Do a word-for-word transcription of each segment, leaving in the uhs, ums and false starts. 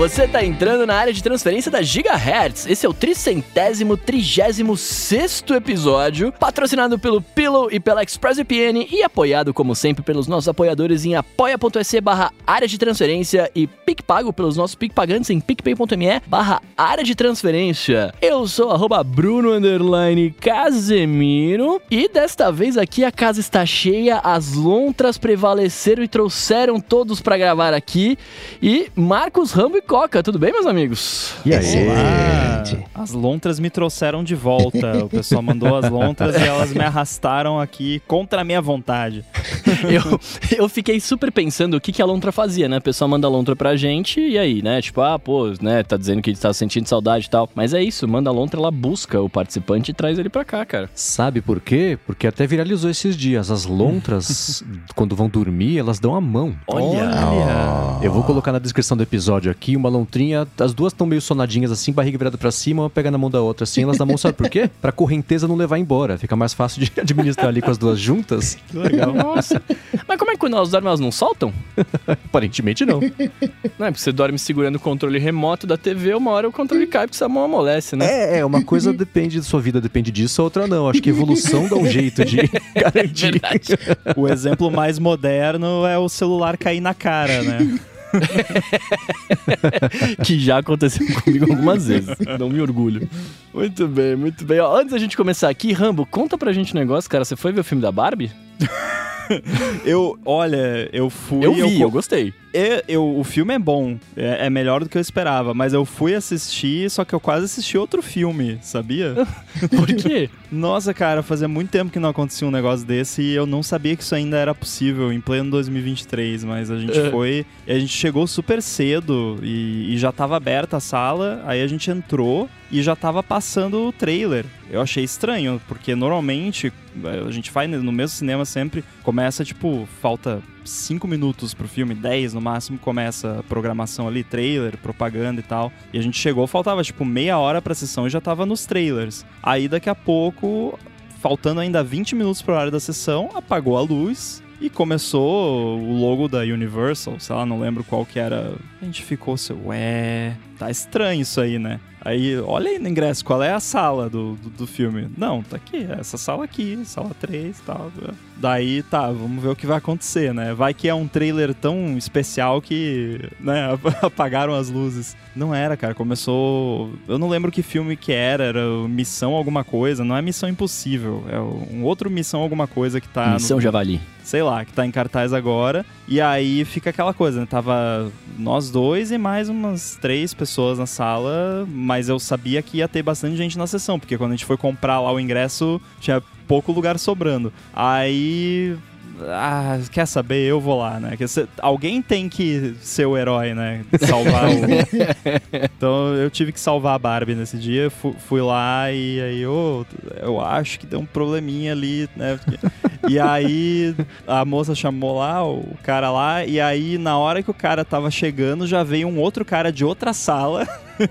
Você tá entrando na área de transferência da Gigahertz. Esse é o tricentésimo, trigésimo sexto episódio, patrocinado pelo Pillow e pela ExpressVPN e apoiado, como sempre, pelos nossos apoiadores em apoia.se barra área de transferência e PicPago pelos nossos PicPagantes em picpay.me barra área de transferência. Eu sou arroba Bruno underline Casemiro e desta vez aqui a casa está cheia, as lontras prevaleceram e trouxeram todos pra gravar aqui. E Marcos, Rambo e Coca, tudo bem, meus amigos? E aí, gente? As lontras me trouxeram de volta. O pessoal mandou as lontras e elas me arrastaram aqui contra a minha vontade. eu, eu fiquei super pensando o que, que a lontra fazia, né? O pessoal manda a lontra pra gente e aí, né? Tipo, ah, pô, né? Tá dizendo que tá sentindo saudade e tal. Mas é isso, manda a lontra, ela busca o participante e traz ele pra cá, cara. Sabe por quê? Porque até viralizou esses dias. As lontras, quando vão dormir, elas dão a mão. Olha! Olha. Eu vou colocar na descrição do episódio aqui uma lontrinha, as duas estão meio sonadinhas assim, barriga virada pra cima, uma pega na mão da outra assim, elas dão a mão, sabe por quê? Pra correnteza não levar embora, fica mais fácil de administrar ali com as duas juntas. Que legal. Nossa. Mas como é que quando elas dormem, elas não soltam? Aparentemente não. Não, é porque você dorme segurando o controle remoto da T V, uma hora o controle cai porque sua mão amolece, né? É, é, uma coisa depende da sua vida, depende disso, a outra não. Acho que a evolução dá um jeito de garantir. Verdade. O exemplo mais moderno é o celular cair na cara, né? Que já aconteceu comigo algumas vezes. Não me orgulho. Muito bem, muito bem. Ó, antes da gente começar aqui, Rambo, conta pra gente um negócio, cara. Você foi ver o filme da Barbie? Eu, olha, eu fui... Eu vi, eu, eu gostei. Eu, eu, o filme é bom, é, é melhor do que eu esperava, mas eu fui assistir, só que eu quase assisti outro filme, sabia? Por quê? Nossa, cara, fazia muito tempo que não acontecia um negócio desse e eu não sabia que isso ainda era possível em pleno dois mil e vinte e três, mas a gente É. foi, e a gente chegou super cedo e, e já tava aberta a sala, aí a gente entrou e já tava passando o trailer. Eu achei estranho, porque normalmente a gente vai no mesmo cinema sempre, começa tipo, falta cinco minutos pro filme, dez no máximo, começa a programação ali, trailer, propaganda e tal. E a gente chegou, faltava tipo meia hora pra sessão e já tava nos trailers. Aí daqui a pouco, faltando ainda vinte minutos pro horário da sessão, apagou a luz e começou o logo da Universal, sei lá, não lembro qual que era. A gente ficou assim, ué, tá estranho isso aí, né? Aí, olha aí no ingresso, qual é a sala do, do, do filme? Não, tá aqui, essa sala aqui, sala três e tal. Daí, tá, vamos ver o que vai acontecer, né? Vai que é um trailer tão especial que, né, apagaram as luzes. Não era, cara, começou... Eu não lembro que filme que era, era Missão Alguma Coisa, não é Missão Impossível, é um outro Missão Alguma Coisa que tá... Missão no... Javali. Sei lá, que tá em cartaz agora. E aí fica aquela coisa, né? Tava nós dois e mais umas três pessoas na sala, mas eu sabia que ia ter bastante gente na sessão, porque quando a gente foi comprar lá o ingresso, tinha pouco lugar sobrando. Aí... Ah, quer saber? Eu vou lá, né? Alguém tem que ser o herói, né? Salvar o... Então eu tive que salvar a Barbie nesse dia. Fui lá e aí eu, eu acho que deu um probleminha ali, né? E aí a moça chamou lá, o cara lá, e aí na hora que o cara tava chegando, já veio um outro cara de outra sala.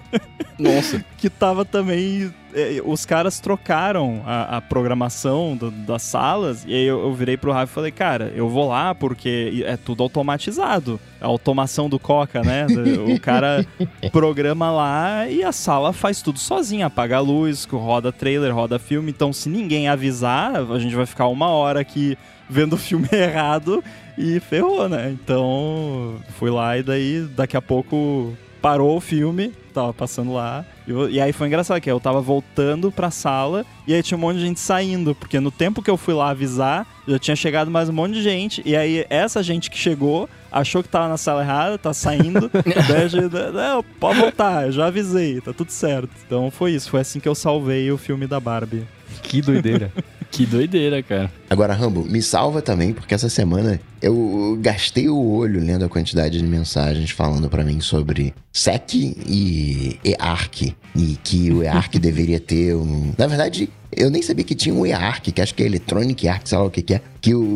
Nossa. Que tava também... Os caras trocaram a, a programação do, das salas, e aí eu, eu virei pro Rafa e falei, cara, eu vou lá porque é tudo automatizado. A automação do Coca, né? O cara programa lá e a sala faz tudo sozinha. Apaga a luz, roda trailer, roda filme. Então, se ninguém avisar, a gente vai ficar uma hora aqui vendo o filme errado e ferrou, né? Então, fui lá e daí, daqui a pouco... Parou o filme, tava passando lá, e, e aí foi engraçado, que eu tava voltando pra sala, e aí tinha um monte de gente saindo, porque no tempo que eu fui lá avisar, já tinha chegado mais um monte de gente, e aí essa gente que chegou, achou que tava na sala errada, tá saindo, daí a gente, não, pode voltar, eu já avisei, tá tudo certo. Então foi isso, foi assim que eu salvei o filme da Barbie. Que doideira. Que doideira, cara. Agora, Rambo, me salva também, porque essa semana eu gastei o olho lendo a quantidade de mensagens falando pra mim sobre S E C e E A R C. E que o E A R C deveria ter um... Na verdade, eu nem sabia que tinha um E A R C, que acho que é Electronic Arc, sei lá o que que é. Que o,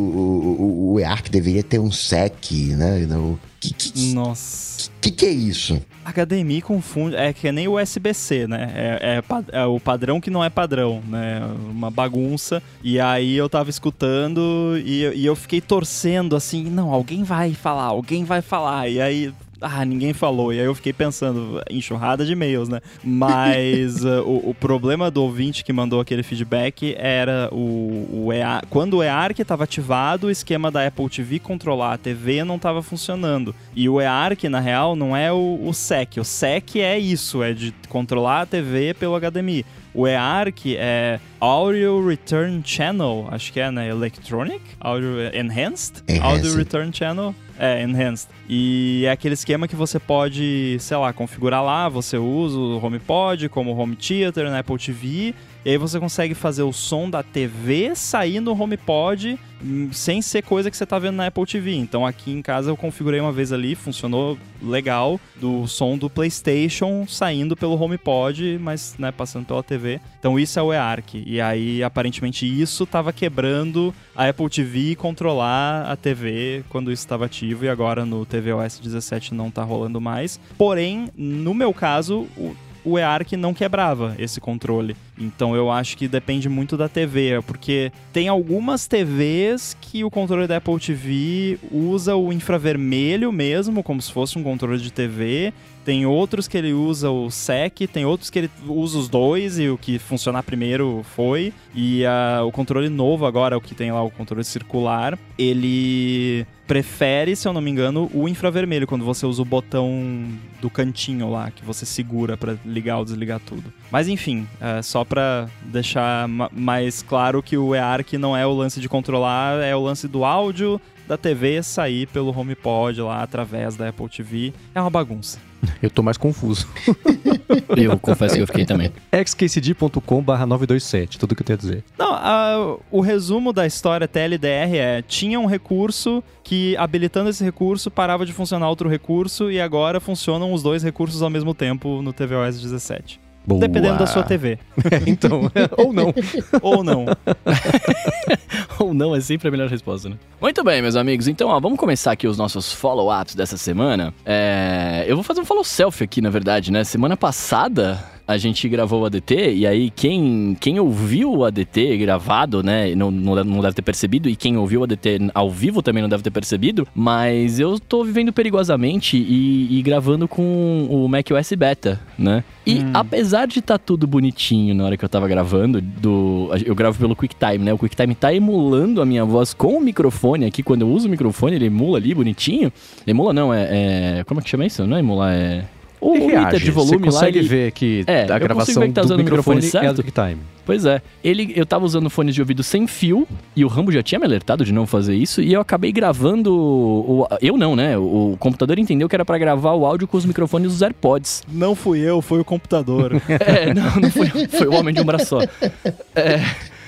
o, o E A R C deveria ter um S E C, né? O que, que, Nossa. Que que é isso? H D M I confunde, é que nem o U S B C, né? É, é, é o padrão que não é padrão, né? Uma bagunça. E aí eu tava escutando e, e eu fiquei torcendo assim, não, alguém vai falar, alguém vai falar. E aí, Ah, ninguém falou. E aí eu fiquei pensando, enxurrada de e-mails, né? Mas uh, o, o problema do ouvinte que mandou aquele feedback era o, o E A R. Quando o E A R C estava ativado, o esquema da Apple T V controlar a T V não estava funcionando. E o E A R C, na real, não é o, o S E C. O S E C é isso, é de controlar a T V pelo H D M I. O E A R C é Audio Return Channel, acho que é, né? Electronic? Audio Enhanced? Enhanced. Audio Return Channel. É, Enhanced. E é aquele esquema que você pode, sei lá, configurar lá, você usa o HomePod como Home Theater na Apple T V, e aí você consegue fazer o som da T V sair no HomePod sem ser coisa que você tá vendo na Apple T V. Então aqui em casa eu configurei uma vez ali, funcionou legal, do som do PlayStation saindo pelo HomePod, mas, né, passando pela T V. Então isso é o E A R C. E aí, aparentemente, isso tava quebrando a Apple T V controlar a T V quando isso estava ativo, e agora no tvOS dezessete não tá rolando mais. Porém, no meu caso, o o E A R C não quebrava esse controle. Então eu acho que depende muito da T V, porque tem algumas T Vs que o controle da Apple T V usa o infravermelho mesmo, como se fosse um controle de T V. Tem outros que ele usa o S E C, tem outros que ele usa os dois e o que funcionar primeiro foi. E uh, o controle novo agora, o que tem lá, o controle circular, ele prefere, se eu não me engano, o infravermelho, quando você usa o botão do cantinho lá, que você segura pra ligar ou desligar tudo. Mas enfim, é só pra deixar ma- mais claro que o E A R C não é o lance de controlar, é o lance do áudio da T V sair pelo HomePod lá através da Apple T V. É uma bagunça. Eu tô mais confuso. Eu confesso que eu fiquei também. x k c d ponto com barra nove dois sete, tudo que eu tenho a dizer. Não, a, o resumo da história T L D R é: tinha um recurso que, habilitando esse recurso, parava de funcionar outro recurso, e agora funcionam os dois recursos ao mesmo tempo no tvOS dezessete. Boa. Dependendo da sua T V. Então, ou não. Ou não. Ou não é sempre a melhor resposta, né? Muito bem, meus amigos. Então, ó, vamos começar aqui os nossos follow-ups dessa semana. É... Eu vou fazer um follow-selfie aqui, na verdade, né? Semana passada a gente gravou o A D T, e aí quem, quem ouviu o A D T gravado, né, não, não deve ter percebido, e quem ouviu o A D T ao vivo também não deve ter percebido, mas eu tô vivendo perigosamente e, e gravando com o macOS Beta, né? E hum. apesar de estar tá tudo bonitinho na hora que eu tava gravando, do, eu gravo pelo QuickTime, né? O QuickTime tá emulando a minha voz com o microfone aqui. Quando eu uso o microfone, ele emula ali bonitinho. Emula não, é... é como é que chama isso? Não é emular, é... O meter de volume você consegue lá, ele... ver que é, a gravação que tá do microfone, microfone certo. É do QuickTime. Pois é. Ele, eu tava usando fones de ouvido sem fio, e o Rambo já tinha me alertado de não fazer isso, e eu acabei gravando... O, eu não, né? O, o computador entendeu que era pra gravar o áudio com os microfones dos AirPods. Não fui eu, foi o computador. É, não, não foi, foi o homem de um braço só. É...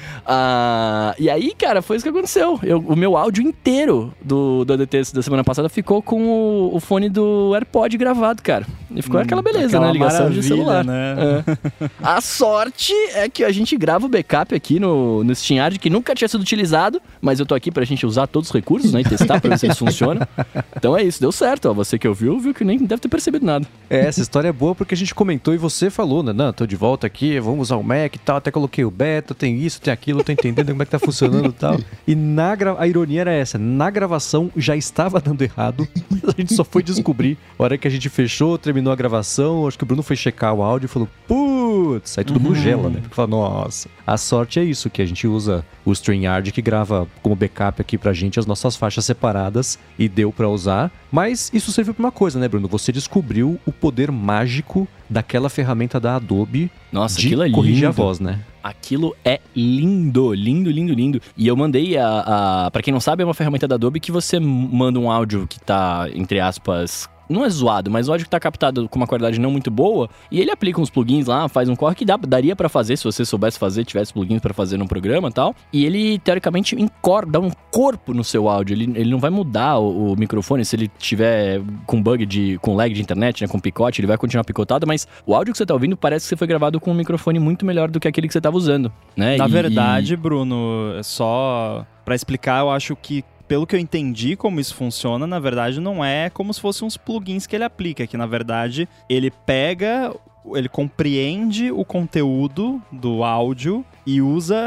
Ah, e aí, cara, foi isso que aconteceu. Eu, o meu áudio inteiro do, do A D T da semana passada ficou com o, o fone do AirPod gravado, cara. E ficou hum, aquela beleza, aquela né? Ligação de celular. Né? É. A sorte é que a gente grava o backup aqui no, no SteamYard, que nunca tinha sido utilizado, mas eu tô aqui pra gente usar todos os recursos, né? E testar pra ver se eles funcionam. Então é isso, deu certo, ó. Você que ouviu, viu que nem deve ter percebido nada. É, essa história é boa porque a gente comentou e você falou, né? Não, tô de volta aqui, vamos usar o Mac e tal, até coloquei o beta, tem isso, tem aquilo, tô entendendo como é que tá funcionando e tal. E na gra... a ironia era essa, na gravação já estava dando errado, mas a gente só foi descobrir a hora que a gente fechou, terminou a gravação, acho que o Bruno foi checar o áudio e falou, putz, aí todo mundo Uhum. gela, né? Porque fala, nossa. A sorte é isso, que a gente usa o StreamYard que grava como backup aqui pra gente as nossas faixas separadas e deu pra usar. Mas isso serviu pra uma coisa, né, Bruno? Você descobriu o poder mágico daquela ferramenta da Adobe Nossa, de aquilo é corrigir lindo. a voz, né? Aquilo é lindo, lindo, lindo, lindo. E eu mandei a, a... Pra quem não sabe, é uma ferramenta da Adobe que você manda um áudio que tá, entre aspas... Não é zoado, mas o áudio que tá captado com uma qualidade não muito boa, e ele aplica uns plugins lá, faz um corre que dá, daria pra fazer, se você soubesse fazer, tivesse plugins pra fazer no programa e tal. E ele, teoricamente, encor, dá um corpo no seu áudio. Ele, ele não vai mudar o, o microfone se ele tiver com bug, de, com lag de internet, né, com picote, ele vai continuar picotado, mas o áudio que você tá ouvindo parece que você foi gravado com um microfone muito melhor do que aquele que você tava usando, né? Na e, verdade, e... Bruno, só pra explicar, eu acho que pelo que eu entendi como isso funciona, na verdade não é como se fossem uns plugins que ele aplica, que na verdade ele pega, ele compreende o conteúdo do áudio e usa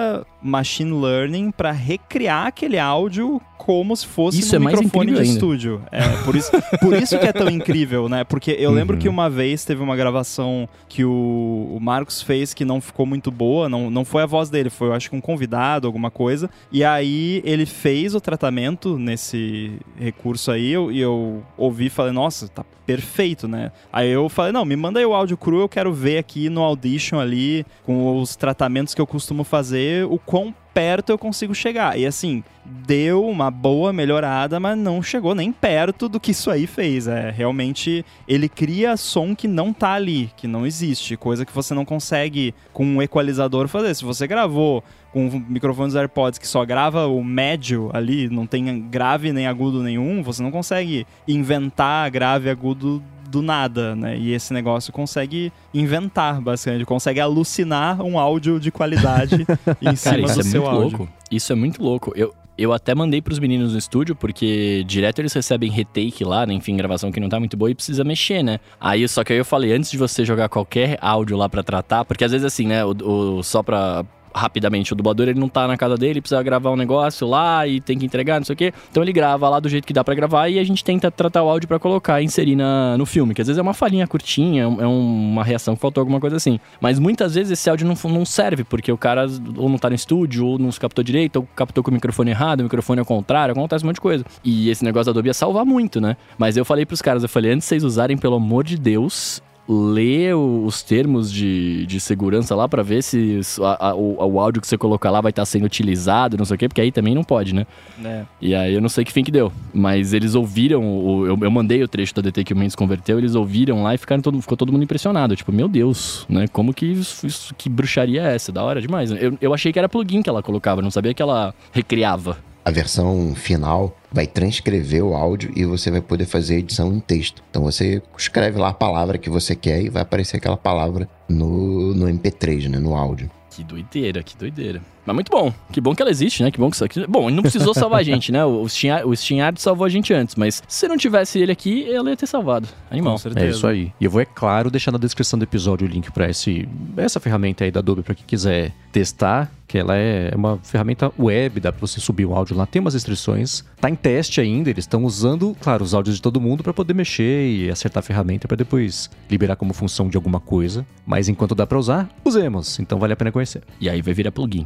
machine learning para recriar aquele áudio como se fosse isso no é microfone de mais estúdio. É, por isso, por isso que é tão incrível, né? Porque eu lembro uhum. que uma vez teve uma gravação que o, o Marcos fez que não ficou muito boa, não, não foi a voz dele, foi, eu acho que um convidado, alguma coisa, e aí ele fez o tratamento nesse recurso aí, e eu, eu ouvi e falei, nossa, tá perfeito, né? Aí eu falei, não, me manda aí o áudio cru, eu quero ver aqui no Audition ali, com os tratamentos que eu costumo fazer, o quão perto eu consigo chegar. E assim, deu uma boa melhorada, mas não chegou nem perto do que isso aí fez. É, realmente, ele cria som que não tá ali, que não existe, coisa que você não consegue com um equalizador fazer. Se você gravou com o microfone dos AirPods que só grava o médio ali, não tem grave nem agudo nenhum, você não consegue inventar grave e agudo do nada, né? E esse negócio consegue inventar, basicamente. Consegue alucinar um áudio de qualidade em cima Cara, isso do é seu muito áudio. Louco. Isso é muito louco. Eu, eu até mandei pros meninos no estúdio, porque direto eles recebem retake lá, né? Enfim, gravação que não tá muito boa e precisa mexer, né? Aí, só que aí eu falei, antes de você jogar qualquer áudio lá pra tratar, porque às vezes assim, né? O, o, só pra... rapidamente, o dublador ele não tá na casa dele, precisa gravar um negócio lá e tem que entregar, não sei o quê. Então ele grava lá do jeito que dá pra gravar e a gente tenta tratar o áudio pra colocar e inserir na, no filme, que às vezes é uma falinha curtinha, é um, uma reação que faltou, alguma coisa assim. Mas muitas vezes esse áudio não, não serve, porque o cara ou não tá no estúdio, ou não se captou direito, ou captou com o microfone errado, o microfone ao contrário, acontece um monte de coisa. E esse negócio da Adobe ia salvar muito, né? Mas eu falei pros caras, eu falei, antes de vocês usarem, pelo amor de Deus, lê os termos de, de segurança lá pra ver se a, a, o, o áudio que você colocar lá vai estar sendo utilizado, não sei o quê, porque aí também não pode, né? É. E aí eu não sei que fim que deu, mas eles ouviram, o, eu, eu mandei o trecho da D T que o Mendes converteu, eles ouviram lá e ficaram todo, ficou todo mundo impressionado, tipo, meu Deus, né? Como que isso, isso, que bruxaria é essa? Da hora demais. Eu, eu achei que era plugin que ela colocava, não sabia que ela recriava. A versão final vai transcrever o áudio e você vai poder fazer edição em texto. Então você escreve lá a palavra que você quer e vai aparecer aquela palavra no, no M P três, né, no áudio. Que doideira, que doideira. Mas muito bom. Que bom que ela existe, né? Que bom que isso aqui... Bom, ele não precisou salvar a gente, né? O Steam, o SteamYard salvou a gente antes, mas se não tivesse ele aqui, ela ia ter salvado. Animal. Com certeza. É isso aí. E eu vou, é claro, deixar na descrição do episódio o link pra esse, essa ferramenta aí da Adobe pra quem quiser testar, que ela é uma ferramenta web, dá pra você subir o áudio lá, tem umas restrições, tá em teste ainda, eles estão usando, claro, os áudios de todo mundo pra poder mexer e acertar a ferramenta pra depois liberar como função de alguma coisa, mas enquanto dá pra usar, usemos, então vale a pena conhecer. E aí vai virar plugin.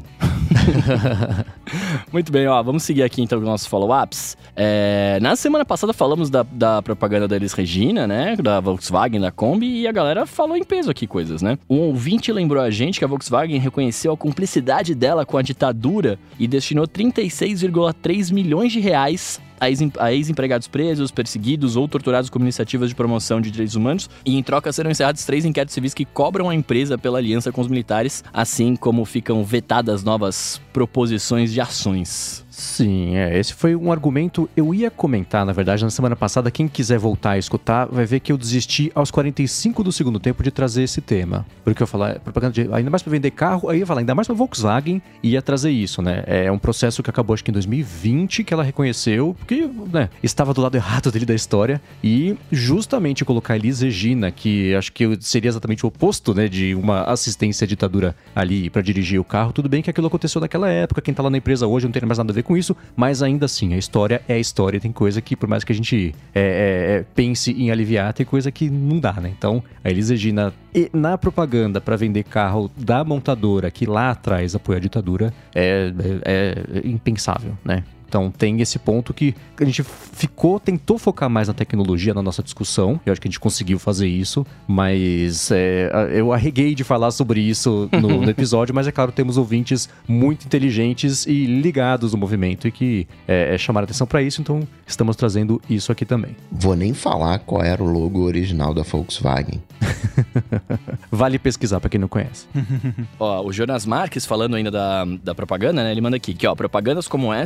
Muito bem, ó, vamos seguir aqui então com os nossos follow-ups. É, na semana passada falamos da, da propaganda da Elis Regina, né, da Volkswagen, da Kombi, e a galera falou em peso aqui coisas, né? Um ouvinte lembrou a gente que a Volkswagen reconheceu a cumplicidade dela com a ditadura e destinou trinta e seis vírgula três milhões de reais a ex-empregados presos, perseguidos ou torturados como iniciativas de promoção de direitos humanos, e em troca serão encerrados três inquéritos civis que cobram a empresa pela aliança com os militares, assim como ficam vetadas novas proposições de ações. Sim, é, esse foi um argumento, eu ia comentar, na verdade, na semana passada, quem quiser voltar a escutar, vai ver que eu desisti aos quarenta e cinco do segundo tempo de trazer esse tema, porque eu ia falar, propaganda de, ainda mais para vender carro, aí eu ia falar, ainda mais para Volkswagen, e ia trazer isso, né, é um processo que acabou acho que em dois mil e vinte, que ela reconheceu, porque, né, estava do lado errado dele da história, e justamente colocar a Elis Regina, que acho que seria exatamente o oposto, né, de uma assistência à ditadura ali para dirigir o carro, tudo bem que aquilo aconteceu naquela época, quem tá lá na empresa hoje não tem mais nada a ver com isso, mas ainda assim, a história é a história, tem coisa que, por mais que a gente é, é, é, pense em aliviar, tem coisa que não dá, né? Então, a Elis Regina, e na propaganda para vender carro da montadora, que lá atrás apoia a ditadura, é, é, é impensável, né? Então tem esse ponto que a gente ficou, tentou focar mais na tecnologia na nossa discussão. Eu acho que a gente conseguiu fazer isso, mas é, eu arreguei de falar sobre isso no, no episódio, mas é claro, temos ouvintes muito inteligentes e ligados no movimento e que é, é, chamaram atenção para isso, então estamos trazendo isso aqui também. Vou nem falar qual era o logo original da Volkswagen. Vale pesquisar para quem não conhece. Ó, o Jonas Marques, falando ainda da, da propaganda, né? Ele manda aqui, que ó, propagandas como essa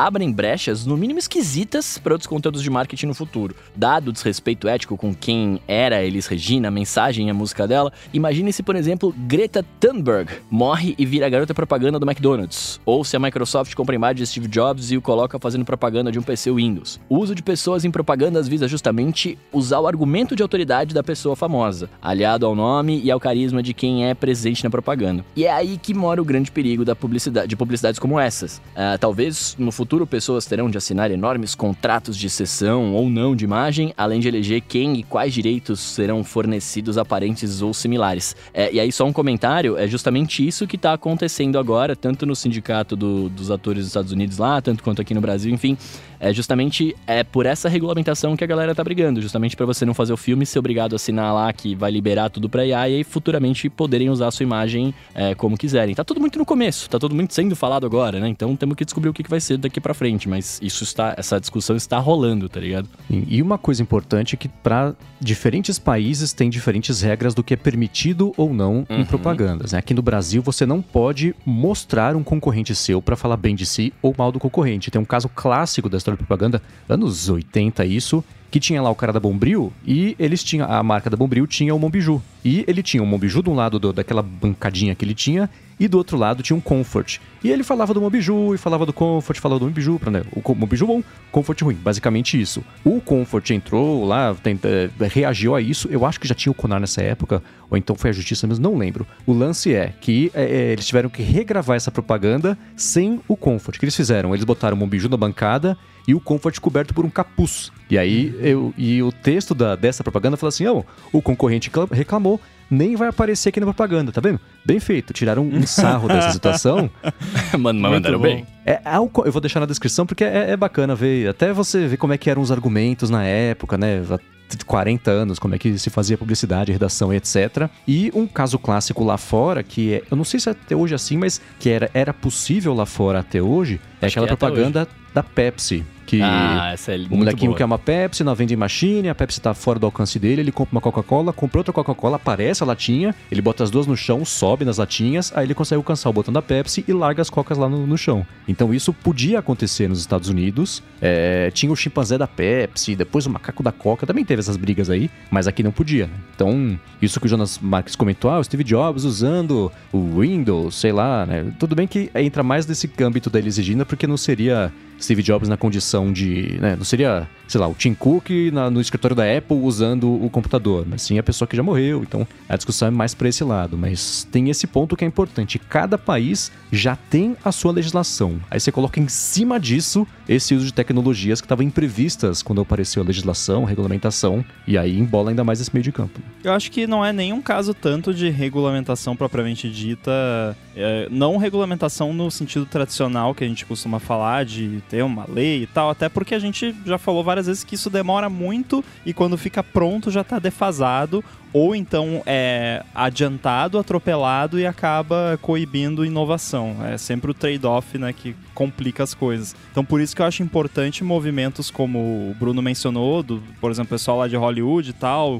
abrem brechas, no mínimo esquisitas, para outros conteúdos de marketing no futuro. Dado o desrespeito ético com quem era Elis Regina, a mensagem e a música dela, imagine se, por exemplo, Greta Thunberg morre e vira a garota propaganda do McDonald's. Ou se a Microsoft compra a imagem de Steve Jobs e o coloca fazendo propaganda de um P C Windows. O uso de pessoas em propagandas visa justamente usar o argumento de autoridade da pessoa famosa, aliado ao nome e ao carisma de quem é presente na propaganda. E é aí que mora o grande perigo da publicidade, de publicidades como essas. Uh, talvez no futuro pessoas terão de assinar enormes contratos de cessão ou não de imagem, além de eleger quem e quais direitos serão fornecidos a parentes ou similares. É, e aí só um comentário, é justamente isso que está acontecendo agora, tanto no sindicato do, dos atores dos Estados Unidos lá, tanto quanto aqui no Brasil, enfim. É justamente é por essa regulamentação que a galera tá brigando, justamente para você não fazer o filme, ser obrigado a assinar lá que vai liberar tudo pra I A e aí futuramente poderem usar a sua imagem é, como quiserem. Tá tudo muito no começo, tá tudo muito sendo falado agora, né? Então temos que descobrir o que vai ser daqui pra frente, mas isso está, essa discussão está rolando, tá ligado? E uma coisa importante é que para diferentes países tem diferentes regras do que é permitido ou não uhum. em propagandas, né? Aqui no Brasil você não pode mostrar um concorrente seu para falar bem de si ou mal do concorrente. Tem um caso clássico da história de propaganda, anos oitenta isso, que tinha lá o cara da Bombril e eles tinham, a marca da Bombril tinha o Monbiju. E ele tinha o Monbiju de um lado do, daquela bancadinha que ele tinha e do outro lado tinha um Comfort. E ele falava do Monbiju e falava do Comfort, falava do Monbiju, né? O Monbiju bom, Comfort ruim, basicamente isso. O Comfort entrou lá, tenta, reagiu a isso, eu acho que já tinha o Conar nessa época, ou então foi a Justiça mesmo, não lembro. O lance é que é, eles tiveram que regravar essa propaganda sem o Comfort. O que eles fizeram? Eles botaram o Monbiju na bancada e o Comfort coberto por um capuz. E aí, eu, e o texto da, dessa propaganda fala assim, oh, o concorrente reclamou, nem vai aparecer aqui na propaganda, tá vendo? Bem feito, tiraram um sarro dessa situação. Mano, mandaram bem. É, eu vou deixar na descrição porque é, é bacana ver, até você ver como é que eram os argumentos na época, né? quarenta anos, como é que se fazia publicidade, redação e etcétera. E um caso clássico lá fora, que é, eu não sei se é até hoje assim, mas que era, era possível lá fora até hoje, é Acho aquela que é propaganda da Pepsi. Que ah, essa é o muito molequinho boa. quer uma Pepsi na vending machine, a Pepsi tá fora do alcance dele, ele compra uma Coca-Cola, compra outra Coca-Cola, aparece a latinha, ele bota as duas no chão, sobe nas latinhas, aí ele consegue alcançar o botão da Pepsi e larga as cocas lá no, no chão. Então isso podia acontecer nos Estados Unidos, é, tinha o chimpanzé da Pepsi, depois o macaco da Coca, também teve essas brigas aí, mas aqui não podia. Então, isso que o Jonas Marques comentou, ah, o Steve Jobs usando o Windows, sei lá, né? Tudo bem que entra mais nesse âmbito da Elis Regina, porque não seria Steve Jobs na condição de, né, não seria, sei lá, o Tim Cook na, no escritório da Apple usando o computador, mas sim a pessoa que já morreu, então a discussão é mais para esse lado, mas tem esse ponto que é importante, cada país já tem a sua legislação, aí você coloca em cima disso esse uso de tecnologias que estavam imprevistas quando apareceu a legislação, a regulamentação, e aí embola ainda mais esse meio de campo. Eu acho que não é nenhum caso tanto de regulamentação propriamente dita, é, não regulamentação no sentido tradicional que a gente costuma falar de ter uma lei e tal, até porque a gente já falou várias vezes que isso demora muito e quando fica pronto já tá defasado ou então é adiantado, atropelado e acaba coibindo inovação. É sempre o trade-off, né, que complica as coisas. Então por isso que eu acho importante movimentos como o Bruno mencionou, do, por exemplo, o pessoal lá de Hollywood e tal,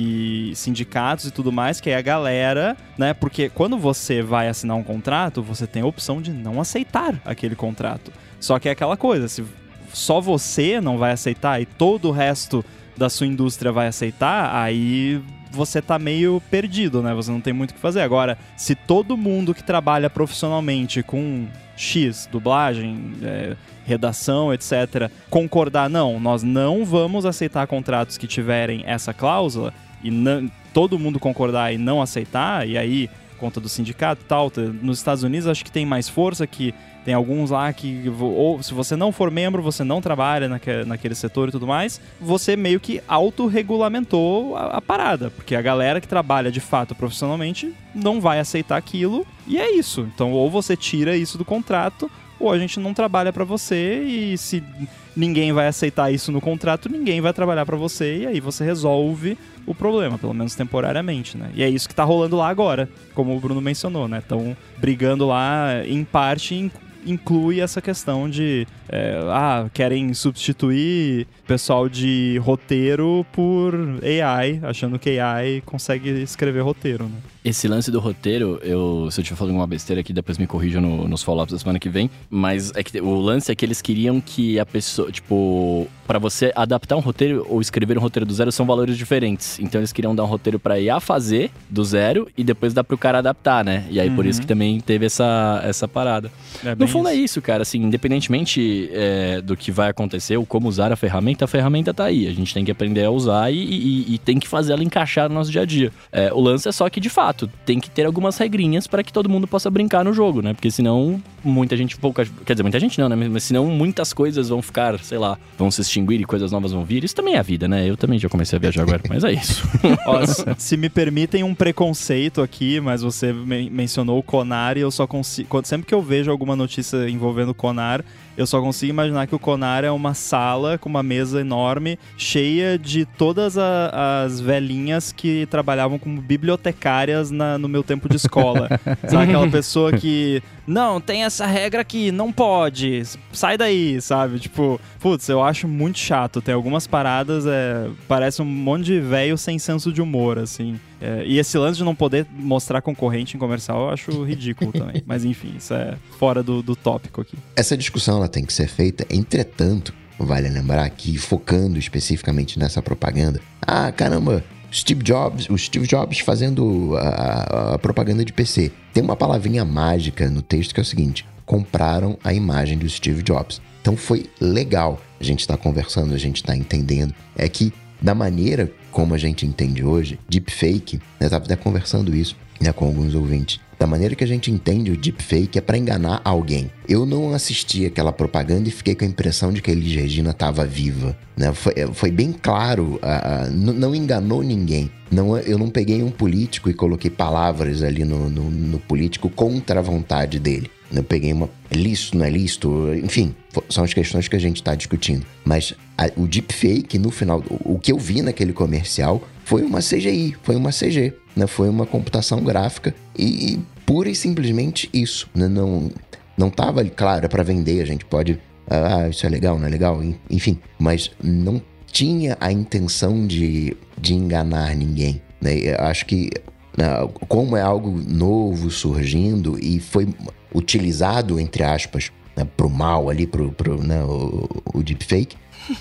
e sindicatos e tudo mais, que é a galera, né? Porque quando você vai assinar um contrato, você tem a opção de não aceitar aquele contrato. Só que é aquela coisa, se só você não vai aceitar e todo o resto da sua indústria vai aceitar, aí você tá meio perdido, né? Você não tem muito o que fazer. Agora, se todo mundo que trabalha profissionalmente com X, dublagem, é, redação, etcétera, concordar, não, nós não vamos aceitar contratos que tiverem essa cláusula, e não, todo mundo concordar e não aceitar, e aí, conta do sindicato e tal, nos Estados Unidos acho que tem mais força, que tem alguns lá que, ou se você não for membro, você não trabalha naque, naquele setor e tudo mais, você meio que autorregulamentou a, a parada, porque a galera que trabalha de fato profissionalmente não vai aceitar aquilo, e é isso. Então, ou você tira isso do contrato, ou a gente não trabalha pra você, e se ninguém vai aceitar isso no contrato, ninguém vai trabalhar pra você, e aí você resolve o problema, pelo menos temporariamente, né? E é isso que tá rolando lá agora, como o Bruno mencionou, né? Estão brigando lá, em parte, inclui essa questão de é, ah, querem substituir pessoal de roteiro por A I, achando que A I consegue escrever roteiro, né? Esse lance do roteiro, eu, se eu estiver falando uma besteira aqui, depois me corrijam no, nos follow-ups da semana que vem. Mas é que o lance é que eles queriam que a pessoa, tipo, pra você adaptar um roteiro ou escrever um roteiro do zero são valores diferentes. Então eles queriam dar um roteiro pra I A fazer do zero e depois dar pro cara adaptar, né? E aí uhum. por isso que também teve essa, essa parada. É no fundo isso. é isso, cara. Assim, independentemente é, do que vai acontecer ou como usar a ferramenta, a ferramenta tá aí. A gente tem que aprender a usar e, e, e tem que fazer ela encaixar no nosso dia a dia. É, o lance é só que, de fato, tem que ter algumas regrinhas para que todo mundo possa brincar no jogo, né? Porque senão muita gente, pouca, quer dizer, muita gente não, né? Mas senão muitas coisas vão ficar, sei lá, vão se extinguir e coisas novas vão vir. Isso também é a vida, né? Eu também já comecei a viajar agora, mas é isso. Ó, se me permitem um preconceito aqui, mas você men- mencionou o Conar e eu só consigo... Sempre que eu vejo alguma notícia envolvendo o Conar, eu só consigo imaginar que o Conar é uma sala com uma mesa enorme, cheia de todas a, as velhinhas que trabalhavam como bibliotecárias na, no meu tempo de escola. Sabe, aquela pessoa que... Não, tem essa regra aqui, não pode, sai daí, sabe? Tipo, putz, eu acho muito chato. Tem algumas paradas, é, parece um monte de velho sem senso de humor, assim. É, e esse lance de não poder mostrar concorrente em comercial eu acho ridículo também. Mas enfim, isso é fora do, do tópico aqui. Essa discussão ela tem que ser feita, entretanto, vale lembrar que focando especificamente nessa propaganda, ah, caramba, Steve Jobs, o Steve Jobs fazendo a, a propaganda de P C. Tem uma palavrinha mágica no texto que é o seguinte: compraram a imagem do Steve Jobs. Então foi legal. A gente está conversando, a gente está entendendo. É que da maneira como a gente entende hoje, deepfake, né, eu estava até conversando isso, né, com alguns ouvintes. Da maneira que a gente entende o deepfake é para enganar alguém. Eu não assisti aquela propaganda e fiquei com a impressão de que a Elis Regina estava viva. Né? Foi, foi bem claro, uh, uh, n- não enganou ninguém. Não, eu não peguei um político e coloquei palavras ali no, no, no político contra a vontade dele. Eu peguei uma... É lícito, não é lícito? Enfim, são as questões que a gente está discutindo. Mas a, o deepfake, no final, o, o que eu vi naquele comercial foi uma C G I, foi uma C G, né? Foi uma computação gráfica e, e pura e simplesmente isso. Né? Não, não tava, claro, é para vender, a gente pode... Ah, isso é legal, não é legal? Enfim, mas não tinha a intenção de, de enganar ninguém. Né? Eu acho que, como é algo novo surgindo e foi utilizado, entre aspas, né, pro mal ali, pro, pro, né, o, o deepfake,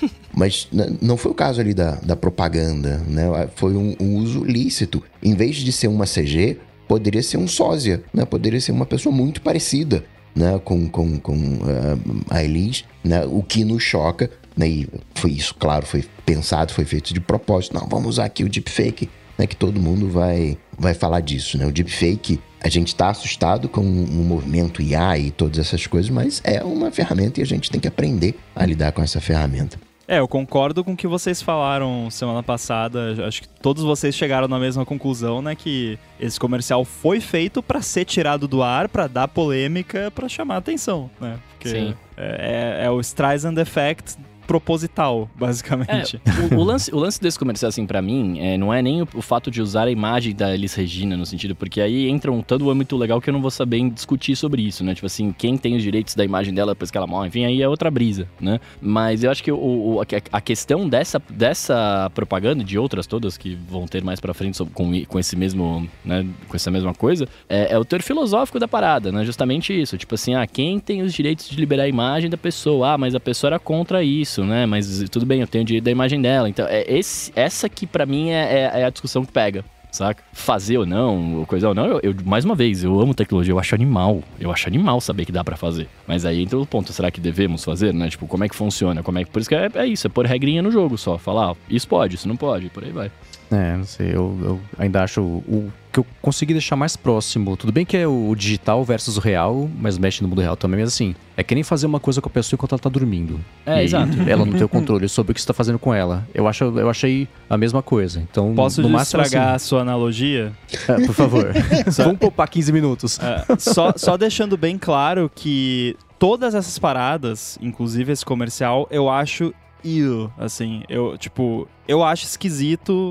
mas né, não foi o caso ali da, da propaganda, né? Foi um, um uso lícito. Em vez de ser uma C G, poderia ser um sósia, né? Poderia ser uma pessoa muito parecida, né, com, com, com uh, a Elis, né, o que nos choca, né, e foi isso, claro, foi pensado, foi feito de propósito. Não, vamos usar aqui o deepfake, né, que todo mundo vai, vai falar disso, né? O deepfake, a gente tá assustado com o movimento I A e todas essas coisas, mas é uma ferramenta e a gente tem que aprender a lidar com essa ferramenta. É, eu concordo com o que vocês falaram semana passada. Acho que todos vocês chegaram na mesma conclusão, né? Que esse comercial foi feito pra ser tirado do ar, pra dar polêmica, pra chamar atenção, né? Porque Sim. É, é, é o Streisand Effect proposital, basicamente. É, o, o, lance, o lance desse comercial, assim, pra mim, é, não é nem o, o fato de usar a imagem da Elis Regina, no sentido, porque aí entra um tanto âmbito legal que eu não vou saber discutir sobre isso, né? Tipo assim, quem tem os direitos da imagem dela depois que ela morre, enfim, aí é outra brisa, né? Mas eu acho que o, o, a questão dessa, dessa propaganda, de outras todas que vão ter mais pra frente sobre, com, com esse mesmo, né, com essa mesma coisa, é, é o teor filosófico da parada, né? Justamente isso, tipo assim, ah, quem tem os direitos de liberar a imagem da pessoa? Ah, mas a pessoa era contra isso, né? Mas tudo bem, eu tenho o direito da imagem dela. Então, é esse, essa que pra mim é, é, é a discussão que pega, saca? Fazer ou não, coisa ou não, eu, eu, mais uma vez, eu amo tecnologia, eu acho animal. Eu acho animal saber que dá pra fazer. Mas aí entra o ponto, será que devemos fazer, né? Tipo, como é que funciona? Como é que... Por isso que é, é isso, é pôr regrinha no jogo só. Falar, ó, isso pode, isso não pode, por aí vai. É, não sei, eu, eu ainda acho o que eu consegui deixar mais próximo. Tudo bem que é o digital versus o real, mas mexe no mundo real também, mas assim, é que nem fazer uma coisa com a pessoa enquanto ela tá dormindo. É, e exato. Ela não tem o controle sobre o que você tá fazendo com ela. Eu, acho, eu achei a mesma coisa. Então, posso no máximo, estragar assim, a sua analogia? É, por favor. Vamos poupar quinze minutos. É, só, só deixando bem claro que todas essas paradas, inclusive esse comercial, eu acho ill, assim, eu, tipo, eu acho esquisito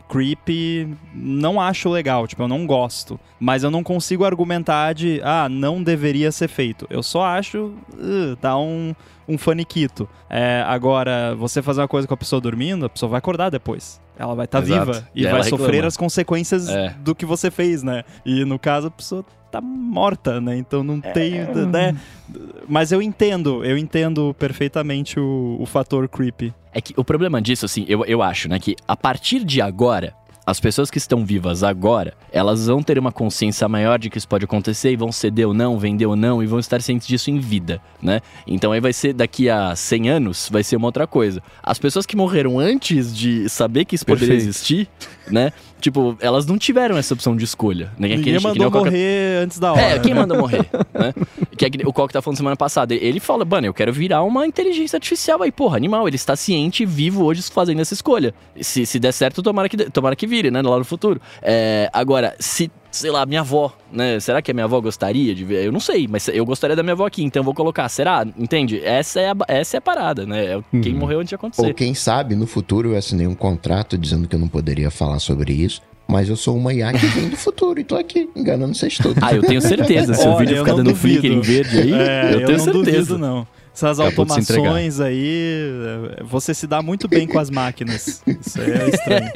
creepy, não acho legal, tipo, eu não gosto. Mas eu não consigo argumentar de, ah, não deveria ser feito. Eu só acho, uh, dá um, um faniquito. É, agora, você fazer uma coisa com a pessoa dormindo, a pessoa vai acordar depois. Ela vai estar tá viva e, e vai sofrer reclama. as consequências é. do que você fez, né? E no caso, a pessoa tá morta, né? Então não é. tem, né? Mas eu entendo, eu entendo perfeitamente o, o fator creepy. É que o problema disso, assim, eu, eu acho, né? Que a partir de agora, as pessoas que estão vivas agora, elas vão ter uma consciência maior de que isso pode acontecer e vão ceder ou não, vender ou não, e vão estar cientes disso em vida, né? Então aí vai ser, daqui a cem anos, vai ser uma outra coisa. As pessoas que morreram antes de saber que isso poderia Perfeito. existir, né? Tipo, elas não tiveram essa opção de escolha. Né? Ninguém que, mandou que morrer qualquer... antes da hora. É, quem manda morrer, né? Que é o Qual que tá falando semana passada. Ele fala, mano, eu quero virar uma inteligência artificial aí, porra, animal. Ele está ciente e vivo hoje fazendo essa escolha. Se, se der certo, tomara que, tomara que vire, né? Lá no futuro. É, agora, se... sei lá, minha avó, né? Será que a minha avó gostaria de ver? Eu não sei, mas eu gostaria da minha avó aqui, então eu vou colocar. Será? Entende? Essa é a, essa é a parada, né? É quem uhum. morreu antes de acontecer. Ou quem sabe, no futuro eu assinei um contrato dizendo que eu não poderia falar sobre isso, mas eu sou uma I A que vem do futuro e tô aqui enganando vocês todos. Ah, eu tenho certeza. Se o vídeo ficar dando flicker em verde aí, é, eu tenho eu não certeza. Duvido, não. Essas Acabou automações aí, você se dá muito bem com as máquinas. Isso aí é estranho.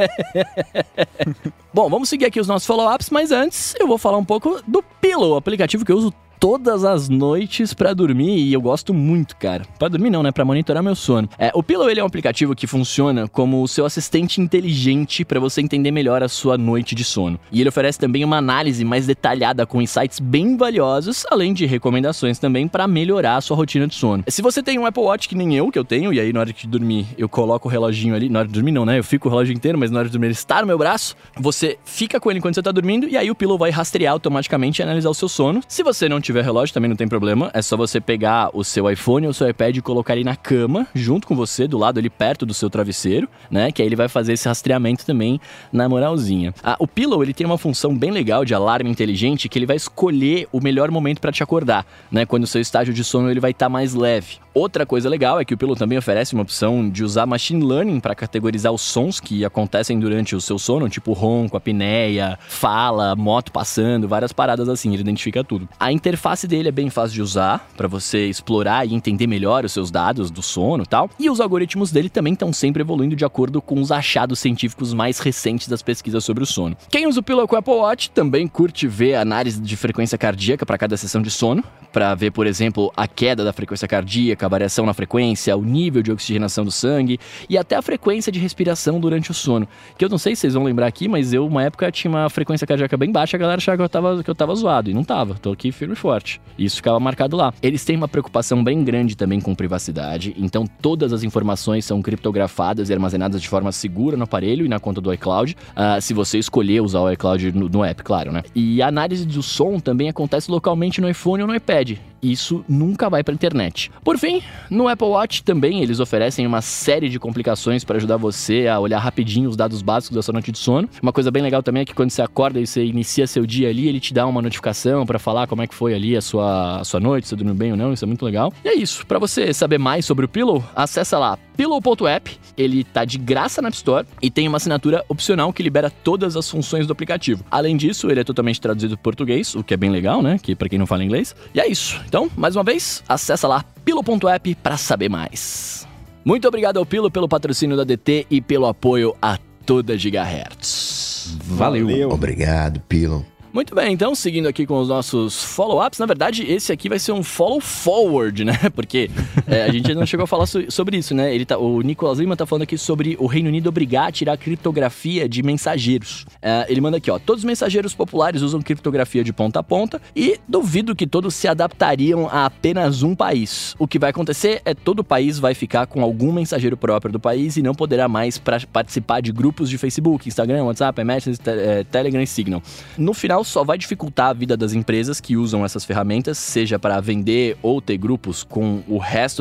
Bom, vamos seguir aqui os nossos follow-ups, mas antes eu vou falar um pouco do Pillow, aplicativo que eu uso todas as noites pra dormir e eu gosto muito, cara. Pra dormir não, né? Pra monitorar meu sono. É, o Pillow, ele é um aplicativo que funciona como o seu assistente inteligente pra você entender melhor a sua noite de sono. E ele oferece também uma análise mais detalhada com insights bem valiosos, além de recomendações também pra melhorar a sua rotina de sono. Se você tem um Apple Watch que nem eu, que eu tenho, e aí na hora de dormir eu coloco o reloginho ali, na hora de dormir não, né? Eu fico o relógio inteiro, mas na hora de dormir ele está no meu braço, você fica com ele enquanto você tá dormindo e aí o Pillow vai rastrear automaticamente e analisar o seu sono. Se você não tiver relógio, também não tem problema, é só você pegar o seu iPhone ou o seu iPad e colocar ele na cama, junto com você, do lado ali perto do seu travesseiro, né, que aí ele vai fazer esse rastreamento também na moralzinha. Ah, o Pillow, ele tem uma função bem legal de alarme inteligente, que ele vai escolher o melhor momento para te acordar, né, quando o seu estágio de sono ele vai estar tá mais leve. Outra coisa legal é que o Pillow também oferece uma opção de usar machine learning para categorizar os sons que acontecem durante o seu sono, tipo ronco, apneia, fala, moto passando, várias paradas assim, ele identifica tudo. A interface dele é bem fácil de usar, para você explorar e entender melhor os seus dados do sono e tal, e os algoritmos dele também estão sempre evoluindo de acordo com os achados científicos mais recentes das pesquisas sobre o sono. Quem usa o Pillow com o Apple Watch também curte ver a análise de frequência cardíaca para cada sessão de sono, para ver, por exemplo, a queda da frequência cardíaca, a variação na frequência, o nível de oxigenação do sangue e até a frequência de respiração durante o sono. Que eu não sei se vocês vão lembrar aqui, mas eu, uma época, tinha uma frequência cardíaca bem baixa, a galera achava que eu tava, que eu tava zoado, e não tava. Tô aqui firme e forte. Isso ficava marcado lá. Eles têm uma preocupação bem grande também com privacidade, então todas as informações são criptografadas e armazenadas de forma segura no aparelho e na conta do iCloud, uh, se você escolher usar o iCloud no, no app, claro, né? E a análise do som também acontece localmente no iPhone ou no iPad. Isso nunca vai pra internet. Por fim, no Apple Watch também eles oferecem uma série de complicações para ajudar você a olhar rapidinho os dados básicos da sua noite de sono. Uma coisa bem legal também é que quando você acorda e você inicia seu dia ali, ele te dá uma notificação para falar como é que foi ali a sua, a sua noite, se você dormiu bem ou não, isso é muito legal. E é isso, para você saber mais sobre o Pillow, acessa lá pillow ponto app, ele tá de graça na App Store e tem uma assinatura opcional que libera todas as funções do aplicativo. Além disso, ele é totalmente traduzido para português, o que é bem legal, né, que para quem não fala inglês. E é isso. Então, mais uma vez, acessa lá pillow ponto app para saber mais. Muito obrigado ao Pillow pelo patrocínio da D T e pelo apoio a toda Gigahertz. Valeu. Valeu. Obrigado, Pillow. Muito bem, então, seguindo aqui com os nossos follow-ups, na verdade, esse aqui vai ser um follow-forward, né? Porque é, a gente ainda não chegou a falar so- sobre isso, né? Ele tá, o Nicolas Lima tá falando aqui sobre o Reino Unido obrigar a tirar a criptografia de mensageiros. É, ele manda aqui, ó, todos os mensageiros populares usam criptografia de ponta a ponta e duvido que todos se adaptariam a apenas um país. O que vai acontecer é todo país vai ficar com algum mensageiro próprio do país e não poderá mais pra participar de grupos de Facebook, Instagram, WhatsApp, iMessage, te- é, Telegram e Signal. No final, só vai dificultar a vida das empresas que usam essas ferramentas, seja para vender ou ter grupos com o resto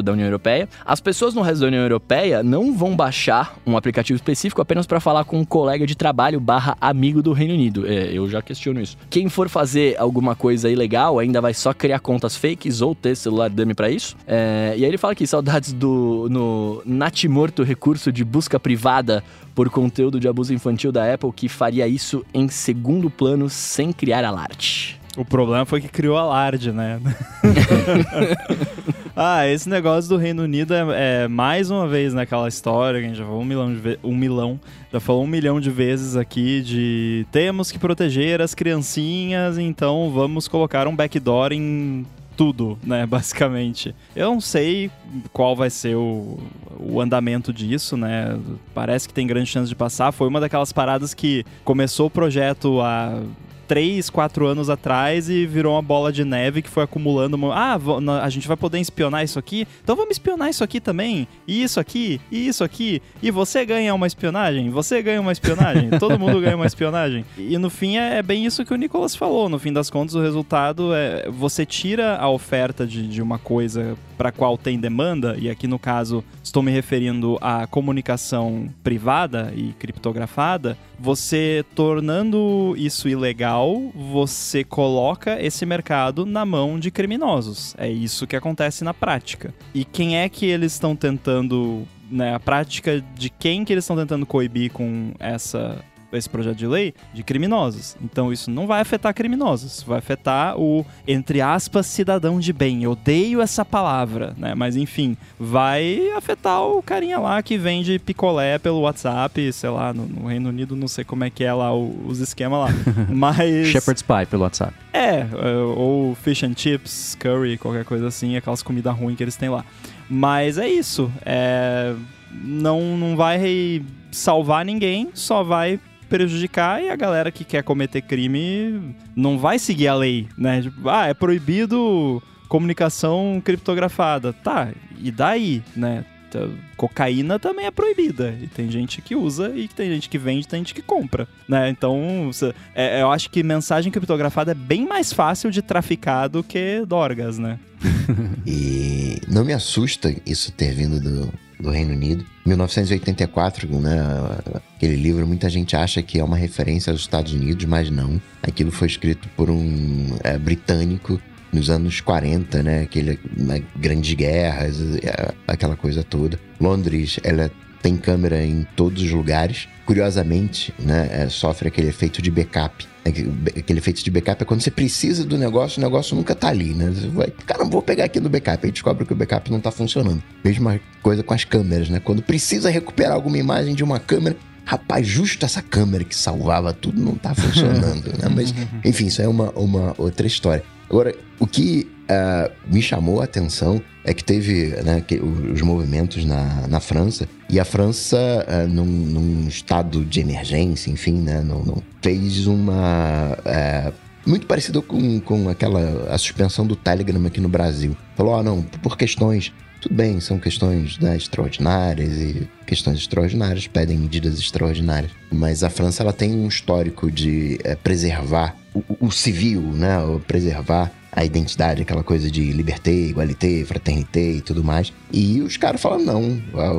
resto da União Europeia. As pessoas no resto da União Europeia não vão baixar um aplicativo específico apenas para falar com um colega de trabalho barra amigo do Reino Unido. É, eu já questiono isso. Quem for fazer alguma coisa ilegal ainda vai só criar contas fakes ou ter celular dummy para isso. É, e aí ele fala aqui, saudades do no natimorto recurso de busca privada por conteúdo de abuso infantil da Apple, que faria isso em segundo plano sem criar alarde. O problema foi que criou alarde, né? Ah, esse negócio do Reino Unido é, é mais uma vez naquela história que a gente já falou um milhão de vezes, um milhão, já falou um milhão de vezes aqui de temos que proteger as criancinhas, então vamos colocar um backdoor em tudo, né, basicamente. Eu não sei qual vai ser o, o andamento disso, né, parece que tem grande chance de passar. Foi uma daquelas paradas que começou o projeto há três, quatro anos atrás e virou uma bola de neve que foi acumulando. Uma... Ah, a gente vai poder espionar isso aqui? Então vamos espionar isso aqui também. E isso aqui, e isso aqui. E você ganha uma espionagem, você ganha uma espionagem, todo mundo ganha uma espionagem. E no fim é, é bem isso que o Nicolas falou. No fim das contas, o resultado é você tira a oferta de, de uma coisa para a qual tem demanda, e aqui no caso estou me referindo à comunicação privada e criptografada. Você tornando isso ilegal, você coloca esse mercado na mão de criminosos. É isso que acontece na prática. E quem é que eles estão tentando, né, a prática de quem que eles estão tentando coibir com essa... esse projeto de lei, de criminosos. Então isso não vai afetar criminosos, vai afetar o, entre aspas, cidadão de bem. Eu odeio essa palavra, né? Mas enfim, vai afetar o carinha lá que vende picolé pelo WhatsApp, sei lá, no, no Reino Unido, não sei como é que é lá o, os esquemas lá. Mas... Shepherd's Pie pelo WhatsApp. É, ou fish and chips, curry, qualquer coisa assim, aquelas comidas ruins que eles têm lá. Mas é isso, é... não, não vai salvar ninguém, só vai prejudicar, e a galera que quer cometer crime não vai seguir a lei, né? Tipo, ah, é proibido comunicação criptografada. Tá, e daí, né? Cocaína também é proibida, e tem gente que usa, e tem gente que vende, tem gente que compra, né? Então, é, eu acho que mensagem criptografada é bem mais fácil de traficar do que dorgas, né? E não me assusta isso ter vindo do, do Reino Unido. mil novecentos e oitenta e quatro, né? Aquele livro, muita gente acha que é uma referência aos Estados Unidos, mas não. Aquilo foi escrito por um é, britânico nos anos quarenta, né? Aquele, né, grandes guerras, aquela coisa toda. Londres, ela tem câmera em todos os lugares. Curiosamente, né, é, sofre aquele efeito de backup. Aquele efeito de backup é quando você precisa do negócio, o negócio nunca tá ali, né? Você vai, cara, não vou pegar aqui no backup. Aí descobre que o backup não tá funcionando. Mesma coisa com as câmeras, né? Quando precisa recuperar alguma imagem de uma câmera, rapaz, justo essa câmera que salvava tudo não tá funcionando, né? Mas, enfim, isso é uma, uma outra história. Agora, o que uh, me chamou a atenção é que teve, né, que, os movimentos na, na França, e a França, uh, num, num estado de emergência, enfim, né, não, não, fez uma... Uh, muito parecido com, com aquela a suspensão do Telegram aqui no Brasil. Falou, ah, não, por questões... Tudo bem, são questões, né, extraordinárias, e questões extraordinárias pedem medidas extraordinárias. Mas a França, ela tem um histórico de é, preservar o, o civil, né? Preservar a identidade, aquela coisa de liberté, igualité, fraternité e tudo mais. E os caras falam, não,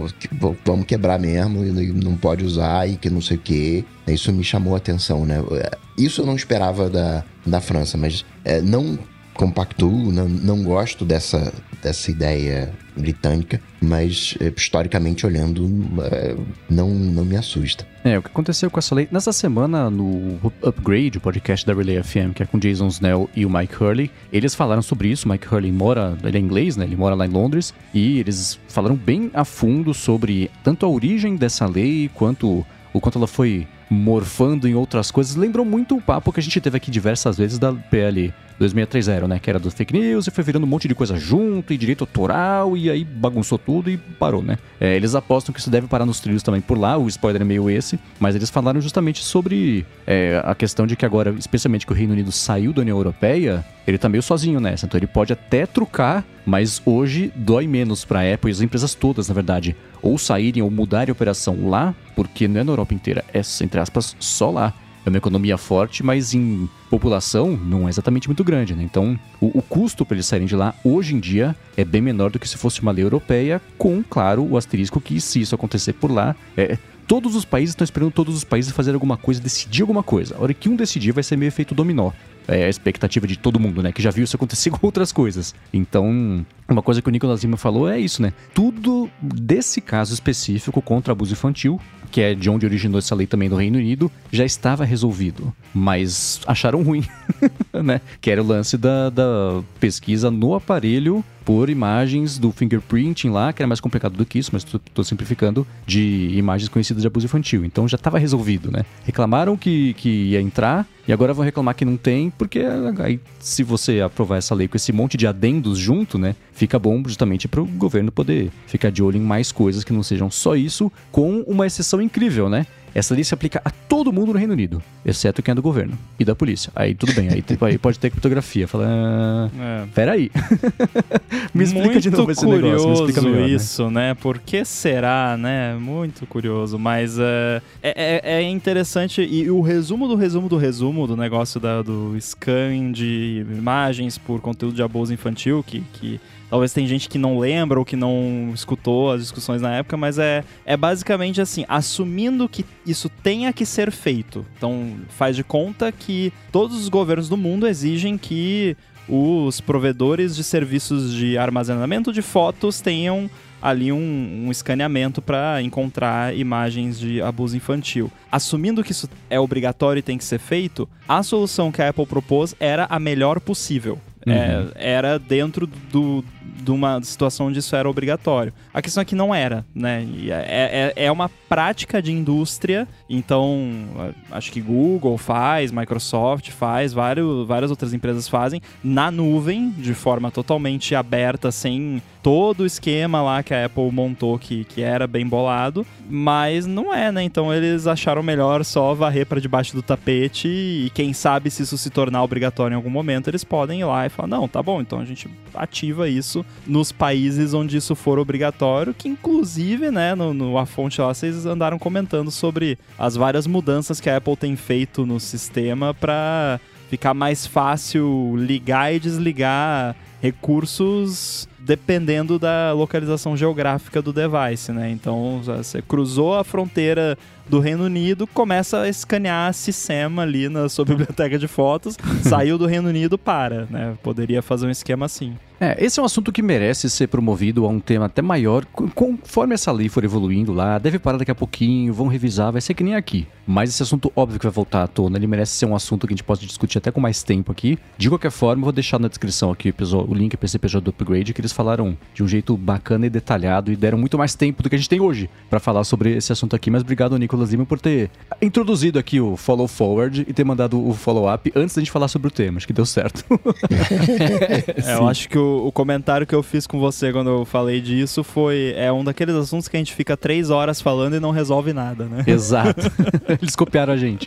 vamos quebrar mesmo, não pode usar e que não sei o quê. Isso me chamou a atenção, né? Isso eu não esperava da, da França, mas é, não... compactuo, não, não gosto dessa, dessa ideia britânica, mas historicamente olhando, não, não me assusta. É, o que aconteceu com essa lei... Nessa semana, no Upgrade, o podcast da Relay F M, que é com Jason Snell e o Mike Hurley, eles falaram sobre isso. O Mike Hurley mora... Ele é inglês, né? Ele mora lá em Londres, e eles falaram bem a fundo sobre tanto a origem dessa lei, quanto o quanto ela foi morfando em outras coisas. Lembrou muito o papo que a gente teve aqui diversas vezes da P L dois seis três zero, né? Que era do fake news e foi virando um monte de coisa junto, e direito autoral, e aí bagunçou tudo e parou, né? É, eles apostam que isso deve parar nos trilhos também por lá, o spoiler é meio esse, mas eles falaram justamente sobre é, a questão de que agora, especialmente que o Reino Unido saiu da União Europeia, ele tá meio sozinho nessa, então ele pode até trucar, mas hoje dói menos pra Apple e as empresas todas, na verdade, ou saírem ou mudarem a operação lá, porque não é na Europa inteira, é, entre aspas, só lá. é uma economia forte, mas em população não é exatamente muito grande, né? Então, o, o custo para eles saírem de lá, hoje em dia, é bem menor do que se fosse uma lei europeia, com, claro, o asterisco que se isso acontecer por lá, é, todos os países estão esperando todos os países fazer alguma coisa, decidir alguma coisa. A hora que um decidir, vai ser meio efeito dominó. É a expectativa de todo mundo, né? Que já viu isso acontecer com outras coisas. Então, uma coisa que o Nicolas Lima falou é isso, né? Tudo desse caso específico contra abuso infantil, que é de onde originou essa lei também do Reino Unido, já estava resolvido. Mas acharam ruim, né? Que era o lance da, da pesquisa no aparelho por imagens do fingerprinting lá, que era mais complicado do que isso, mas estou simplificando, de imagens conhecidas de abuso infantil. Então já estava resolvido, né? Reclamaram que, que ia entrar e agora vão reclamar que não tem, porque aí se você aprovar essa lei com esse monte de adendos junto, né? Fica bom justamente para o governo poder ficar de olho em mais coisas que não sejam só isso, com uma exceção incrível, né? Essa lei se aplica a todo mundo no Reino Unido, exceto quem é do governo e da polícia. Aí tudo bem, aí, tipo, aí pode ter criptografia. Fala, ah, é. Peraí. Me explica Muito de novo esse negócio. Me explica melhor, isso, né? né? Por que será, né? Muito curioso, mas uh, é, é, é interessante. E o resumo do resumo do resumo do negócio da, do scan de imagens por conteúdo de abuso infantil, que... que talvez tem gente que não lembra ou que não escutou as discussões na época, mas é, é basicamente assim, assumindo que isso tenha que ser feito. Então, faz de conta que todos os governos do mundo exigem que os provedores de serviços de armazenamento de fotos tenham ali um, um escaneamento para encontrar imagens de abuso infantil. Assumindo que isso é obrigatório e tem que ser feito, a solução que a Apple propôs era a melhor possível. Uhum. É, era dentro do, de uma situação onde isso era obrigatório. A questão é que não era, né? É, é, é uma prática de indústria, então acho que Google faz, Microsoft faz, vários, várias outras empresas fazem, na nuvem, de forma totalmente aberta, sem todo o esquema lá que a Apple montou, que, que era bem bolado, mas não é, né? Então eles acharam melhor só varrer para debaixo do tapete e quem sabe se isso se tornar obrigatório em algum momento, eles podem ir lá e falar, não, tá bom, então a gente ativa isso nos países onde isso for obrigatório, que inclusive, né, no, no a fonte lá, vocês andaram comentando sobre as várias mudanças que a Apple tem feito no sistema para ficar mais fácil ligar e desligar recursos dependendo da localização geográfica do device, né? Então, você cruzou a fronteira do Reino Unido, começa a escanear a SysEm ali na sua biblioteca de fotos, saiu do Reino Unido, para, né? Poderia fazer um esquema assim. É, esse é um assunto que merece ser promovido a um tema até maior, conforme essa lei for evoluindo lá, deve parar daqui a pouquinho, vão revisar, vai ser que nem aqui. Mas esse assunto, óbvio que vai voltar à tona, ele merece ser um assunto que a gente possa discutir até com mais tempo aqui. De qualquer forma, eu vou deixar na descrição aqui o link para esse episódio do Upgrade, que eles falaram de um jeito bacana e detalhado e deram muito mais tempo do que a gente tem hoje para falar sobre esse assunto aqui. Mas obrigado, Nicolas Lima, por ter introduzido aqui o follow forward e ter mandado o follow up antes da gente falar sobre o tema. Acho que deu certo. É, eu acho que o, o comentário que eu fiz com você quando eu falei disso foi, é um daqueles assuntos que a gente fica três horas falando e não resolve nada, né? Exato. Eles copiaram a gente.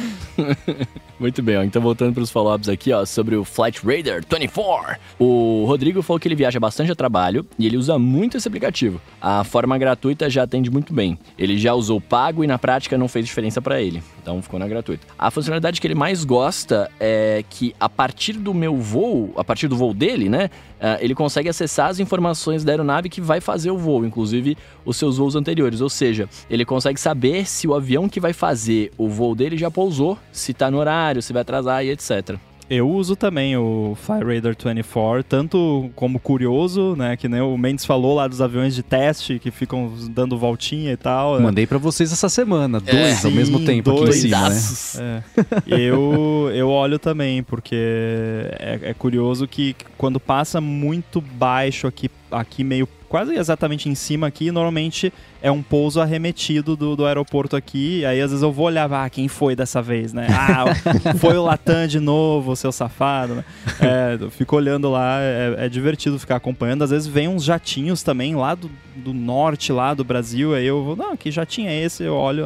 Muito bem, ó. Então voltando para os follow-ups aqui, ó, sobre o Flight Radar vinte e quatro. O Rodrigo falou que ele viaja bastante a trabalho e ele usa muito esse aplicativo. A forma gratuita já atende muito bem. Ele já usou pago e na prática não fez diferença para ele. Então ficou na gratuita. A funcionalidade que ele mais gosta é que a partir do meu voo, a partir do voo dele, né, uh, ele consegue acessar as informações da aeronave que vai fazer o voo, inclusive os seus voos anteriores. Ou seja, ele consegue saber se o avião que vai fazer o voo dele já pousou, se tá no horário, se vai atrasar e etcétera. Eu uso também o Flight Radar vinte e quatro, tanto como curioso, né, que nem o Mendes falou lá dos aviões de teste que ficam dando voltinha e tal. Mandei pra vocês essa semana, dois é, ao sim, mesmo tempo aqui em cima, né? É. Eu, eu olho também, porque é, é curioso que quando passa muito baixo aqui, aqui meio quase exatamente em cima aqui, normalmente é um pouso arremetido do, do aeroporto aqui, aí às vezes eu vou olhar, ah, quem foi dessa vez, né? Ah, foi o Latam de novo, seu safado, né? É, eu fico olhando lá, é, é divertido ficar acompanhando, às vezes vem uns jatinhos também lá do, do norte, lá do Brasil, aí eu vou, não, que jatinho é esse? Eu olho, ah,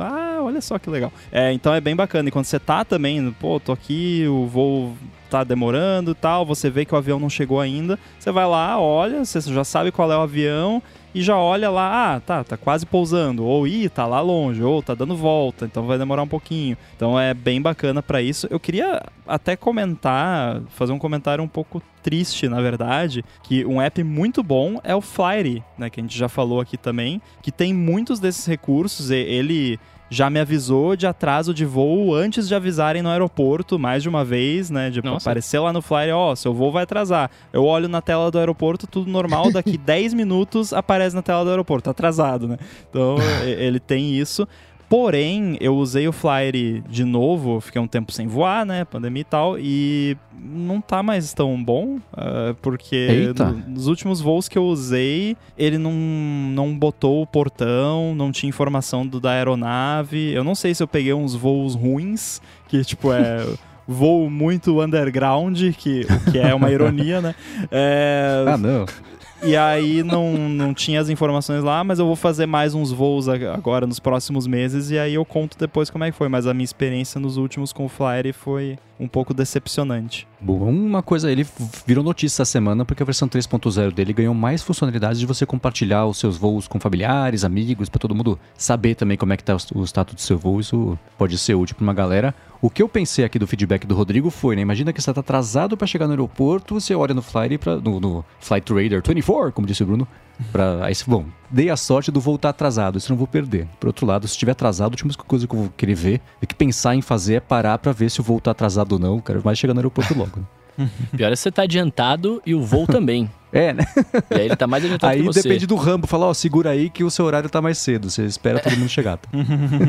olha só que legal. É, então é bem bacana. E quando você tá também, pô, tô aqui, o voo tá demorando e tal, você vê que o avião não chegou ainda, você vai lá, olha, você já sabe qual é o avião e já olha lá, ah, tá, tá quase pousando, ou ih, tá lá longe, ou tá dando volta, então vai demorar um pouquinho. Então é bem bacana pra isso. Eu queria até comentar, fazer um comentário um pouco triste, na verdade, que um app muito bom é o Flyry, né, que a gente já falou aqui também, que tem muitos desses recursos, ele já me avisou de atraso de voo antes de avisarem no aeroporto, mais de uma vez, né? De Nossa. aparecer lá no flyer, ó, oh, seu voo vai atrasar. Eu olho na tela do aeroporto, tudo normal, daqui dez minutos aparece na tela do aeroporto, tá atrasado, né? Então, ele tem isso. Porém, eu usei o Flyry de novo, fiquei um tempo sem voar, né, pandemia e tal, e não tá mais tão bom, uh, porque no, nos últimos voos que eu usei, ele não, não botou o portão, não tinha informação do, da aeronave. Eu não sei se eu peguei uns voos ruins, que tipo é... voo muito underground, que, o que é uma ironia, né? É... Ah, não... E aí não, não tinha as informações lá, mas eu vou fazer mais uns voos agora nos próximos meses e aí eu conto depois como é que foi. Mas a minha experiência nos últimos com o Flyry foi um pouco decepcionante. Bom, uma coisa, ele virou notícia essa semana porque a versão três ponto zero dele ganhou mais funcionalidades de você compartilhar os seus voos com familiares, amigos, pra todo mundo saber também como é que tá o status do seu voo. Isso pode ser útil pra uma galera. O que eu pensei aqui do feedback do Rodrigo foi, né? Imagina que você tá atrasado pra chegar no aeroporto, você olha no Flyry, pra, no, no Flight Radar vinte e quatro, como disse o Bruno, pra, aí, bom, dei a sorte do voo estar atrasado, isso eu não vou perder. Por outro lado, se estiver atrasado, a última coisa que eu vou querer ver, é que pensar em fazer é parar pra ver se o voo tá atrasado ou não, quero mais chegar no aeroporto logo. Né? Pior é se você tá adiantado e o voo também. É, né? E aí ele tá mais adiantado aí que você. Aí depende do rambo, fala, ó, segura aí que o seu horário tá mais cedo, você espera todo mundo chegar. Tá?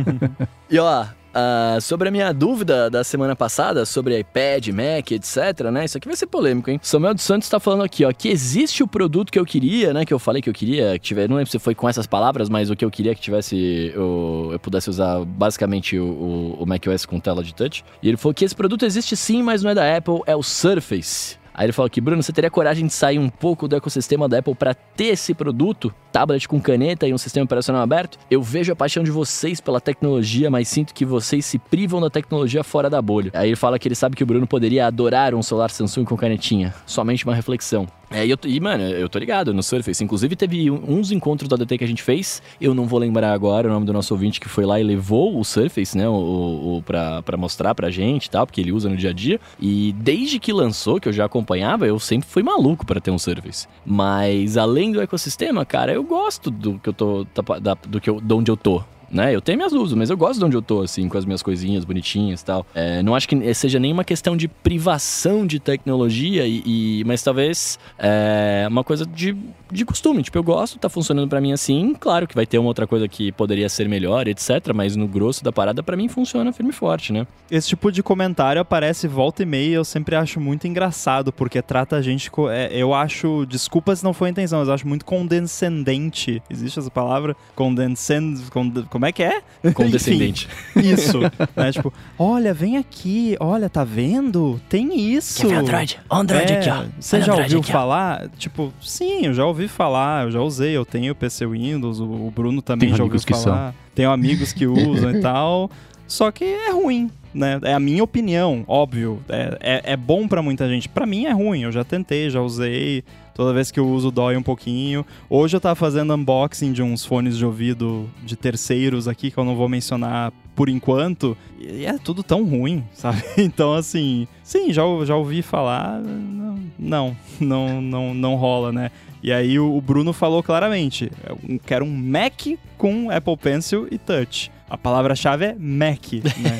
E ó, Uh, sobre a minha dúvida da semana passada, sobre iPad, Mac, etc, né? Isso aqui vai ser polêmico, hein? Samuel dos Santos tá falando aqui, ó, que existe o produto que eu queria, né? Que eu falei que eu queria, que tivesse, não lembro se foi com essas palavras, mas o que eu queria que tivesse, eu, eu pudesse usar basicamente o, o, o macOS com tela de touch. E ele falou que esse produto existe sim, mas não é da Apple, é o Surface. Aí ele falou aqui, Bruno, você teria coragem de sair um pouco do ecossistema da Apple para ter esse produto? Tablet com caneta e um sistema operacional aberto? Eu vejo a paixão de vocês pela tecnologia, mas sinto que vocês se privam da tecnologia fora da bolha. Aí ele fala que ele sabe que o Bruno poderia adorar um celular Samsung com canetinha. Somente uma reflexão. É, e, eu, e, mano, eu tô ligado no Surface. Inclusive, teve uns encontros do A D T que a gente fez. Eu não vou lembrar agora o nome do nosso ouvinte que foi lá e levou o Surface, né? O, o, o, pra, pra mostrar pra gente e tal, porque ele usa no dia a dia. E desde que lançou, que eu já acompanhava, eu sempre fui maluco pra ter um Surface. Mas, além do ecossistema, cara, eu gosto do que eu tô... Da, do que eu, de onde eu tô. Né? Eu tenho minhas luzes, mas eu gosto de onde eu tô, assim, com as minhas coisinhas bonitinhas e tal. É, não acho que seja nenhuma questão de privação de tecnologia, e, e, mas talvez é uma coisa de, de costume. Tipo, eu gosto, tá funcionando pra mim assim. Claro que vai ter uma outra coisa que poderia ser melhor, etcétera. Mas no grosso da parada, pra mim, funciona firme e forte, né? Esse tipo de comentário aparece volta e meia, eu sempre acho muito engraçado, porque trata a gente... Co- é, eu acho... Desculpa se não foi a intenção, mas eu acho muito condescendente. Existe essa palavra? Condescend... Conde, como é que é? Condescendente. Enfim, isso. Né? Tipo, olha, vem aqui, olha, tá vendo? Tem isso. Quer ver Android? Android é, aqui, ó. Você Olha já Android ouviu aqui, falar? Ó. Tipo, sim, eu já ouvi falar, eu já usei, eu tenho P C Windows, o Bruno também Tenho já ouviu falar. Tenho amigos que usam e tal. Só que é ruim, né? É a minha opinião, óbvio. É, é, é bom pra muita gente. Pra mim é ruim, eu já tentei, já usei. Toda vez que eu uso dói um pouquinho. Hoje eu tava fazendo unboxing de uns fones de ouvido de terceiros aqui, que eu não vou mencionar por enquanto. E é tudo tão ruim, sabe? Então, assim, sim, já, já ouvi falar. Não, não, não, não rola, né? E aí o Bruno falou claramente, eu quero um Mac com Apple Pencil e Touch. A palavra-chave é Mac,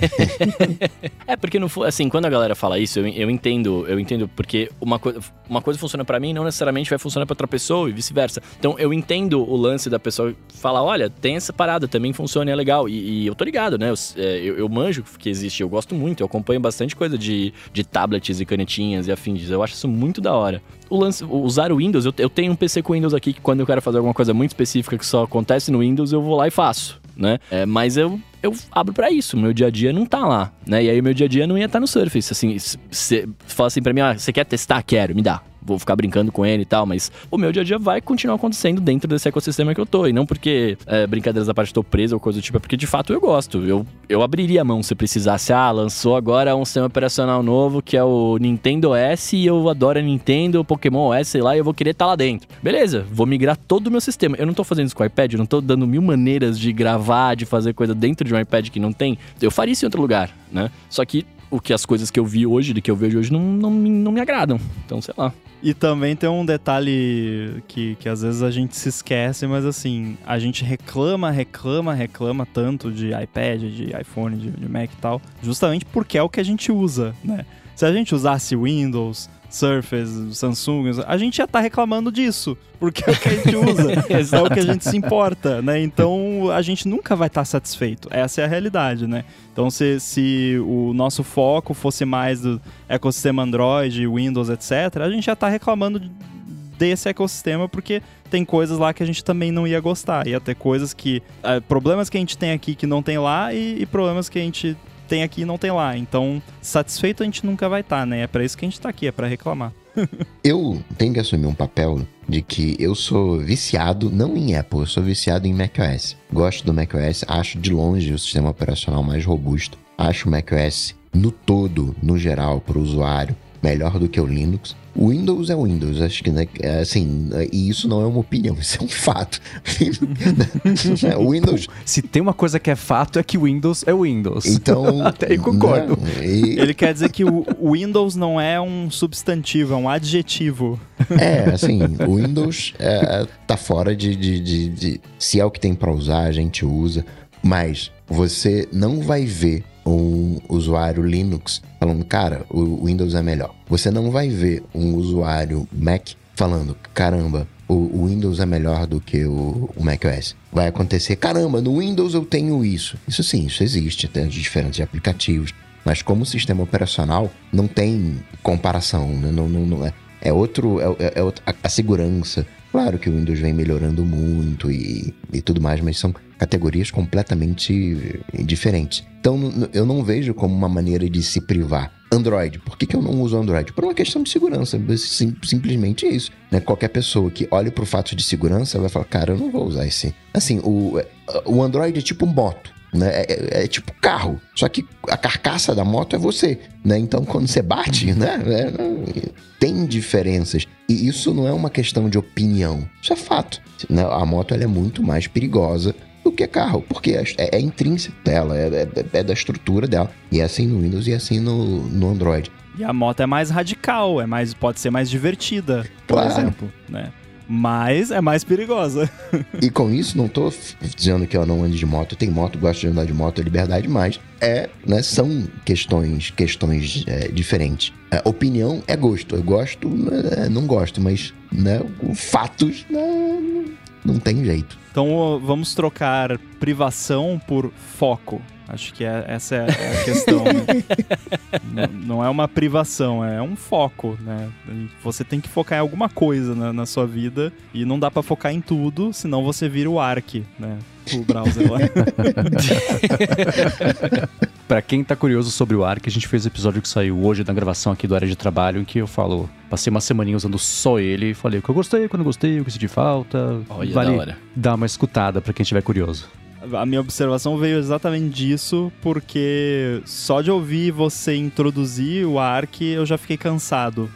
né? É, porque não, assim, quando a galera fala isso, eu, eu entendo, eu entendo porque uma, co- uma coisa funciona pra mim não necessariamente vai funcionar pra outra pessoa e vice-versa. Então eu entendo o lance da pessoa falar, olha, tem essa parada, também funciona e é legal. E, e eu tô ligado, né? Eu, eu, eu manjo que existe, eu gosto muito, eu acompanho bastante coisa de, de tablets e canetinhas e afins. Eu acho isso muito da hora. O lance, usar o Windows, eu, eu tenho um P C com Windows aqui que quando eu quero fazer alguma coisa muito específica que só acontece no Windows, eu vou lá e faço, né? É, mas eu, eu abro pra isso, meu dia a dia não tá lá, né? E aí o meu dia a dia não ia estar no Surface, assim, você fala assim pra mim, ah, você quer testar? Quero, me dá. vou ficar brincando com ele e tal, mas o meu dia a dia vai continuar acontecendo dentro desse ecossistema que eu tô, e não porque, é, brincadeiras da parte, tô preso ou coisa do tipo, é porque de fato eu gosto. Eu, eu abriria a mão se precisasse. Ah, lançou agora um sistema operacional novo que é o Nintendo O S e eu adoro a Nintendo, o Pokémon O S, sei lá, e eu vou querer estar lá dentro. Beleza, vou migrar todo o meu sistema. Eu não tô fazendo isso com o iPad, eu não tô dando mil maneiras de gravar, de fazer coisa dentro de um iPad que não tem. Eu faria isso em outro lugar, né? Só que o que as coisas que eu vi hoje, do que eu vejo hoje, não, não, me, não me agradam. Então, sei lá. E também tem um detalhe que, que às vezes a gente se esquece, mas assim, a gente reclama, reclama, reclama tanto de iPad, de iPhone, de, de Mac e tal, justamente porque é o que a gente usa, né? Se a gente usasse Windows, Surface, Samsung, a gente já tá reclamando disso, porque é o que a gente usa, é o que a gente se importa, né? Então a gente nunca vai estar satisfeito, essa é a realidade, né? Então se, se o nosso foco fosse mais do ecossistema Android, Windows, etcétera, a gente já tá reclamando desse ecossistema porque tem coisas lá que a gente também não ia gostar, ia ter coisas que, é, problemas que a gente tem aqui que não tem lá e, e problemas que a gente tem aqui e não tem lá. Então, satisfeito a gente nunca vai estar, né? É pra isso que a gente tá aqui, é pra reclamar. Eu tenho que assumir um papel de que eu sou viciado, não em Apple, eu sou viciado em macOS. Gosto do macOS, acho de longe o sistema operacional mais robusto. Acho o macOS, no todo, no geral, para o usuário, melhor do que o Linux. O Windows é o Windows, acho que, né, assim, e isso não é uma opinião, isso é um fato. O Windows... Se tem uma coisa que é fato, é que o Windows é o Windows. Então... Até aí concordo. Né, e... Ele quer dizer que o Windows não é um substantivo, é um adjetivo. É, assim, o Windows é, tá fora de, de, de, de... Se é o que tem pra usar, a gente usa, mas você não vai ver um usuário Linux falando, cara, o Windows é melhor. Você não vai ver um usuário Mac falando, caramba, o Windows é melhor do que o, o macOS. Vai acontecer, caramba, no Windows eu tenho isso. Isso sim, isso existe, tem diferentes aplicativos. Mas como sistema operacional, não tem comparação, né? não, não, não é, é outro, é, é outra, a, a segurança. Claro que o Windows vem melhorando muito e, e tudo mais, mas são categorias completamente diferentes. Então, eu não vejo como uma maneira de se privar. Android, por que, que eu não uso Android? Por uma questão de segurança, sim, simplesmente isso. Né? Qualquer pessoa que olhe para o fato de segurança vai falar, cara, eu não vou usar esse. Assim, o, o Android é tipo moto. Né? É, é, é tipo carro, só que a carcaça da moto é você, né? Então quando você bate, né? É, tem diferenças, e isso não é uma questão de opinião, isso é fato, né? A moto ela é muito mais perigosa do que carro, porque é, é intrínseco dela, é, é, é da estrutura dela, e é assim no Windows e é assim no, no Android. E a moto é mais radical, é mais, pode ser mais divertida, por claro. exemplo, né? Mas é mais perigosa. E com isso, não tô dizendo que eu não ando de moto. Eu tenho moto, gosto de andar de moto, é liberdade, mas é, né, são questões, questões é, diferentes. É, opinião é gosto. Eu gosto, é, não gosto, mas né, fatos né, não tem jeito. Então vamos trocar privação por foco. Acho que é, essa é a questão, né? não, não é uma privação, é um foco, né? Você tem que focar em alguma coisa na, na sua vida e não dá pra focar em tudo, senão você vira o Arc, né? O browser lá. Pra quem tá curioso sobre o Arc, a gente fez o episódio que saiu hoje da gravação aqui do Área de Trabalho, em que eu falo, passei uma semaninha usando só ele e falei o que eu gostei, quando eu gostei, o que senti falta. Olha, vale da hora. Dar uma escutada pra quem estiver curioso. A minha observação veio exatamente disso, porque só de ouvir você introduzir o Arc, eu já fiquei cansado.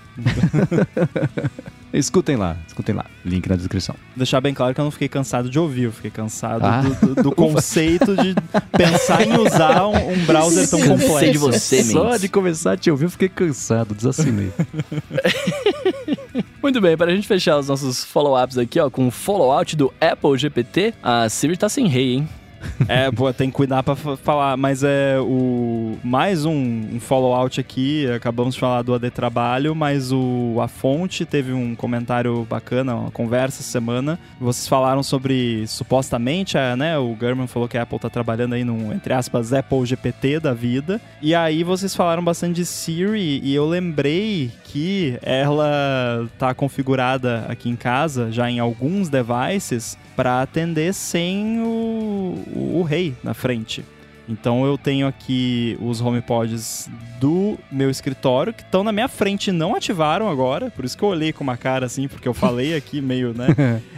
Escutem lá, escutem lá. Link na descrição. Deixar bem claro que eu não fiquei cansado de ouvir, eu fiquei cansado Ah. do, do, do conceito de pensar em usar um, um browser tão Cansei complexo. de você, Só Mendes. de começar a te ouvir, eu fiquei cansado, desassinei. Muito bem, para a gente fechar os nossos follow-ups aqui, ó, com o follow-out do Apple G P T, a Siri tá sem rei, hein? É, pô, tem que cuidar pra f- falar, mas é o mais um, um follow-out aqui, acabamos de falar do A D Trabalho, mas o A Fonte teve um comentário bacana, uma conversa essa semana. Vocês falaram sobre, supostamente, a, né, o Gurman falou que a Apple tá trabalhando aí num, entre aspas, Apple G P T da vida, e aí vocês falaram bastante de Siri, e eu lembrei que ela tá configurada aqui em casa, já em alguns devices, para atender sem o, o, o rei na frente. Então eu tenho aqui os HomePods do meu escritório, que estão na minha frente e não ativaram agora, por isso que eu olhei com uma cara assim, porque eu falei aqui meio, né?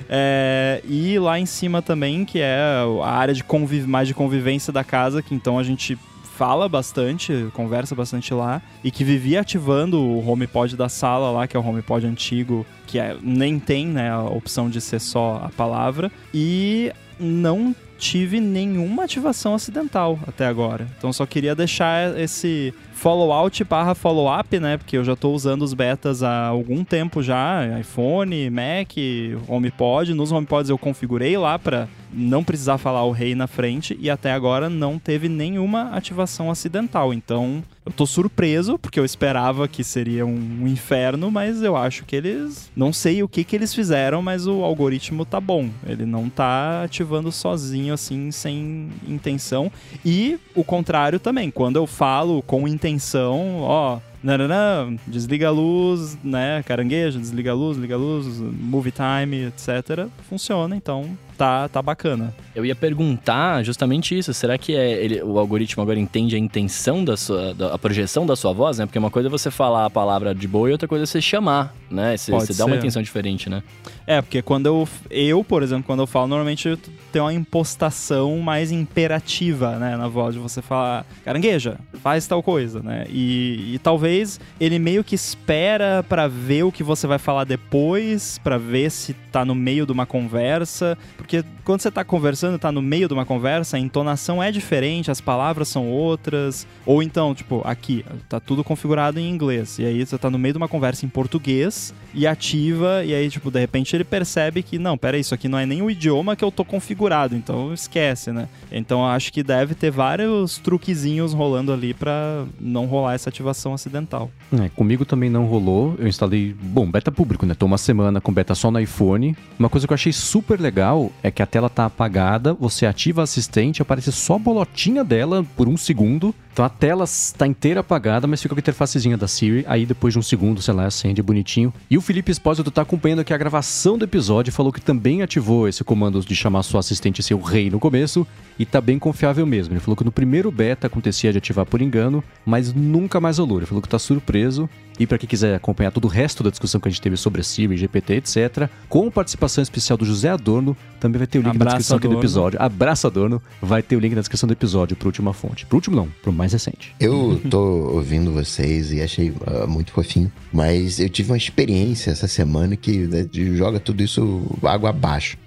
É, e lá em cima também, que é a área de conviv- mais de convivência da casa, que então a gente fala bastante, conversa bastante lá, e que vivia ativando o HomePod da sala lá, que é o HomePod antigo, que é, nem tem, né, a opção de ser só a palavra, e não tive nenhuma ativação acidental até agora. Então só queria deixar esse follow-out barra follow-up, né, porque eu já tô usando os betas há algum tempo já, iPhone, Mac, HomePod. Nos HomePods eu configurei lá para não precisar falar o rei na frente e até agora não teve nenhuma ativação acidental. Então eu tô surpreso, porque eu esperava que seria um inferno, mas eu acho que eles... Não sei o que que eles fizeram, mas o algoritmo tá bom. Ele não tá ativando sozinho, assim, sem intenção. E o contrário também. Quando eu falo com intenção, ó... Não, não, não, desliga a luz, né, caranguejo, desliga a luz, liga a luz, movie time, etcétera. Funciona, então tá, tá bacana. Eu ia perguntar justamente isso, será que é ele, o algoritmo agora entende a intenção da sua, da, a projeção da sua voz, né? Porque uma coisa é você falar a palavra de boa e outra coisa é você chamar, né? Você, você dá uma intenção diferente, né? É, porque quando eu, eu, por exemplo, quando eu falo, normalmente eu tenho uma impostação mais imperativa, né, na voz, de você falar, carangueja, faz tal coisa, né? E, e talvez ele meio que espera pra ver o que você vai falar depois, pra ver se tá no meio de uma conversa, porque quando você tá conversando, tá no meio de uma conversa, a entonação é diferente, as palavras são outras, ou então, tipo, aqui, tá tudo configurado em inglês, e aí você tá no meio de uma conversa em português, e ativa, e aí, tipo, de repente ele percebe que, não, pera aí, isso aqui não é nem o idioma que eu tô configurado, então esquece, né? Então eu acho que deve ter vários truquezinhos rolando ali pra não rolar essa ativação acidental. É, comigo também não rolou, eu instalei, bom, beta público, né? Tô uma semana com beta só no iPhone. Uma coisa que eu achei super legal é que a tela tá apagada, você ativa a assistente, aparece só a bolotinha dela por um segundo. Então a tela está inteira apagada, mas fica com a interfacezinha da Siri. Aí depois de um segundo, sei lá, acende bonitinho. E o Felipe Espósito tá acompanhando aqui a gravação do episódio e falou que também ativou esse comando de chamar sua assistente seu rei no começo. E tá bem confiável mesmo. Ele falou que no primeiro beta acontecia de ativar por engano, mas nunca mais rolou. Ele falou que tá surpreso. E para quem quiser acompanhar todo o resto da discussão que a gente teve sobre a Siri, G P T, etcétera, com participação especial do José Adorno, também vai ter o link Abraço, na descrição aqui do Adorno. episódio. Abraço, Adorno. Vai ter o link na descrição do episódio pro última fonte. Pro último não, pro mais recente. Eu tô ouvindo vocês e achei uh, muito fofinho, mas eu tive uma experiência essa semana que né, joga tudo isso água abaixo.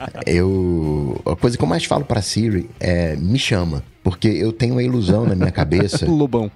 Eu... A coisa que eu mais falo pra Siri é me chama, porque eu tenho a ilusão na minha cabeça... Lobão.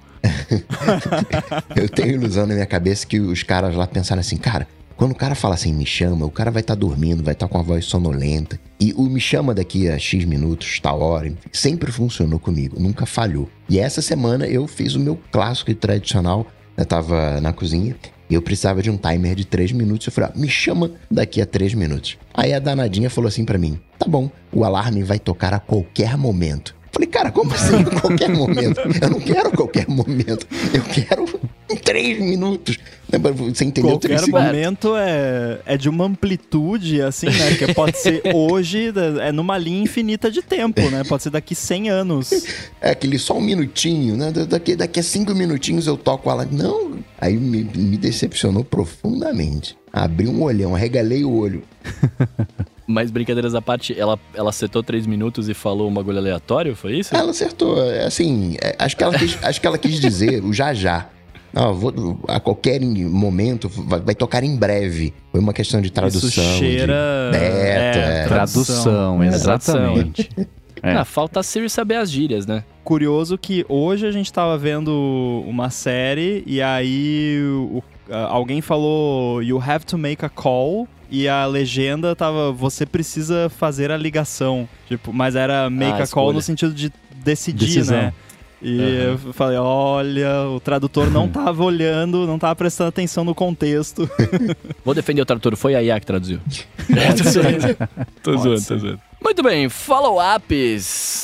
Eu tenho a ilusão na minha cabeça que os caras lá pensaram assim, cara, quando o cara fala assim, me chama, o cara vai estar tá dormindo, vai estar tá com a voz sonolenta. E o me chama daqui a X minutos, tal hora, sempre funcionou comigo, nunca falhou. E essa semana eu fiz o meu clássico e tradicional, eu tava na cozinha e eu precisava de um timer de três minutos. Eu falei, ah, me chama daqui a três minutos. Aí a danadinha falou assim pra mim, tá bom, o alarme vai tocar a qualquer momento. Falei, cara, como assim em qualquer momento? Eu não quero qualquer momento. Eu quero em três minutos. Você entendeu? Qualquer momento é, é de uma amplitude, assim, né? Que pode ser hoje, é numa linha infinita de tempo, né? Pode ser daqui cem anos. É aquele só um minutinho, né? Daqui, daqui a cinco minutinhos eu toco ela. Não, aí me, me decepcionou profundamente. Abri um olhão, arregalei o olho. Mas brincadeiras à parte, ela, ela acertou três minutos e falou um bagulho aleatório, foi isso? Ela acertou, assim, é, acho, que ela quis, acho que ela quis dizer o já já. Não, vou, a qualquer momento vai, vai tocar em breve. Foi uma questão de tradução. Isso cheira... De beta, é, é. Tradução, É, exatamente. É. Ah, falta a Siri saber as gírias, né? Curioso que hoje a gente tava vendo uma série e aí o, uh, alguém falou You have to make a call. E a legenda tava, você precisa fazer a ligação. Tipo, mas era make Ah, a call escolha. no sentido de decidir, Decisão. né? E Uhum. eu falei, olha, o tradutor não tava olhando, não tava prestando atenção no contexto. Vou defender o tradutor, foi a I A que traduziu. Pode ser. Tô Pode zoando, ser. tô zoando. Muito bem, follow-ups.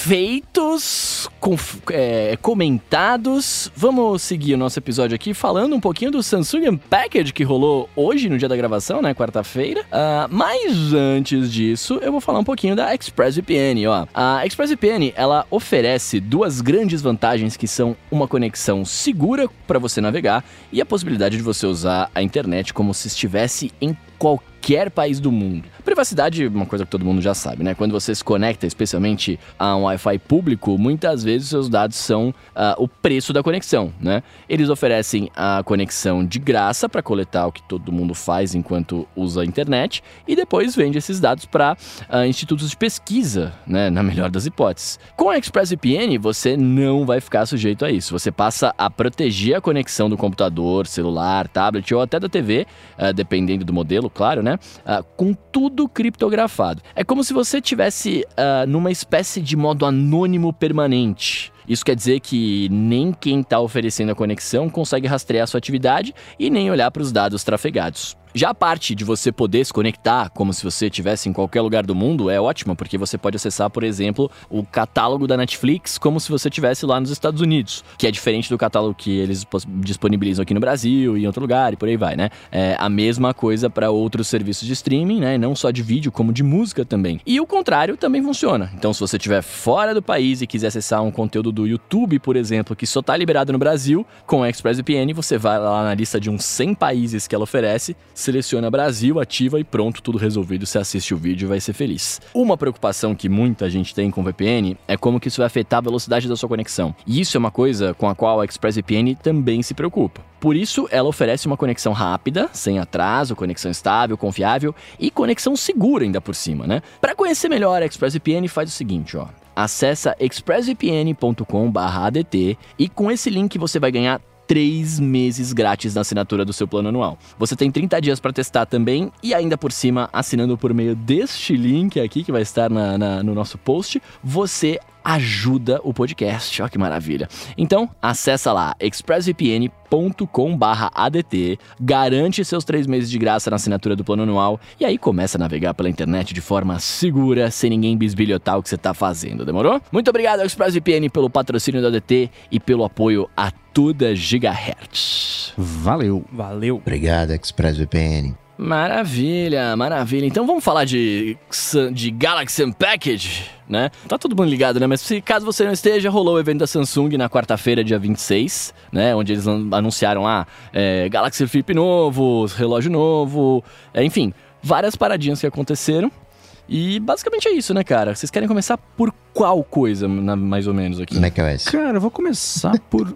feitos, conf, é, comentados, vamos seguir o nosso episódio aqui falando um pouquinho do Samsung Unpacked que rolou hoje no dia da gravação, né, quarta-feira. Uh, mas antes disso, eu vou falar um pouquinho da ExpressVPN, ó. A ExpressVPN, ela oferece duas grandes vantagens que são uma conexão segura para você navegar e a possibilidade de você usar a internet como se estivesse em qualquer país do mundo. Privacidade é uma coisa que todo mundo já sabe, né? Quando você se conecta, especialmente a um Wi-Fi público, muitas vezes os seus dados são uh, o preço da conexão, né? Eles oferecem a conexão de graça para coletar o que todo mundo faz enquanto usa a internet e depois vende esses dados para uh, institutos de pesquisa, né? Na melhor das hipóteses. Com a ExpressVPN, você não vai ficar sujeito a isso. Você passa a proteger a conexão do computador, celular, tablet ou até da T V, uh, dependendo do modelo, claro, né? Uh, com tudo criptografado. É como se você tivesse uh, numa espécie de modo anônimo permanente. Isso quer dizer que nem quem está oferecendo a conexão consegue rastrear a sua atividade e nem olhar para os dados trafegados. Já a parte de você poder se conectar como se você estivesse em qualquer lugar do mundo é ótima, porque você pode acessar, por exemplo, o catálogo da Netflix como se você estivesse lá nos Estados Unidos, que é diferente do catálogo que eles disponibilizam aqui no Brasil e em outro lugar e por aí vai, né? É a mesma coisa para outros serviços de streaming, né? Não só de vídeo, como de música também. E o contrário também funciona. Então, se você estiver fora do país e quiser acessar um conteúdo do YouTube, por exemplo, que só está liberado no Brasil, com a ExpressVPN, você vai lá na lista de uns cem países que ela oferece, seleciona Brasil, ativa e pronto, tudo resolvido, você assiste o vídeo e vai ser feliz. Uma preocupação que muita gente tem com o V P N é como que isso vai afetar a velocidade da sua conexão. E isso é uma coisa com a qual a ExpressVPN também se preocupa. Por isso, ela oferece uma conexão rápida, sem atraso, conexão estável, confiável e conexão segura ainda por cima, né? Para conhecer melhor a ExpressVPN, faz o seguinte, ó. Acessa expressvpn ponto com barra a d t e com esse link você vai ganhar três meses grátis na assinatura do seu plano anual. Você tem trinta dias para testar também e ainda por cima, assinando por meio deste link aqui que vai estar na, na, no nosso post, você ajuda o podcast. Ó, que maravilha. Então, acessa lá expressvpn ponto com barra a d t, garante seus três meses de graça na assinatura do plano anual e aí começa a navegar pela internet de forma segura, sem ninguém bisbilhotar o que você está fazendo, demorou? Muito obrigado ao ExpressVPN pelo patrocínio da A D T e pelo apoio a toda Gigahertz. Valeu. Valeu. Obrigado, ExpressVPN. Maravilha, maravilha. Então vamos falar de, de Galaxy Unpacked, né? Tá todo mundo ligado, né? Mas se caso você não esteja, rolou o evento da Samsung na quarta-feira, dia vinte e seis, né? Onde eles anunciaram lá é, Galaxy Flip novo, relógio novo, é, enfim, várias paradinhas que aconteceram. E basicamente é isso, né, cara? Vocês querem começar por qual coisa, na, mais ou menos, aqui? macOS. Cara, eu vou começar por...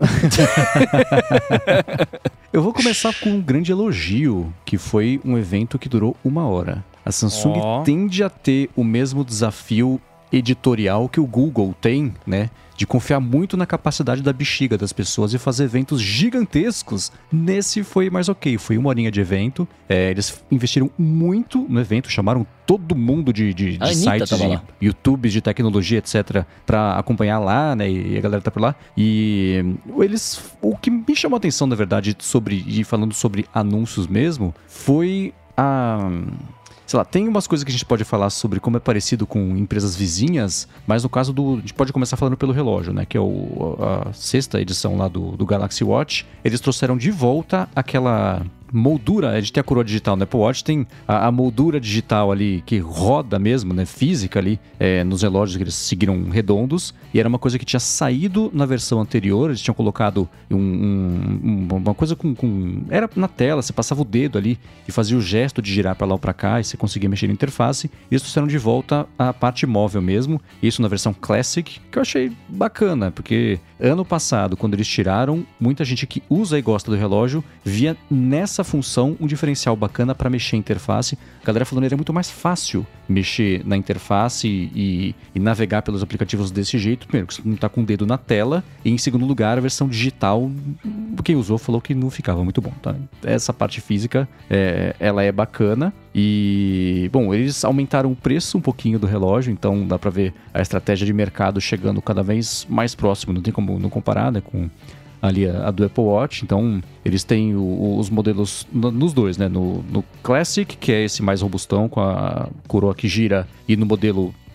eu vou começar com um grande elogio, que foi um evento que durou uma hora. A Samsung Oh. tende a ter o mesmo desafio editorial que o Google tem, né? De confiar muito na capacidade da bexiga das pessoas e fazer eventos gigantescos. Nesse foi mais ok, foi uma horinha de evento. É, eles investiram muito no evento, chamaram todo mundo de, de, de sites, tava de lá. YouTubes, de tecnologia, etcétera, pra acompanhar lá, né? E a galera tá por lá. E eles... O que me chamou a atenção, na verdade, sobre... E falando sobre anúncios mesmo, foi a... Sei lá, tem umas coisas que a gente pode falar sobre como é parecido com empresas vizinhas, mas no caso do... A gente pode começar falando pelo relógio, né? Que é o, a sexta edição lá do, do Galaxy Watch. Eles trouxeram de volta aquela... moldura, a gente tem a coroa digital no Apple Watch, tem a, a moldura digital ali que roda mesmo, né, física ali, é, nos relógios que eles seguiram redondos, e era uma coisa que tinha saído na versão anterior, eles tinham colocado um, um, uma coisa com, com... Era na tela, você passava o dedo ali e fazia o gesto de girar para lá ou para cá e você conseguia mexer na interface, e eles trouxeram de volta a parte móvel mesmo, isso na versão Classic, que eu achei bacana, porque ano passado, quando eles tiraram, muita gente que usa e gosta do relógio via nessa função um diferencial bacana para mexer a interface. A galera falando que era muito mais fácil mexer na interface e, e, e navegar pelos aplicativos desse jeito. Primeiro, que você não está com o dedo na tela. E em segundo lugar, a versão digital, quem usou falou que não ficava muito bom. Tá? Essa parte física, é, ela é bacana. E, bom, eles aumentaram o preço um pouquinho do relógio, então dá para ver a estratégia de mercado chegando cada vez mais próximo. Não tem como não comparar, né, com ali a, a do Apple Watch. Então eles têm o, o, os modelos no, nos dois, né? No, no Classic, que é esse mais robustão com a coroa que gira, e no modelo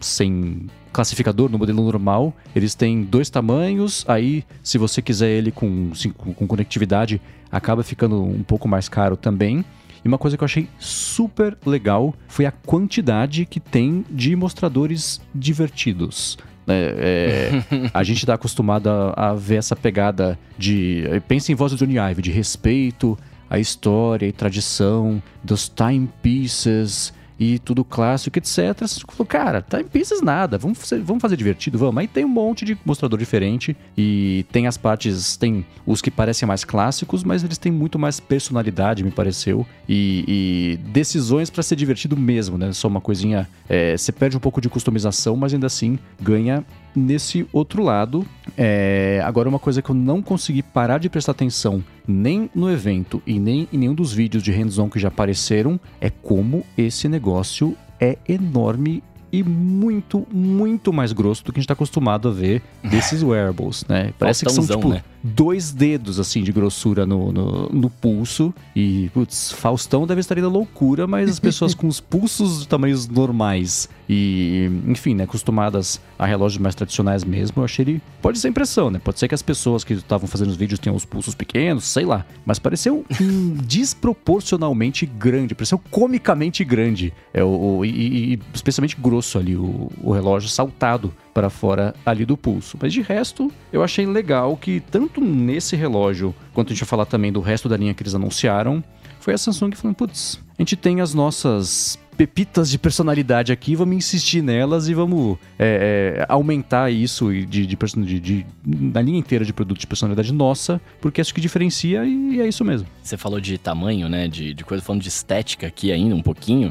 sem classificador, no modelo normal, eles têm dois tamanhos, aí se você quiser ele com, assim, com conectividade, acaba ficando um pouco mais caro também. E uma coisa que eu achei super legal foi a quantidade que tem de mostradores divertidos. É, é, a gente tá acostumado a, a ver essa pegada de... Pensa em Voz do Johnny Ive, de respeito à história e tradição, dos timepieces e tudo clássico, etcétera. Você falou, cara, timepieces nada, vamos fazer, vamos fazer divertido, vamos. Aí tem um monte de mostrador diferente e tem as partes, tem os que parecem mais clássicos, mas eles têm muito mais personalidade, me pareceu, e, e decisões para ser divertido mesmo, né? Só uma coisinha, é, você perde um pouco de customização, mas ainda assim ganha nesse outro lado. É, agora, uma coisa que eu não consegui parar de prestar atenção nem no evento e nem em nenhum dos vídeos de hands-on que já apareceram é como esse negócio é enorme e muito, muito mais grosso do que a gente tá acostumado a ver desses wearables, né? Parece que são, tipo, né? dois dedos, assim, de grossura no, no, no pulso. E, putz, Faustão deve estar indo à loucura, mas as pessoas com os pulsos de tamanhos normais e, enfim, né, acostumadas a relógios mais tradicionais mesmo, eu achei ele... Pode ser impressão, né? Pode ser que as pessoas que estavam fazendo os vídeos tenham os pulsos pequenos, sei lá. Mas pareceu um desproporcionalmente grande, pareceu comicamente grande. É, o, o, e, e especialmente grosso ali, o, o relógio saltado para fora ali do pulso. Mas de resto, eu achei legal que tanto nesse relógio, quanto a gente vai falar também do resto da linha que eles anunciaram, foi a Samsung falando, putz, a gente tem as nossas pepitas de personalidade aqui, vamos insistir nelas e vamos é, é, aumentar isso de, de, de, de, na linha inteira de produtos de personalidade nossa, porque é isso que diferencia e é isso mesmo. Você falou de tamanho, né, de, de coisa, falando de estética aqui ainda um pouquinho.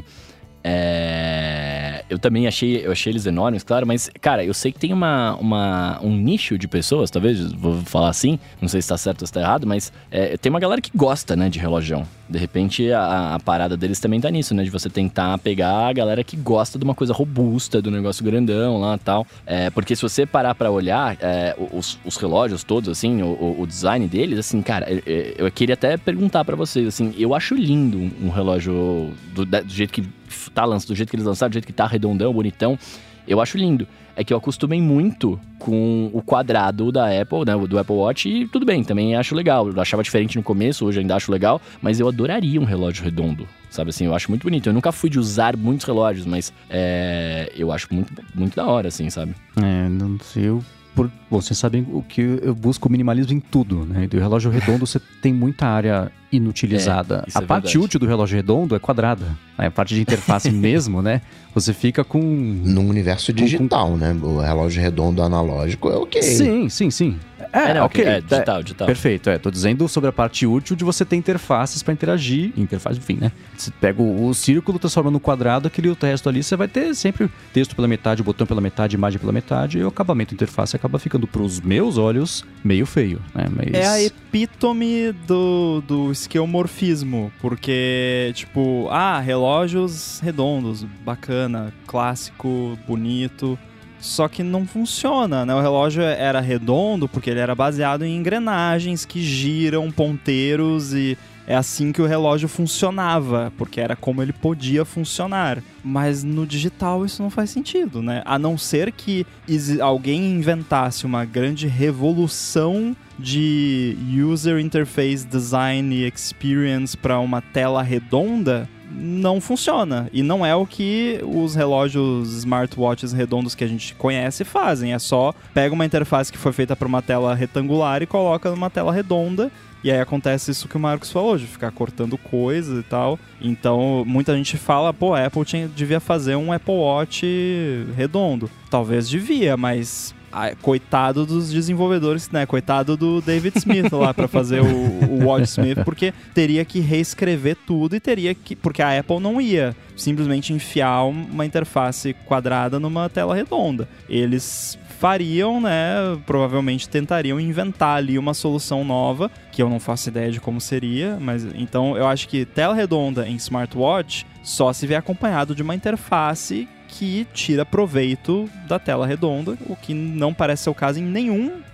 É... Eu também achei, eu achei eles enormes, claro, mas, cara, eu sei que tem uma, uma, um nicho de pessoas, talvez, vou falar assim, não sei se tá certo ou se tá errado, mas é, tem uma galera que gosta, né, de relógio. De repente, a, a parada deles também tá nisso, né, de você tentar pegar a galera que gosta de uma coisa robusta, do negócio grandão lá e tal. É, porque se você parar pra olhar é, os, os relógios todos, assim, o, o design deles, assim, cara, eu, eu queria até perguntar pra vocês, assim, eu acho lindo um relógio do, do jeito que tá lançado, do jeito que eles lançaram, do jeito que tá redondão, bonitão, eu acho lindo. É que eu acostumei muito com o quadrado da Apple, né, do Apple Watch, e tudo bem, também acho legal. Eu achava diferente no começo, hoje ainda acho legal, mas eu adoraria um relógio redondo, sabe assim, eu acho muito bonito. Eu nunca fui de usar muitos relógios, mas é, eu acho muito, muito da hora, assim, sabe? É, não sei, eu... Por, bom, vocês sabem o que eu busco minimalismo em tudo, né? E o relógio redondo você tem muita área inutilizada. É, a é parte verdade. útil do relógio redondo é quadrada. A parte de interface mesmo, né? Você fica com... Num universo digital, com... né? O relógio redondo analógico é ok. Sim, sim, sim. É, é não, ok. É, digital, digital. Perfeito, é. Tô dizendo sobre a parte útil de você ter interfaces para interagir. Interface, enfim, né? Você pega o, o círculo, transforma no quadrado, aquele outro resto ali, você vai ter sempre texto pela metade, botão pela metade, imagem pela metade, e o acabamento interface acaba ficando pros meus olhos meio feio, né? Mas... É a epítome do, do esquemorfismo, porque, tipo, ah, relógios redondos, bacana, clássico, bonito... Só que não funciona, né? O relógio era redondo porque ele era baseado em engrenagens que giram, ponteiros, e é assim que o relógio funcionava, porque era como ele podia funcionar. Mas no digital isso não faz sentido, né? A não ser que alguém inventasse uma grande revolução de User Interface Design e Experience para uma tela redonda, não funciona. E não é o que os relógios smartwatches redondos que a gente conhece fazem. É só pega uma interface que foi feita para uma tela retangular e coloca numa tela redonda. E aí acontece isso que o Marcos falou, de ficar cortando coisas e tal. Então, muita gente fala, pô, a Apple tinha, devia fazer um Apple Watch redondo. Talvez devia, mas... Ah, coitado dos desenvolvedores, né? Coitado do David Smith lá pra fazer o, o Watch Smith, porque teria que reescrever tudo e teria que... Porque a Apple não ia simplesmente enfiar uma interface quadrada numa tela redonda. Eles fariam, né? Provavelmente tentariam inventar ali uma solução nova, que eu não faço ideia de como seria, mas então eu acho que tela redonda em smartwatch só se vier acompanhado de uma interface que tira proveito da tela redonda, o que não parece ser o caso em nenhum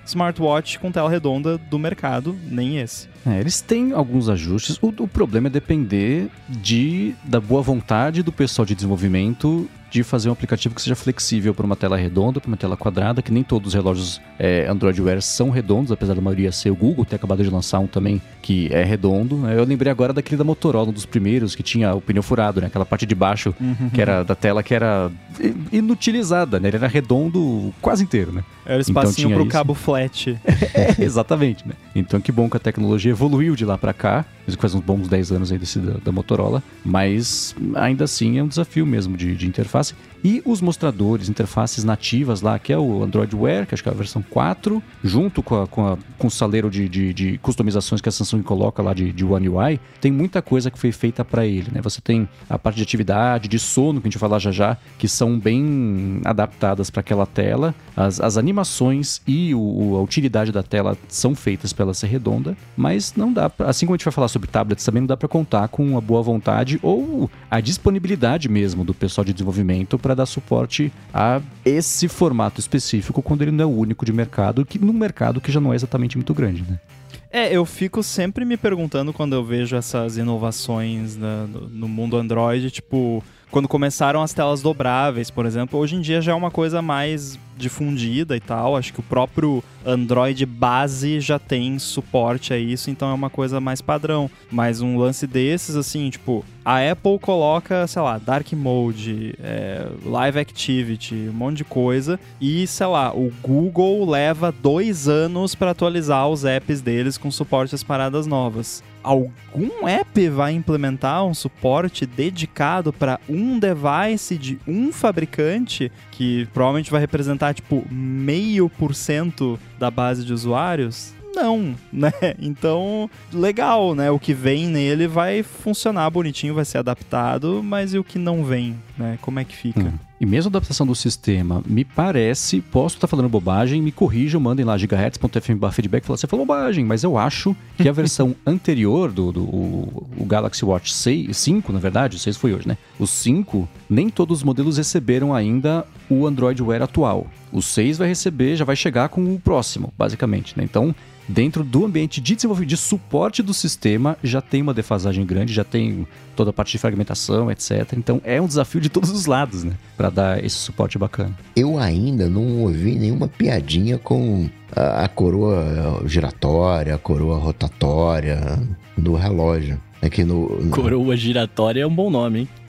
smartwatch com tela redonda do mercado, nem esse. É, eles têm alguns ajustes. O, o problema é depender de, da boa vontade do pessoal de desenvolvimento de fazer um aplicativo que seja flexível para uma tela redonda, para uma tela quadrada, que nem todos os relógios é, Android Wear são redondos, apesar da maioria ser o Google, ter acabado de lançar um também que é redondo. Eu lembrei agora daquele da Motorola, um dos primeiros, que tinha o pneu furado, né? Aquela parte de baixo uhum. que era da tela que era inutilizada, né? Ele era redondo quase inteiro, né? Era o espacinho então, pro isso. Cabo flat. É, exatamente, né? Então que bom que a tecnologia evoluiu de lá para cá, mesmo que faz uns bons dez anos aí desse da, da Motorola, mas ainda assim é um desafio mesmo de, de interface. E os mostradores, interfaces nativas lá, que é o Android Wear, que acho que é a versão quatro, junto com, a, com, a, com o saleiro de, de, de customizações que a Samsung coloca lá de, de One U I, tem muita coisa que foi feita para ele, né? Você tem a parte de atividade, de sono, que a gente vai falar já já, que são bem adaptadas para aquela tela. As, as animações e o, a utilidade da tela são feitas para ela ser redonda, mas não dá pra, assim como a gente vai falar sobre tablets, também não dá para contar com a boa vontade ou a disponibilidade mesmo do pessoal de desenvolvimento para dar suporte a esse formato específico quando ele não é o único de mercado, que num mercado que já não é exatamente muito grande, né? É, eu fico sempre me perguntando quando eu vejo essas inovações na, no, no mundo Android, tipo, quando começaram as telas dobráveis, por exemplo, hoje em dia já é uma coisa mais difundida e tal, acho que o próprio Android base já tem suporte a isso, então é uma coisa mais padrão, mas um lance desses, assim, tipo, a Apple coloca, sei lá, Dark Mode, é, Live Activity, um monte de coisa, e, sei lá, o Google leva dois anos para atualizar os apps deles com suporte às paradas novas. Algum app vai implementar um suporte dedicado para um device de um fabricante que provavelmente vai representar tipo meio por cento da base de usuários? Não, né? Então, legal, né? O que vem nele vai funcionar bonitinho, vai ser adaptado, mas e o que não vem, né? Como é que fica? Hum. E mesmo a adaptação do sistema, me parece, posso estar falando bobagem, me corrijam, mandem lá gigahertz ponto f m barra feedback e falam, você falou bobagem, mas eu acho que a versão anterior do, do o, o Galaxy Watch seis, cinco, na verdade, o seis foi hoje, né? O cinco, nem todos os modelos receberam ainda o Android Wear atual. O seis vai receber, já vai chegar com o próximo, basicamente, né? Então, dentro do ambiente de desenvolvimento, de suporte do sistema, já tem uma defasagem grande, já tem toda a parte de fragmentação, etcétera. Então, é um desafio de todos os lados, né? Para dar esse suporte bacana. Eu ainda não ouvi nenhuma piadinha com a, a coroa giratória, a coroa rotatória do relógio. Aqui no, no... Coroa giratória é um bom nome, hein?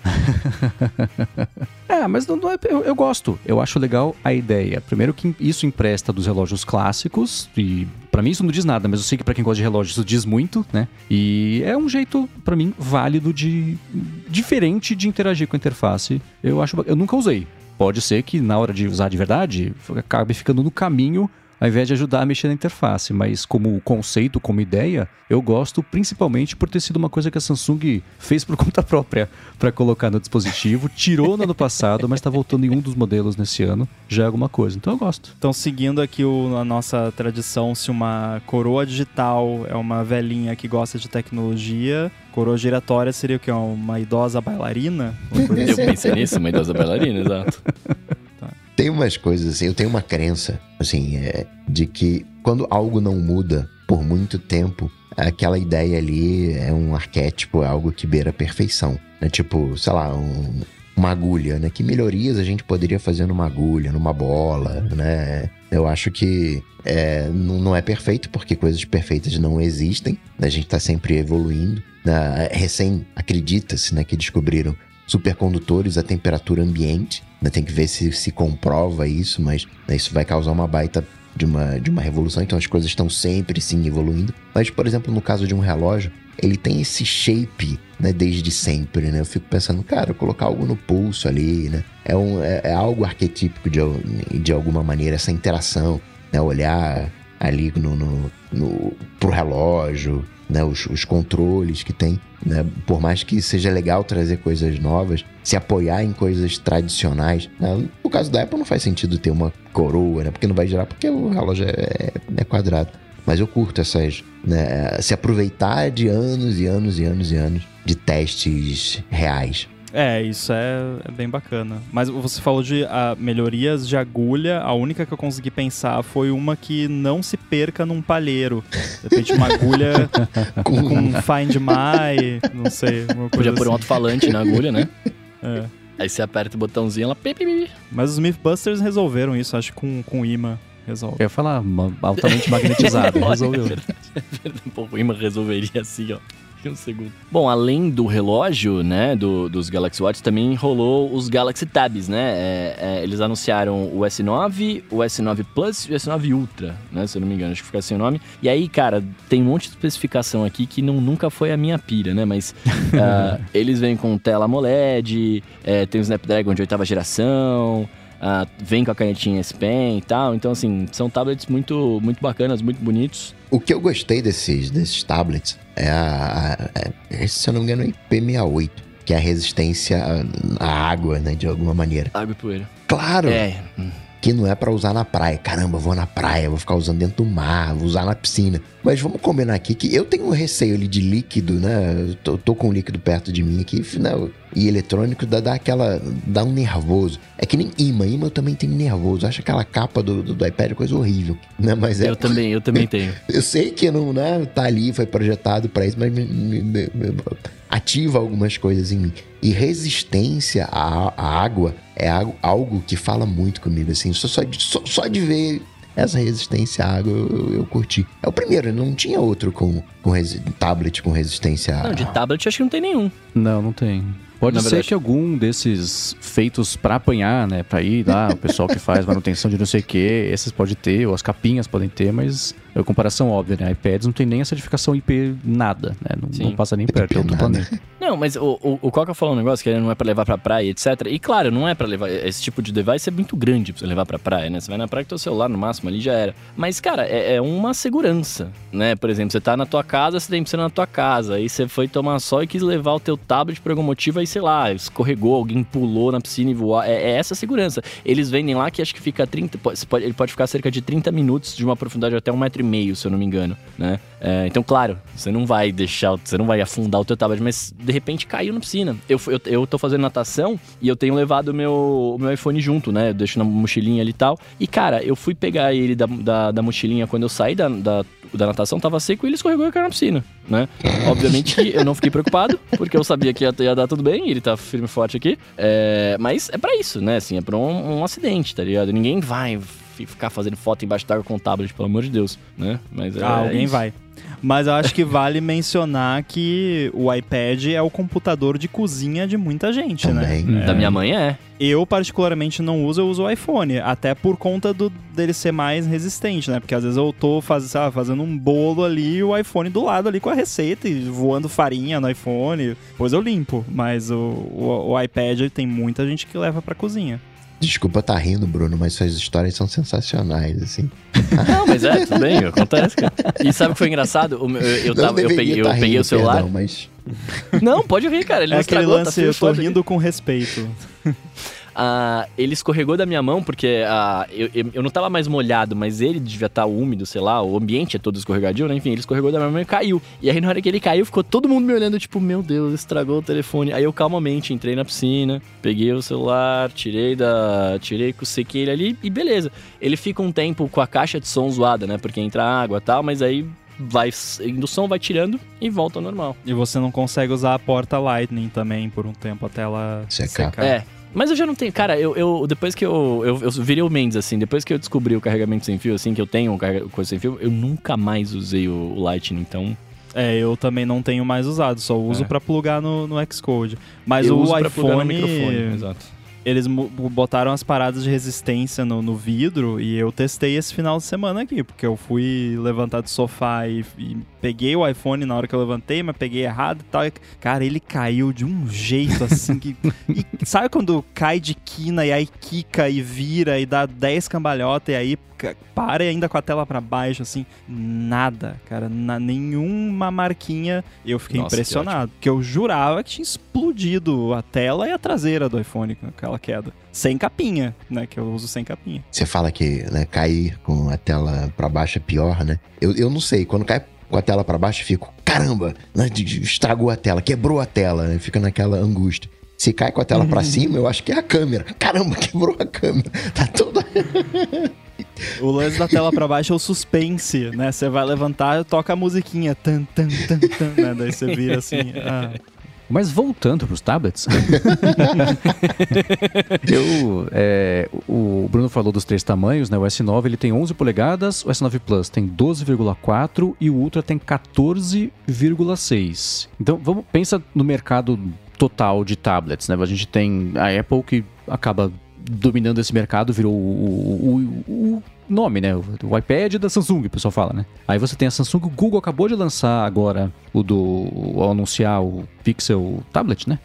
É, mas não, não é, eu, eu gosto. Eu acho legal a ideia. Primeiro que isso empresta dos relógios clássicos, e pra mim isso não diz nada, mas eu sei que pra quem gosta de relógios isso diz muito, né? E é um jeito, pra mim, válido de... diferente de interagir com a interface. Eu acho... Eu nunca usei. Pode ser que na hora de usar de verdade, acabe ficando no caminho ao invés de ajudar a mexer na interface, mas como conceito, como ideia, eu gosto principalmente por ter sido uma coisa que a Samsung fez por conta própria para colocar no dispositivo, tirou no ano passado, mas está voltando em um dos modelos nesse ano, já é alguma coisa, então eu gosto. Então, seguindo aqui o, a nossa tradição, se uma coroa digital é uma velhinha que gosta de tecnologia, coroa giratória seria o quê? Uma idosa bailarina? Eu pensei nisso, uma idosa bailarina, exato. Tem umas coisas assim, eu tenho uma crença, assim, é, de que quando algo não muda por muito tempo, aquela ideia ali é um arquétipo, é algo que beira a perfeição. É tipo, sei lá, um, uma agulha, né? Que melhorias a gente poderia fazer numa agulha, numa bola, né? Eu acho que é, não, não é perfeito, porque coisas perfeitas não existem, né? A gente tá sempre evoluindo. Né? Recém acredita-se, né, que descobriram supercondutores a temperatura ambiente, né? Tem que ver se se comprova isso, mas né, isso vai causar uma baita de uma, de uma revolução, então as coisas estão sempre sim evoluindo. Mas, por exemplo, no caso de um relógio, ele tem esse shape, né, desde sempre, né? Eu fico pensando, cara, colocar algo no pulso ali, né? É, um, é, é algo arquetípico de, de alguma maneira, essa interação, né? Olhar ali no, no, no, pro relógio, né? Os, os controles que tem, né? Por mais que seja legal trazer coisas novas, se apoiar em coisas tradicionais, né? No caso da Apple não faz sentido ter uma coroa, né? Porque não vai girar, porque o relógio é, é quadrado. Mas eu curto essas, né? Se aproveitar de anos e anos e anos e anos de testes reais. É, isso é, é bem bacana. Mas você falou de uh, melhorias de agulha, a única que eu consegui pensar foi uma que não se perca num palheiro. De repente uma agulha com Find My, não sei. Uma coisa Podia assim. pôr um alto-falante na agulha, né? É. Aí você aperta o botãozinho, ela... Pi, pi, pi. Mas os Mythbusters resolveram isso, acho que com, com imã resolve. Eu ia falar, ma- altamente magnetizado, resolveu. É verdade, é verdade. Pô, o imã resolveria assim, ó. Um segundo. Bom, além do relógio, né, do, dos Galaxy Watch, também rolou os Galaxy Tabs, né? É, é, eles anunciaram o S nove, o S nove Plus e o S nove Ultra, né? Se eu não me engano, acho que fica assim o nome. E aí, cara, tem um monte de especificação aqui que não, nunca foi a minha pira, né? Mas uh, eles vêm com tela AMOLED, é, tem o Snapdragon de oitava geração... Uh, vem com a canetinha S Pen e tal. Então, assim, são tablets muito, muito bacanas, muito bonitos. O que eu gostei desses, desses tablets é a, a, a, se eu não me engano, é I P sessenta e oito, que é a resistência à água, né, de alguma maneira. Água e poeira. Claro! É. Que não é pra usar na praia. Caramba, vou na praia, vou ficar usando dentro do mar, vou usar na piscina. Mas vamos combinar aqui que eu tenho um receio ali de líquido, né? Eu tô, tô com um líquido perto de mim aqui, né? E eletrônico dá, dá aquela... dá um nervoso. É que nem imã. Imã eu também tenho nervoso. Eu acho aquela capa do, do, do iPad coisa horrível, né? Mas é... Eu também, eu também tenho. Eu sei que não, né? Tá ali, foi projetado pra isso, mas me, me, me, me ativa algumas coisas em mim. E resistência à, à água é algo que fala muito comigo, assim. Só, só, de, só, só de ver essa resistência à água, eu, eu curti. É o primeiro, não tinha outro com, com resi- tablet com resistência à Não, de tablet acho que não tem nenhum. Não, não tem. Pode Na ser verdade. que algum desses feitos pra apanhar, né? Pra ir lá, o pessoal que faz manutenção de não sei o que, esses pode ter, ou as capinhas podem ter, mas é comparação óbvia, né? iPads não tem nem a certificação I P nada, né? Não, não passa nem perto, é outro planeta. Não, mas o, o, o Coca falou um negócio que ele não é pra levar pra praia, etcétera. E claro, não é pra levar... Esse tipo de device é muito grande pra você levar pra praia, né? Você vai na praia com o teu celular no máximo ali já era. Mas, cara, é, é uma segurança, né? Por exemplo, você tá na tua casa, você tem piscina na tua casa. Aí você foi tomar sol e quis levar o teu tablet por algum motivo, aí sei lá, escorregou, alguém pulou na piscina e voou. É, é essa segurança. Eles vendem lá que acho que fica trinta... Pode, ele pode ficar cerca de trinta minutos de uma profundidade até um metro e meio, se eu não me engano, né? É, então, claro, você não vai deixar, você não vai afundar o teu tablet, mas de repente caiu na piscina. Eu, eu, eu tô fazendo natação e eu tenho levado o meu, o meu iPhone junto, né? Eu deixo na mochilinha ali e tal. E, cara, eu fui pegar ele da, da, da mochilinha quando eu saí da, da, da natação, tava seco e ele escorregou e caiu na piscina, né? Obviamente que eu não fiquei preocupado, porque eu sabia que ia, ia dar tudo bem, ele tá firme e forte aqui. É, mas é pra isso, né? Assim, é pra um, um acidente, tá ligado? Ninguém vai ficar fazendo foto embaixo d'água com o tablet, pelo amor de Deus, né? Mas é, Ah, alguém isso. vai. Mas eu acho que vale mencionar que o iPad é o computador de cozinha de muita gente, também. né? Da minha mãe é. Eu, particularmente, não uso, eu uso o iPhone. Até por conta do, dele ser mais resistente, né? Porque às vezes eu tô faz, sabe, fazendo um bolo ali e o iPhone do lado ali com a receita e voando farinha no iPhone. Depois eu limpo. Mas o, o, o iPad tem muita gente que leva pra cozinha. Desculpa tá rindo, Bruno, mas suas histórias são sensacionais, assim. Não, mas é, tudo bem, acontece, cara. E sabe o que foi engraçado? O meu- Eu, eu, Não tava, eu deveria peguei, eu tá peguei rindo, o celular. perdão, mas... Não, pode rir, cara. Ele É não aquele estragou, tá lance, firme eu e tô forte aqui. rindo com respeito. Ah, ele escorregou da minha mão porque ah, eu, eu, eu não tava mais molhado, mas ele devia estar úmido, sei lá, o ambiente é todo escorregadio, né? Enfim, ele escorregou da minha mão e caiu. E aí na hora que ele caiu, ficou todo mundo me olhando, tipo, meu Deus, estragou o telefone. Aí eu calmamente entrei na piscina, peguei o celular, tirei da. Tirei, sequei ele ali e beleza. Ele fica um tempo com a caixa de som zoada, né? Porque entra água e tal, mas aí vai indo o som, vai tirando e volta ao normal. E você não consegue usar a porta Lightning também por um tempo até ela Secar. secar. É. Mas eu já não tenho, cara, eu, eu depois que eu, eu, eu virei o Mendes, assim, depois que eu descobri o carregamento sem fio, assim, que eu tenho um carrega- coisa sem fio, eu nunca mais usei o, o Lightning, então... É, eu também não tenho mais usado, só uso É. pra plugar no, no Xcode. Mas eu o uso pra plugar no iPhone, microfone, exato. eles mu- botaram as paradas de resistência no, no vidro e eu testei esse final de semana aqui, porque eu fui levantar do sofá e, e peguei o iPhone na hora que eu levantei, mas peguei errado e tal. E, cara, ele caiu de um jeito assim que... E sabe quando cai de quina e aí quica e vira e dá dez cambalhotas e aí ca- para ainda com a tela pra baixo, assim? Nada, cara. Na, nenhuma marquinha. Eu fiquei Nossa, que impressionado, porque eu jurava que tinha explodido a tela e a traseira do iPhone com aquela queda. Sem capinha, né? Que eu uso sem capinha. Você fala que, né, cair com a tela pra baixo é pior, né? Eu, eu não sei, quando cai com a tela pra baixo, eu fico, caramba, né, de- de- estragou a tela, quebrou a tela, né? Fica naquela angústia. Se cai com a tela pra cima, eu acho que é a câmera. Caramba, quebrou a câmera. Tá toda... O lance da tela pra baixo é o suspense, né? Você vai levantar, toca a musiquinha. Tan, tan, tan, tan, né? Daí você vira assim... Ah. Mas voltando para os tablets, eu, é, o Bruno falou dos três tamanhos, né? O S nove ele tem onze polegadas, o S nove Plus tem doze vírgula quatro e o Ultra tem quatorze vírgula seis. Então, vamos pensa no mercado total de tablets, né? A gente tem a Apple que acaba dominando esse mercado, virou o, o, o nome, né? O, o iPad da Samsung, o pessoal fala, né? Aí você tem a Samsung, o Google acabou de lançar agora o do... ao anunciar o Pixel Tablet, né?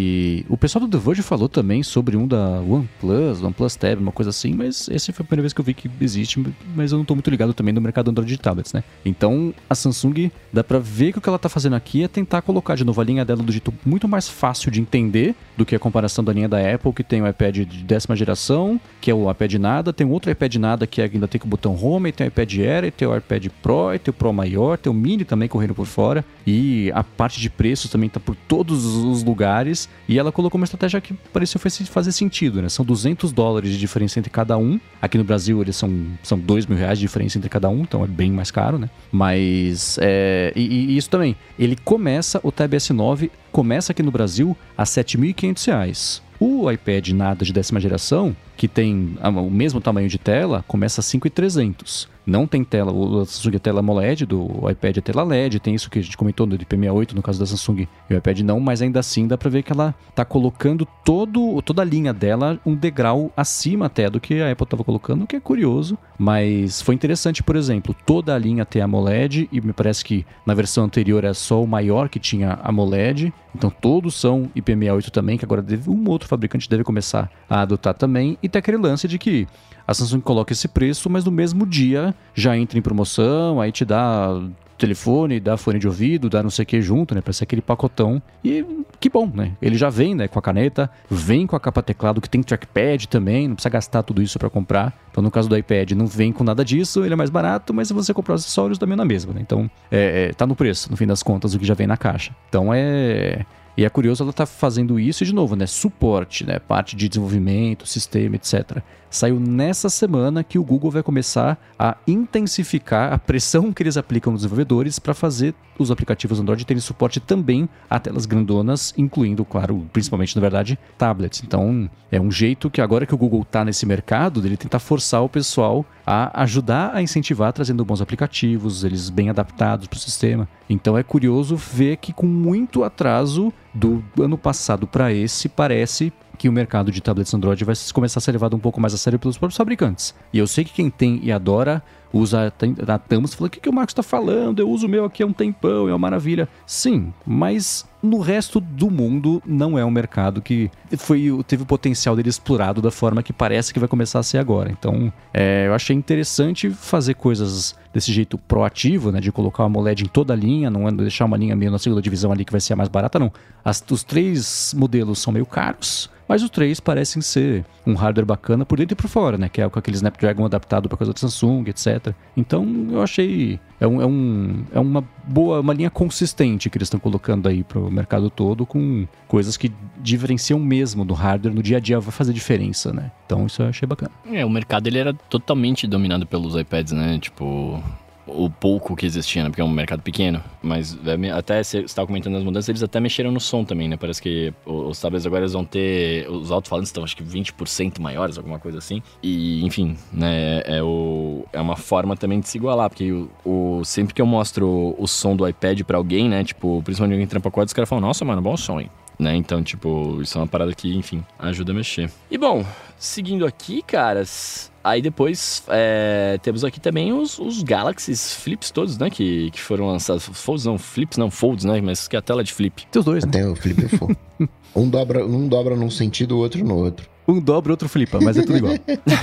E o pessoal do The Verge falou também sobre um da OnePlus, OnePlus Tab, uma coisa assim, mas essa foi a primeira vez que eu vi que existe, mas eu não tô muito ligado também no mercado Android de tablets, né? Então, a Samsung, dá pra ver que o que ela tá fazendo aqui é tentar colocar de novo a linha dela do jeito muito mais fácil de entender do que a comparação da linha da Apple, que tem o iPad de décima geração, que é o iPad nada, tem um outro iPad nada que ainda tem com o botão Home, tem o iPad Air, tem o iPad Pro, tem o Pro maior, tem o Mini também correndo por fora, e a parte de preços também tá por todos os lugares, e ela colocou uma estratégia que pareceu fazer sentido, né? São duzentos dólares de diferença entre cada um. Aqui no Brasil eles são, são dois mil reais de diferença entre cada um, então é bem mais caro, né? Mas, é, e, e isso também, ele começa, o Tab S nove começa aqui no Brasil a sete mil e quinhentos reais. O iPad nada de décima geração, que tem o mesmo tamanho de tela, começa a cinco mil e trezentos. Não tem tela, o Samsung é tela AMOLED, do iPad é tela L E D, tem isso que a gente comentou do I P sessenta e oito no caso da Samsung e o iPad não, mas ainda assim dá pra ver que ela tá colocando todo, toda a linha dela um degrau acima até do que a Apple tava colocando, o que é curioso, mas foi interessante, por exemplo, toda a linha tem AMOLED e me parece que na versão anterior era só o maior que tinha AMOLED, então todos são I P sessenta e oito também, que agora deve, um outro fabricante deve começar a adotar também, e tem aquele lance de que a Samsung coloca esse preço, mas no mesmo dia já entra em promoção, aí te dá telefone, dá fone de ouvido, dá não sei o que junto, né? Pra ser aquele pacotão. E que bom, né? Ele já vem, né, com a caneta, vem com a capa teclado, que tem trackpad também, não precisa gastar tudo isso pra comprar. Então, no caso do iPad, não vem com nada disso, ele é mais barato, mas se você comprar os acessórios, também na mesma, né? Então, é, é, tá no preço, no fim das contas, o que já vem na caixa. Então, é... E é curioso ela tá fazendo isso e, de novo, né, suporte, né, parte de desenvolvimento, sistema, etcétera. Saiu nessa semana que o Google vai começar a intensificar a pressão que eles aplicam nos desenvolvedores para fazer os aplicativos Android terem suporte também a telas grandonas, incluindo, claro, principalmente, na verdade, tablets. Então, é um jeito que agora que o Google tá nesse mercado, dele tentar forçar o pessoal a ajudar a incentivar, trazendo bons aplicativos, eles bem adaptados para o sistema. Então, é curioso ver que com muito atraso do ano passado para esse, parece que o mercado de tablets Android vai começar a ser levado um pouco mais a sério pelos próprios fabricantes. E eu sei que quem tem e adora usa a Tamos e fala, o que, que o Marcos está falando? Eu uso o meu aqui há um tempão, é uma maravilha. Sim, mas no resto do mundo não é um mercado que foi, teve o potencial dele explorado da forma que parece que vai começar a ser agora. Então, é, eu achei interessante fazer coisas desse jeito proativo, né, de colocar uma AMOLED em toda a linha, não é deixar uma linha meio na segunda divisão ali que vai ser a mais barata, não. As, os três modelos são meio caros, mas os três parecem ser um hardware bacana por dentro e por fora, né? Que é com aquele Snapdragon adaptado para coisa da Samsung, etcétera. Então, eu achei... É, um, é, um, é uma boa, uma linha consistente que eles estão colocando aí pro mercado todo, com coisas que diferenciam mesmo do hardware no dia a dia, vai fazer diferença, né? Então, isso eu achei bacana. É, o mercado ele era totalmente dominado pelos iPads, né? Tipo... o pouco que existia, né? Porque é um mercado pequeno. Mas até você estava comentando as mudanças, eles até mexeram no som também, né? Parece que os tablets agora eles vão ter... Os alto-falantes estão acho que vinte por cento maiores, alguma coisa assim. E, enfim, né? É, o, é uma forma também de se igualar. Porque o, o, sempre que eu mostro o som do iPad pra alguém, né? Tipo, principalmente alguém trampa quadros, os caras falam, nossa, mano, bom som, hein? Né? Então, tipo, isso é uma parada que, enfim, ajuda a mexer. E, bom, seguindo aqui, caras... Aí depois é, temos aqui também os, os Galaxies Flips todos, né? Que, que foram lançados. Folds não, Flips não, Folds, né? Mas que é a tela de flip. Tem os dois, né? Tem o Flip e o Fold. um, dobra, um dobra num sentido, o outro no outro. Um dobra, outro flipa, mas é tudo igual.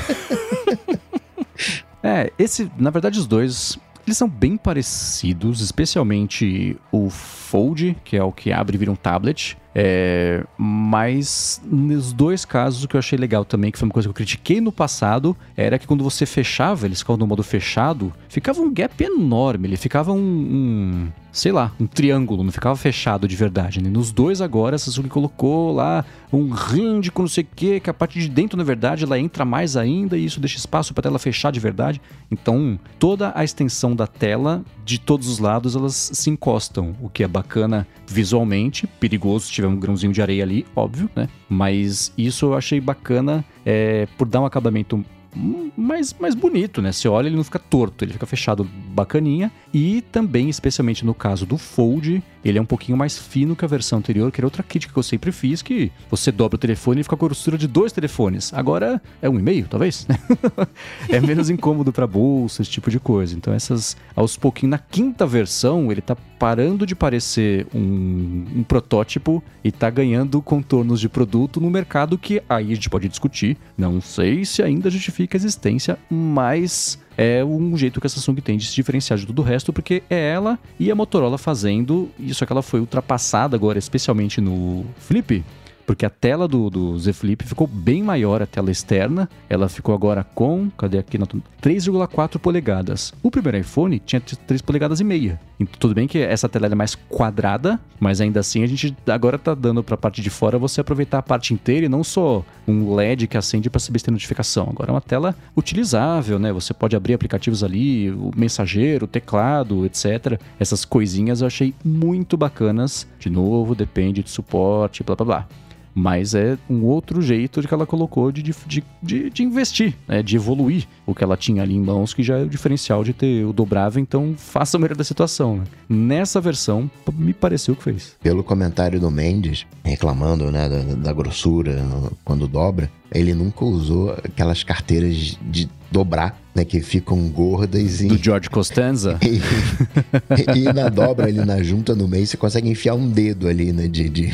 É, esse, na verdade, os dois... Eles são bem parecidos, especialmente o Fold, que é o que abre e vira um tablet. É, mas nos dois casos o que eu achei legal também, que foi uma coisa que eu critiquei no passado, era que quando você fechava, eles ficavam no modo fechado, ficava um gap enorme, ele ficava um, um sei lá, um triângulo, não ficava fechado de verdade, né? Nos dois agora, a Samsung colocou lá um rinde com não sei o que, que a parte de dentro, na verdade, ela entra mais ainda e isso deixa espaço para a tela fechar de verdade. Então, toda a extensão da tela, de todos os lados, elas se encostam, o que é bacana visualmente, perigoso se tiver um grãozinho de areia ali, óbvio, né? Mas isso eu achei bacana é, por dar um acabamento mais, mais bonito, né? Você olha, ele não fica torto, ele fica fechado bacaninha. E também, especialmente no caso do Fold, ele é um pouquinho mais fino que a versão anterior, que era outra crítica que eu sempre fiz, que você dobra o telefone e fica com a grossura de dois telefones. Agora é um e meio, talvez? É menos incômodo para bolsa, esse tipo de coisa. Então essas, aos pouquinhos, na quinta versão, ele tá parando de parecer um, um protótipo e tá ganhando contornos de produto no mercado que aí a gente pode discutir. Não sei se ainda justifica a existência, mas é um jeito que a Samsung tem de se diferenciar de todo o resto, porque é ela e a Motorola fazendo isso, que ela foi ultrapassada agora, especialmente no Flip, porque a tela do, do Z Flip ficou bem maior, a tela externa. Ela ficou agora com, cadê aqui? três vírgula quatro polegadas. O primeiro iPhone tinha três polegadas e meia. Então, tudo bem que essa tela é mais quadrada, mas ainda assim a gente agora tá dando pra parte de fora você aproveitar a parte inteira e não só um L E D que acende para saber se tem notificação. Agora é uma tela utilizável, né? Você pode abrir aplicativos ali, o mensageiro, o teclado, etcétera. Essas coisinhas eu achei muito bacanas. De novo, depende de suporte, blá blá blá. Mas é um outro jeito de que ela colocou de, de, de, de investir, né? De evoluir o que ela tinha ali em mãos, que já é o diferencial de ter o dobrável, então faça a melhor da situação, né? Nessa versão, me pareceu que fez. Pelo comentário do Mendes, reclamando, né, da, da grossura quando dobra, ele nunca usou aquelas carteiras de dobrar, né, que ficam gordas e... Do George Costanza? e, e na dobra ali, na junta no meio, você consegue enfiar um dedo ali, né, de... de...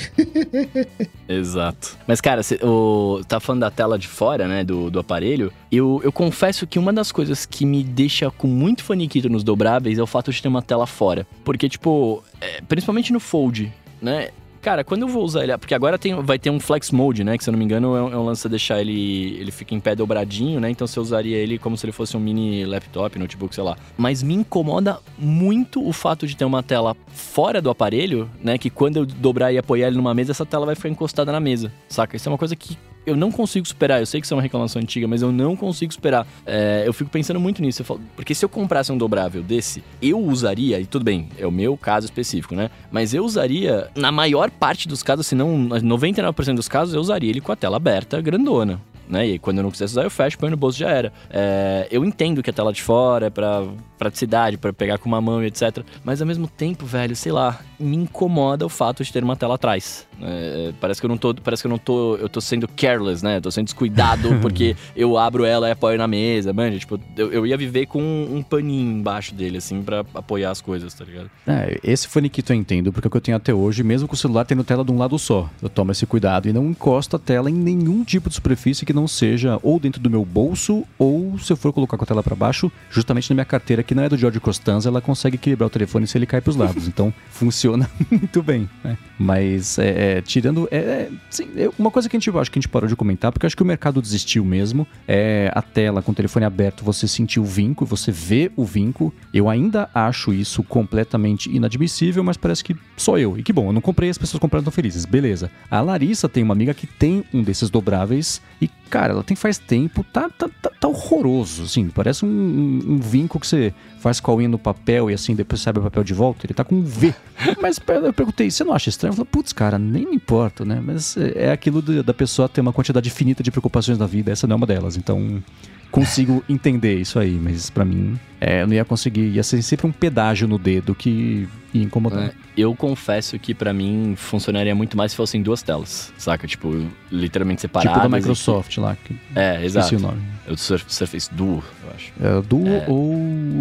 Exato. Mas, cara, cê, o, tá falando da tela de fora, né, do, do aparelho, eu, eu confesso que uma das coisas que me deixa com muito faniquito nos dobráveis é o fato de ter uma tela fora. Porque, tipo, é, principalmente no Fold, né... Cara, quando eu vou usar ele... Porque agora tem, vai ter um Flex Mode, né? Que, se eu não me engano, é um, é um lance de deixar ele... Ele fica em pé dobradinho, né? Então você usaria ele como se ele fosse um mini laptop, notebook, sei lá. Mas me incomoda muito o fato de ter uma tela fora do aparelho, né? Que quando eu dobrar e apoiar ele numa mesa, essa tela vai ficar encostada na mesa, saca? Isso é uma coisa que... eu não consigo superar. Eu sei que isso é uma reclamação antiga, mas eu não consigo superar. É, eu fico pensando muito nisso. Eu falo, porque se eu comprasse um dobrável desse, eu usaria, e tudo bem, é o meu caso específico, né? Mas eu usaria, na maior parte dos casos, se não noventa e nove por cento dos casos, eu usaria ele com a tela aberta, grandona. Né? E aí, quando eu não quisesse usar, eu fecho, põe no bolso e já era. É, eu entendo que a tela de fora é pra praticidade, pra pegar com uma mão e etcétera. Mas ao mesmo tempo, velho, sei lá, me incomoda o fato de ter uma tela atrás. É, parece que eu não tô. Parece que eu não tô. Eu tô sendo careless, né? Eu tô sendo descuidado porque eu abro ela e apoio na mesa, mano. Tipo, eu, eu ia viver com um, um paninho embaixo dele, assim, pra apoiar as coisas, tá ligado? É, esse faniquito eu entendo, porque é o que eu tenho até hoje, mesmo com o celular tendo tela de um lado só. Eu tomo esse cuidado e não encosto a tela em nenhum tipo de superfície que não seja ou dentro do meu bolso, ou se eu for colocar com a tela pra baixo, justamente na minha carteira, que não é do George Costanza, ela consegue equilibrar o telefone se ele cai pros lados. Então, funciona muito bem, né? Mas, é, é, tirando... É, é, sim, é uma coisa que a gente, acho que a gente parou de comentar, porque eu acho que o mercado desistiu mesmo, é a tela com o telefone aberto, você sentir o vinco, você vê o vinco. Eu ainda acho isso completamente inadmissível, mas parece que só eu. E que bom, eu não comprei, as pessoas compraram tão felizes. Beleza. A Larissa tem uma amiga que tem um desses dobráveis e, cara, ela tem faz tempo, tá, tá, tá, tá horroroso, assim, parece um, um, um vinco que você faz com a unha no papel e assim, depois você abre o papel de volta, ele tá com um V. Mas eu perguntei, você não acha estranho? Eu falei, putz, cara, nem me importa, né? Mas é aquilo de, da pessoa ter uma quantidade infinita de preocupações na vida, essa não é uma delas, então consigo entender isso aí, mas pra mim, é, eu não ia conseguir, ia ser sempre um pedágio no dedo que ia incomodar. É, eu confesso que pra mim funcionaria muito mais se fossem duas telas, saca? Tipo, literalmente separadas. Tipo da Microsoft que... lá. Que... É, exato. Esqueci o nome. É o Surface Duo, eu acho. É, Duo é... ou...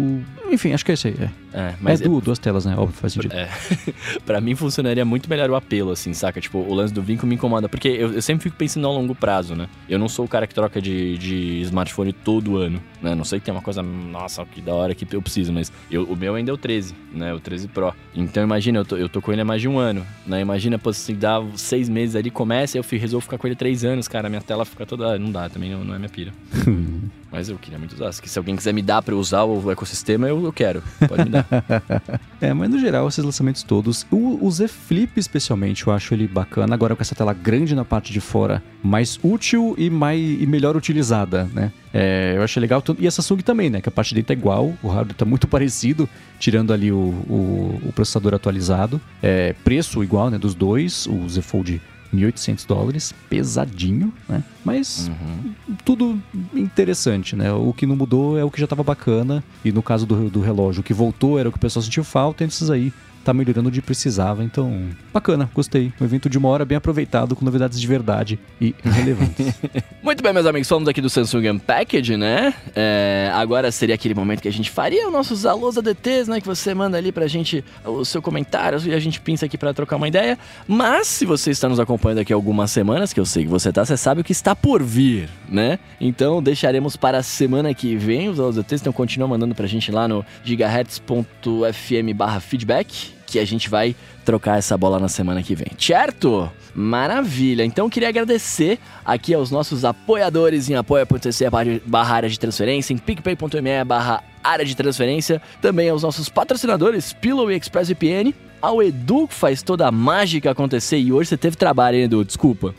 Enfim, acho que é isso aí. É, É, mas é du- duas telas, né? Óbvio, faz sentido. É, pra mim funcionaria muito melhor o apelo, assim, saca? Tipo, o lance do vínculo me incomoda, porque eu, eu sempre fico pensando a longo prazo, né? Eu não sou o cara que troca de, de smartphone todo ano, né? Não sei que tem uma coisa, nossa, que da hora que eu preciso, mas eu, o meu ainda é o treze, né? O treze Pro. Então imagina, eu tô, eu tô com ele há mais de um ano, né? Imagina, pô, se dá seis meses ali, começa, eu fui, resolvo ficar com ele três anos, cara, minha tela fica toda... Não dá, também não, não é minha pira. Mas eu queria muito usar. Se alguém quiser me dar pra eu usar o ecossistema, eu, eu quero. Pode me dar. É, mas no geral, esses lançamentos todos, o, o Z Flip especialmente, eu acho ele bacana, agora com essa tela grande na parte de fora, mais útil e, mais, e melhor utilizada, né? É, eu achei legal, e a Samsung também, né? Que a parte de dentro é igual, o hardware tá muito parecido, tirando ali o, o, o processador atualizado. É, preço igual, né? Dos dois, o Z Fold mil e oitocentos dólares, pesadinho, né? Mas Uhum. tudo interessante, né? O que não mudou é o que já estava bacana. E no caso do, do relógio, o que voltou era o que o pessoal sentiu falta. E esses aí tá melhorando onde precisava. Então, bacana, gostei. Um evento de uma hora bem aproveitado, com novidades de verdade e relevantes. Muito bem, meus amigos, falamos aqui do Samsung Unpacked, né? É, agora seria aquele momento que a gente faria os nossos alôs A D Ts, né? Que você manda ali pra gente o seu comentário e a gente pinça aqui pra trocar uma ideia. Mas, se você está nos acompanhando aqui algumas semanas, que eu sei que você tá, você sabe o que está por vir, né? Então, deixaremos para a semana que vem os alôs A D Ts. Então, continua mandando pra gente lá no gigahertz ponto f m barra feedback. Que a gente vai trocar essa bola na semana que vem, certo? Maravilha! Então, queria agradecer aqui aos nossos apoiadores em apoia.se barra área de transferência, em picpay.me barra área de transferência, também aos nossos patrocinadores, Pillow e ExpressVPN, ao Edu, que faz toda a mágica acontecer, e hoje você teve trabalho, hein, Edu? Desculpa.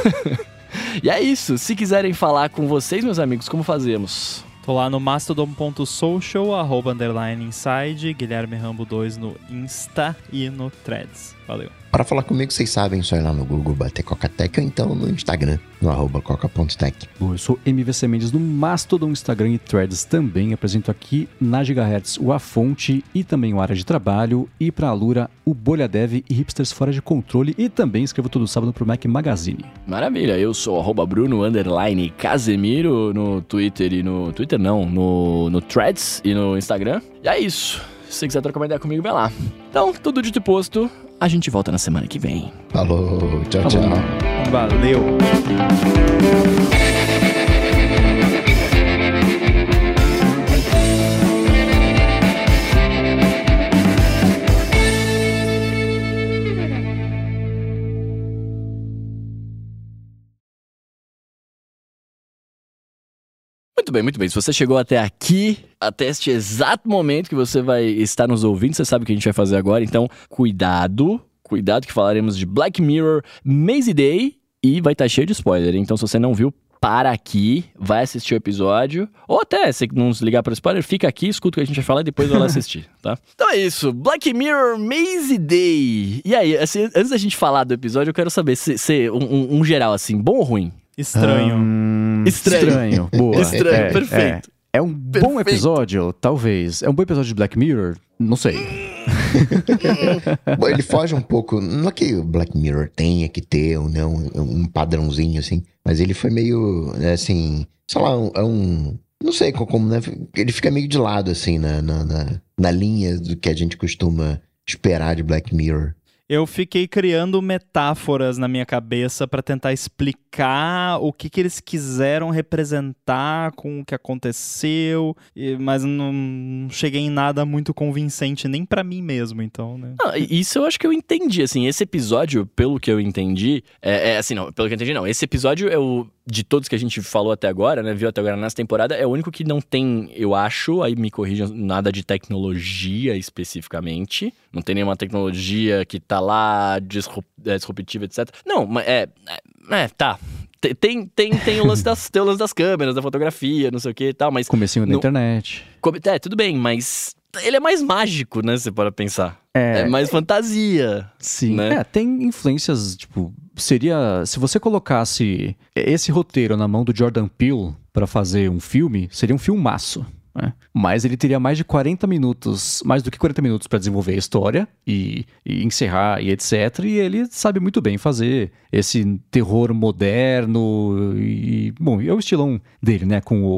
E é isso, se quiserem falar com vocês, meus amigos, como fazemos? Tô lá no mastodon ponto social, arroba underline inside, Guilherme Rambo dois no Insta e no Threads. Valeu. Para falar comigo, vocês sabem, só ir lá no Google, bater Cocatec ou então no Instagram, no arroba coca.tech. Bom, eu sou M V C Mendes no Mastodon, Instagram e Threads também. Apresento aqui na Gigahertz o A Fonte e também o Área de Trabalho. E para a Alura, o Bolha Dev e Hipsters Fora de Controle. E também escrevo todo sábado pro Mac Magazine. Maravilha, eu sou arroba Bruno underline Casemiro no Twitter e no... Twitter não, no, no Threads e no Instagram. E é isso. Se você quiser trocar uma ideia comigo, vai lá. Então, tudo dito e posto, a gente volta na semana que vem. Falou, tchau, Tá tchau. bom. Valeu. Muito bem, muito bem. Se você chegou até aqui, até este exato momento que você vai estar nos ouvindo, você sabe o que a gente vai fazer agora. Então, cuidado, cuidado que falaremos de Black Mirror Maze Day e vai estar cheio de spoiler. Então, se você não viu, para aqui, vai assistir o episódio. Ou até, se não se ligar para o spoiler, fica aqui, escuta o que a gente vai falar e depois vai lá assistir, tá? Então é isso, Black Mirror Maze Day. E aí, assim, antes da gente falar do episódio, eu quero saber se, se um, um, um geral, assim, bom ou ruim? Estranho. Hum, Estranho. Estranho. Boa. Estranho, É, perfeito. É, é um bom Perfeito. episódio? Talvez. É um bom episódio de Black Mirror? Não sei. Bom, ele foge um pouco, não é que o Black Mirror tenha que ter ou não um padrãozinho assim, mas ele foi meio, né, assim, sei lá, um, é um não sei como, né, ele fica meio de lado assim na, na, na, na linha do que a gente costuma esperar de Black Mirror. Eu fiquei criando metáforas na minha cabeça pra tentar explicar o que, que eles quiseram representar com o que aconteceu, e- mas não, não cheguei em nada muito convincente, nem pra mim mesmo, então, né? Ah, isso eu acho que eu entendi, assim, esse episódio, pelo que eu entendi, é, é assim, não, pelo que eu entendi não, esse episódio é o, de todos que a gente falou até agora, né, viu até agora nessa temporada, é o único que não tem, eu acho, aí me corrijam, nada de tecnologia especificamente, não tem nenhuma tecnologia que tá lá, disrup, é, disruptiva, etcétera. Não, mas é, é, é, tá, tem, tem, tem, o lance das, tem o lance das câmeras, da fotografia, não sei o que e tal, mas... Comecinho da Não- internet. Come- É, tudo bem, mas ele é mais mágico, né, você pode pensar. É, É mais fantasia. sim. né? É, tem influências, tipo, seria... Se você colocasse esse roteiro na mão do Jordan Peele pra fazer um filme, seria um filmaço, né? Mas ele teria mais de quarenta minutos, mais do que quarenta minutos pra desenvolver a história e, e encerrar e etcétera. E ele sabe muito bem fazer esse terror moderno e... Bom, é o estilão dele, né? Com o...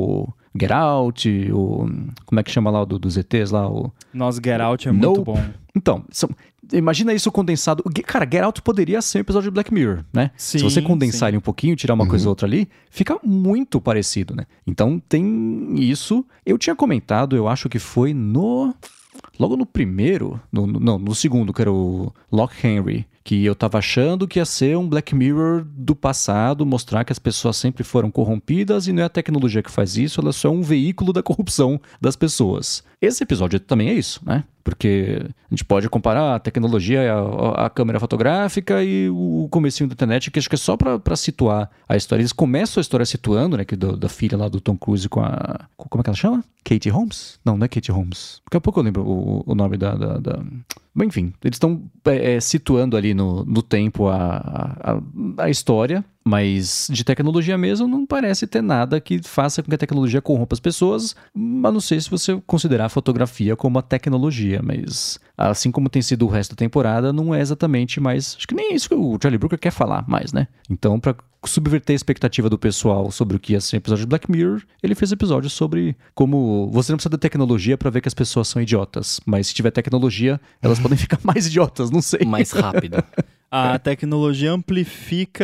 Get Out, o... Como é que chama lá o do, dos E Tês lá? O... Nossa, Get Out é muito Nope. bom. Então, são... imagina isso condensado. Cara, Get Out poderia ser um episódio de Black Mirror, né? Sim, Se você condensar sim. ele um pouquinho, tirar uma Uhum. coisa ou outra ali, fica muito parecido, né? Então tem isso. Eu tinha comentado, eu acho que foi no... Logo no primeiro, no, no- não, no segundo, que era o Lock Henry, que eu tava achando que ia ser um Black Mirror do passado, mostrar que as pessoas sempre foram corrompidas e não é a tecnologia que faz isso, ela só é um veículo da corrupção das pessoas. Esse episódio também é isso, né? Porque a gente pode comparar a tecnologia, a, a câmera fotográfica e o comecinho da internet, que acho que é só pra, pra situar a história. Eles começam a história situando, né, que do- da filha lá do Tom Cruise com a... com- Como é que ela chama? Katie Holmes? Não, não é Katie Holmes. Daqui a pouco eu lembro o, o nome da... da, da... Bom, enfim, eles estão é, é, situando ali no, no tempo a, a, a história, mas de tecnologia mesmo não parece ter nada que faça com que a tecnologia corrompa as pessoas, a não ser se você considerar a fotografia como uma tecnologia, mas assim como tem sido o resto da temporada, não é exatamente mais... Acho que nem é isso que o Charlie Brooker quer falar mais, né? Então, pra subverter a expectativa do pessoal sobre o que ia ser um episódio de Black Mirror, ele fez episódios sobre como você não precisa de tecnologia pra ver que as pessoas são idiotas, mas se tiver tecnologia, elas podem ficar mais idiotas, não sei. Mais rápido. A tecnologia amplifica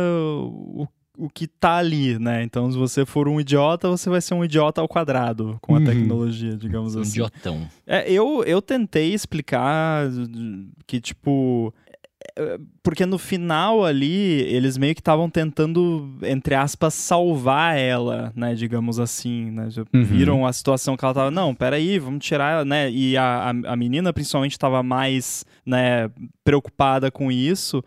o, o que tá ali, né? Então, se você for um idiota, você vai ser um idiota ao quadrado com a Uhum. tecnologia, digamos Um assim. idiotão. É, eu, eu tentei explicar que, tipo... é, Porque no final ali, eles meio que estavam tentando, entre aspas, salvar ela, né? Digamos assim, né? Já Uhum. viram a situação que ela tava... Não, peraí, vamos tirar ela, né? E a, a, a menina, principalmente, estava mais, né, preocupada com isso.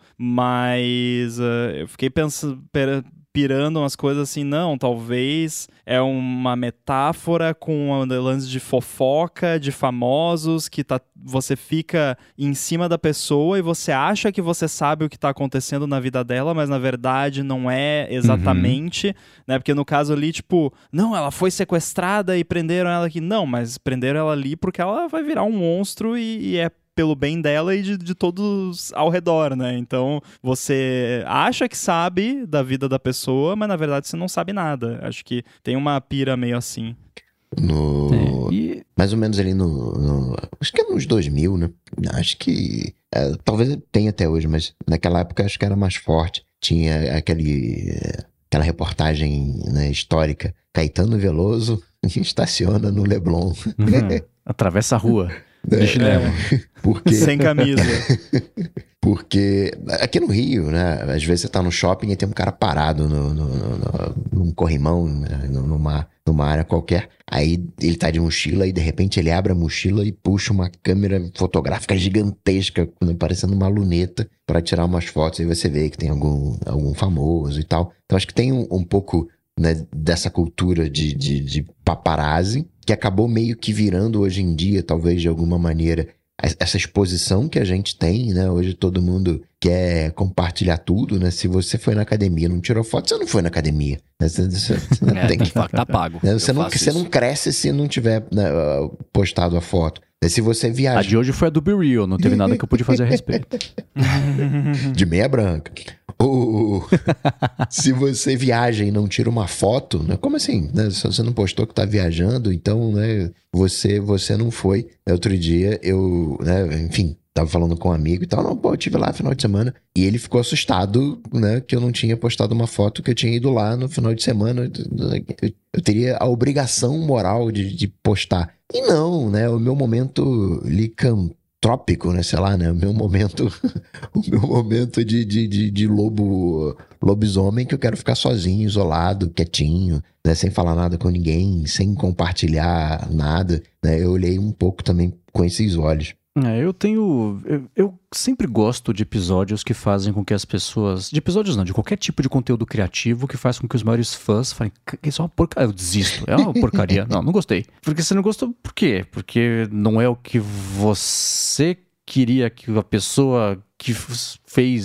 Mas uh, eu fiquei pensando... Pera, pirando umas coisas assim, não, talvez é uma metáfora com um lance de fofoca, de famosos, que tá, você fica em cima da pessoa e você acha que você sabe o que tá acontecendo na vida dela, mas na verdade não é exatamente, né? Porque no caso ali, tipo, não, ela foi sequestrada e prenderam ela aqui. Não, mas prenderam ela ali porque ela vai virar um monstro e, e é pelo bem dela e de, de todos ao redor, né? Então, você acha que sabe da vida da pessoa, mas na verdade você não sabe nada. Acho que tem uma pira meio assim. No... É, e... Mais ou menos ali no, no- acho que é nos dois mil, né? Acho que... é, talvez tenha até hoje, mas naquela época acho que era mais forte. Tinha aquele... aquela reportagem, né, histórica. Caetano Veloso estaciona no Leblon. Uhum. Atravessa a rua. De chinelo. Porque... Sem camisa. Porque aqui no Rio, né? Às vezes você tá no shopping e tem um cara parado no, no, no, no- num corrimão, né, numa, numa área qualquer. Aí ele tá de mochila e de repente ele abre a mochila e puxa uma câmera fotográfica gigantesca, né, parecendo uma luneta, para tirar umas fotos. Aí você vê que tem algum, algum famoso e tal. Então acho que tem um, um pouco, né, dessa cultura de, de, de paparazzi, que acabou meio que virando hoje em dia, talvez de alguma maneira, essa exposição que a gente tem, né? Hoje todo mundo quer compartilhar tudo, né? Se você foi na academia e não tirou foto, você não foi na academia. Né? Você, você- você não É, tem tem que... que falar que tá pago. né? Eu Você, não, faço você isso. não cresce se não tiver, né, postado a foto. Se você A viaja de hoje foi a do Be Real, não teve nada que eu pude fazer a respeito. de meia branca, ou se você viaja e não tira uma foto, né? Como assim? Né? Se você não postou que tá viajando, então, né, você, você não foi. Outro dia eu, né, enfim, tava falando com um amigo e tal, não, pô, eu tive lá no final de semana, e ele ficou assustado, né, que eu não tinha postado uma foto que eu tinha ido lá no final de semana. Eu, eu teria a obrigação moral de, de postar. E não, né, o meu momento licantrópico, né, sei lá, né, o meu momento, o meu momento de, de, de, de lobo, lobisomem, que eu quero ficar sozinho, isolado, quietinho, né, sem falar nada com ninguém, sem compartilhar nada, né, eu olhei um pouco também com esses olhos. É, eu tenho. Eu, eu sempre gosto de episódios que fazem com que as pessoas. De episódios não, de qualquer tipo de conteúdo criativo que faz com que os maiores fãs falem: isso é uma porcaria. Eu desisto, é uma porcaria. Não, não gostei. Porque você não gostou, por quê? Porque não é o que você queria que a pessoa que f- fez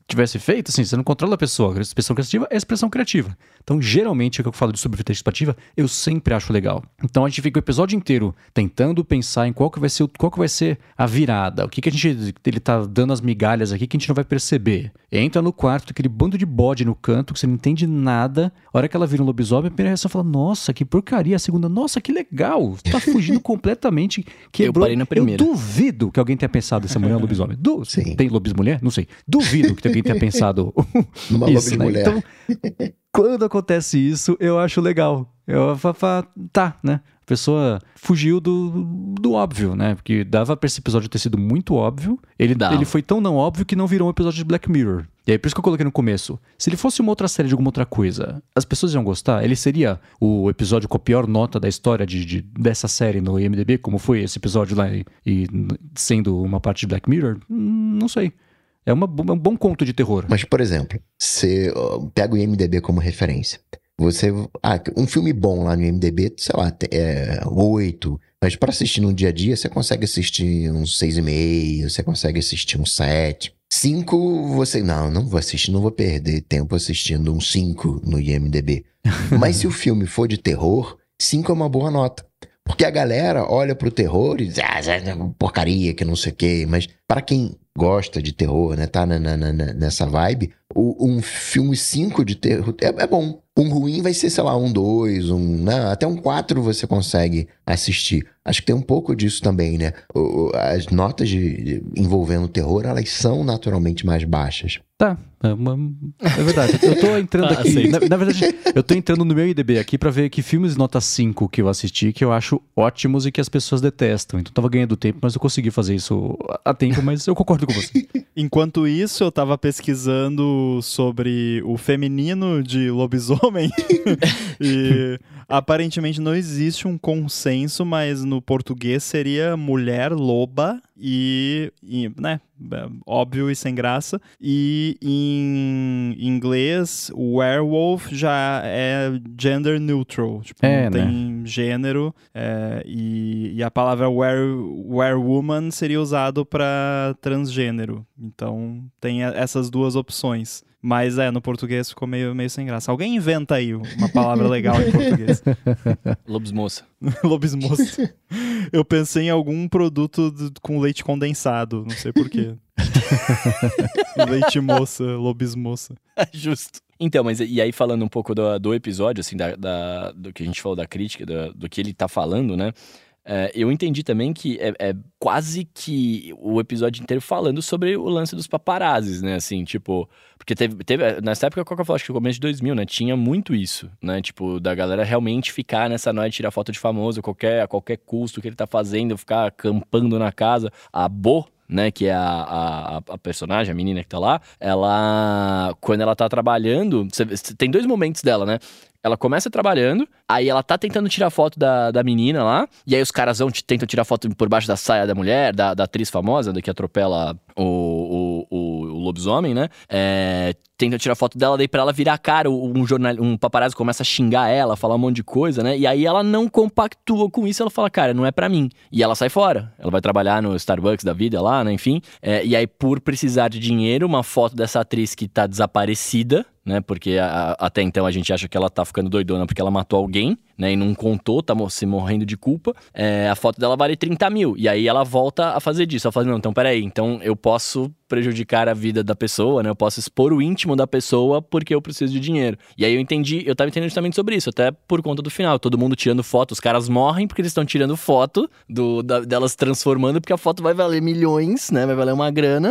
tivesse feito, assim, você não controla a pessoa. A expressão criativa é a expressão criativa. Então, geralmente, o que eu falo de subverter expectativa, eu sempre acho legal. Então, a gente fica o episódio inteiro tentando pensar em qual que vai ser, o, qual que vai ser a virada, o que, que a gente, ele tá dando as migalhas aqui que a gente não vai perceber. Entra no quarto, aquele bando de bode no canto, que você não entende nada. A hora que ela vira um lobisomem, a primeira reação fala, nossa, que porcaria. A segunda, nossa, que legal. Tá fugindo completamente. Quebrou. Eu parei na primeira. Eu duvido que alguém tenha pensado essa mulher é um lobisomem. Du... Tem lobismulher? Não sei. Duvido que alguém tenha pensado numa isso, né? mulher. Então, quando acontece isso, eu acho legal. Eu falo, tá, né? A pessoa fugiu do, do óbvio, né? Porque dava pra esse episódio ter sido muito óbvio. Ele, ele foi tão não óbvio que não virou um episódio de Black Mirror. E aí, por isso que eu coloquei no começo. Se ele fosse uma outra série de alguma outra coisa, as pessoas iam gostar? Ele seria o episódio com a pior nota da história de, de, dessa série no I M D B, como foi esse episódio lá, e, e sendo uma parte de Black Mirror? Hum, não sei. É uma, um bom conto de terror. Mas, por exemplo, você pega o I M D B como referência. Você, ah, um filme bom lá no I M D B, sei lá, é oito. Mas para assistir no dia a dia, você consegue assistir uns seis e meio, você consegue assistir uns sete. cinco, você, não, não vou assistir, não vou perder tempo assistindo um cinco no I M D B. Mas se o filme for de terror, cinco é uma boa nota. Porque a galera olha pro terror e diz, ah, porcaria, que não sei o quê. Mas para quem gosta de terror, né, tá na, na, na, nessa vibe, o, um filme cinco de terror é, é bom. Um ruim vai ser, sei lá, um dois, um, né, até um quatro você consegue assistir. Acho que tem um pouco disso também, né? O, as notas de, de, envolvendo terror, elas são naturalmente mais baixas. Tá, é, uma, é verdade. Eu tô entrando ah, aqui, na, na verdade, eu tô entrando no meu I M D B aqui pra ver que filmes nota cinco que eu assisti, que eu acho ótimos e que as pessoas detestam. Então eu tava ganhando tempo, mas eu consegui fazer isso a tempo, mas eu concordo com você. Enquanto isso, eu tava pesquisando sobre o feminino de lobisomem e aparentemente não existe um consenso, mas no português seria mulher loba e, e né, óbvio e sem graça. E em inglês, werewolf já é gender neutral, tipo, é, não tem né? gênero, é, e, e a palavra were, werewoman seria usado para transgênero. Então tem essas duas opções. Mas é, no português ficou meio, meio sem graça. Alguém inventa aí uma palavra legal em português. Lobismoça. Lobismoça. Eu pensei em algum produto de, com leite condensado, não sei porquê. Leite moça, lobismoça. Justo. Então, mas e aí falando um pouco do, do episódio, assim, da, da, do que a gente falou da crítica, do, do que ele tá falando, né? É, eu entendi também que é, é quase que o episódio inteiro falando sobre o lance dos paparazzis, né? Assim, tipo... Porque teve... teve nessa época, qual que eu falo? Acho que no começo de dois mil, né? Tinha muito isso, né? Tipo, da galera realmente ficar nessa noite, tirar foto de famoso, qualquer, a qualquer custo que ele tá fazendo, ficar acampando na casa. A Bo, né, que é a, a, a personagem, a menina que tá lá, ela, quando ela tá trabalhando, você, tem dois momentos dela, né? Ela começa trabalhando, aí ela tá tentando tirar foto da, da menina lá, e aí os caras vão, tentam tirar foto por baixo da saia da mulher, da, da atriz famosa, da que atropela o, o, o, o lobisomem, né? É, tentam tirar foto dela, daí pra ela virar a cara, um, jornal, um paparazzo começa a xingar ela, falar um monte de coisa, né? E aí ela não compactua com isso, ela fala, cara, não é pra mim. E ela sai fora, ela vai trabalhar no Starbucks da vida lá, né? Enfim, é, e aí por precisar de dinheiro, uma foto dessa atriz que tá desaparecida, né, porque a, a, até então a gente acha que ela tá ficando doidona porque ela matou alguém, né, e não contou, tá se morrendo de culpa, é, a foto dela vale trinta mil, e aí ela volta a fazer disso, ela fala, não, então peraí, então eu posso prejudicar a vida da pessoa, né, eu posso expor o íntimo da pessoa porque eu preciso de dinheiro. E aí eu entendi, eu tava entendendo justamente sobre isso, até por conta do final, todo mundo tirando foto, os caras morrem porque eles estão tirando foto do, da, delas transformando, porque a foto vai valer milhões, né, vai valer uma grana,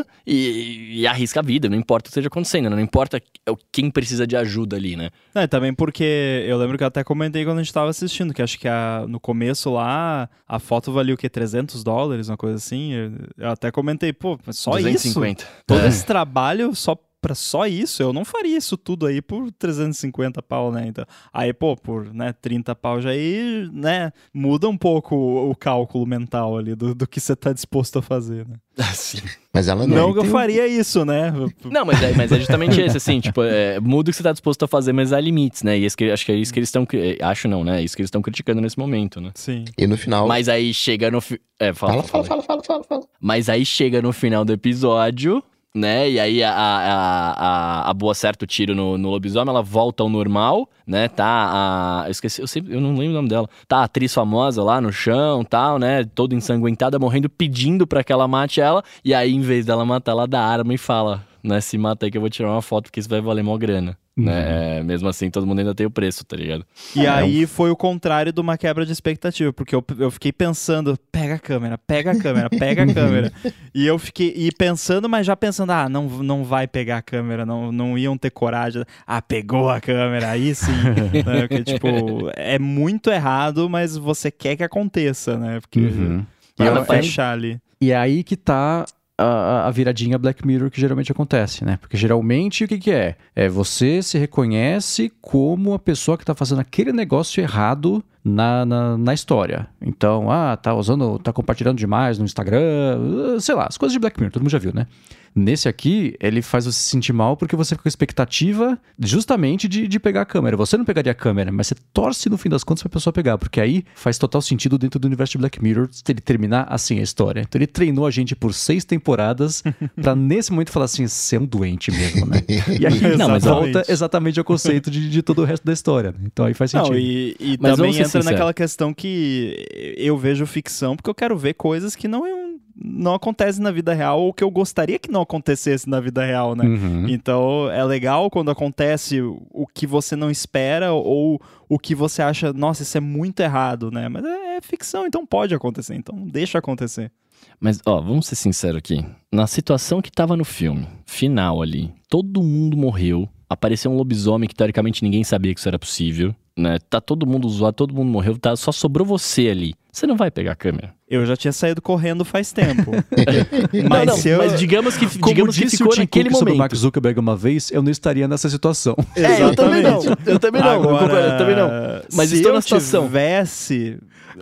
e, e arrisca a vida, não importa o que esteja acontecendo, não importa quem precisa de ajuda ali, né. É, também porque eu lembro que eu até comentei quando a gente tava assistindo, que acho que a, no começo lá, a foto valia o quê? trezentos dólares, uma coisa assim, eu, eu até comentei, pô, só duzentos e isso? cinquenta. Todo é. esse trabalho só pra só isso? Eu não faria isso tudo aí por trezentos e cinquenta pau, né? Então, aí, pô, por né, trinta pau já aí, né, muda um pouco o, o cálculo mental ali do, do que você tá disposto a fazer, né? Sim. Mas ela não. Não que eu faria isso, né? Não, mas é, mas é justamente esse, assim, tipo, é, muda o que você tá disposto a fazer, mas há limites, né? E esse que, acho que é isso que eles estão, acho não, né? É isso que eles estão criticando nesse momento, né? Sim. E no final... Mas aí chega no... Fi... É, fala, fala, fala, fala, fala, fala, fala. Mas aí chega no final do episódio, né? E aí a, a, a, a boa acerta o tiro no, no lobisomem, ela volta ao normal, né? Tá a... Eu esqueci, eu, sempre, eu não lembro o nome dela. Tá a atriz famosa lá no chão, tal, né? Toda ensanguentada, morrendo, pedindo pra que ela mate ela. E aí, em vez dela matar, ela dá arma e fala, né? Se mata aí que eu vou tirar uma foto, porque isso vai valer mó grana. Uhum. Né? É, mesmo assim, todo mundo ainda tem o preço, tá ligado? E é, aí um... foi o contrário de uma quebra de expectativa, porque eu, eu fiquei pensando, pega a câmera, pega a câmera, pega a câmera. E eu fiquei e pensando, mas já pensando, ah, não, não vai pegar a câmera, não, não iam ter coragem. Ah, pegou a câmera, aí sim. Né? Porque, tipo, é muito errado, mas você quer que aconteça, né? Porque Uhum. para E fechar ali. E é aí que tá a, a viradinha Black Mirror que geralmente acontece, né? Porque geralmente o que que é? É você se reconhece como a pessoa que tá fazendo aquele negócio errado na, na, na história. Então, ah, tá usando, tá compartilhando demais no Instagram, sei lá, as coisas de Black Mirror, todo mundo já viu, né? Nesse aqui, ele faz você se sentir mal porque você fica com a expectativa justamente de, de pegar a câmera. Você não pegaria a câmera, mas você torce no fim das contas pra pessoa pegar, porque aí faz total sentido dentro do universo de Black Mirror ele terminar assim a história. Então ele treinou a gente por seis temporadas pra nesse momento falar assim, você é um doente mesmo, né? E aí Não, mas volta exatamente ao conceito de, de todo o resto da história. Né? Então aí faz sentido. Não, e, e Mas também vamos ser entra sinceros. naquela questão que eu vejo ficção porque eu quero ver coisas que não, não acontecem na vida real ou que eu gostaria que não acontecesse na vida real, né? Uhum. Então é legal quando acontece o que você não espera ou o que você acha, nossa, isso é muito errado, né? Mas é, é ficção, então pode acontecer, então deixa acontecer. Mas, ó, vamos ser sinceros aqui. Na situação que tava no filme, final ali, todo mundo morreu. Apareceu um lobisomem que teoricamente ninguém sabia que isso era possível, né? Tá todo mundo zoado, todo mundo morreu, tá, só sobrou você ali. Você não vai pegar a câmera. Eu já tinha saído correndo faz tempo. Não, mas não, se eu... mas digamos que, Como digamos que disse ficou o Tim naquele Cook sobre o momento. Mark Zuckerberg uma vez, eu não estaria nessa situação. É, eu também não. Eu também não. Agora, eu concordo, eu também não. Mas se estou eu na situação. tivesse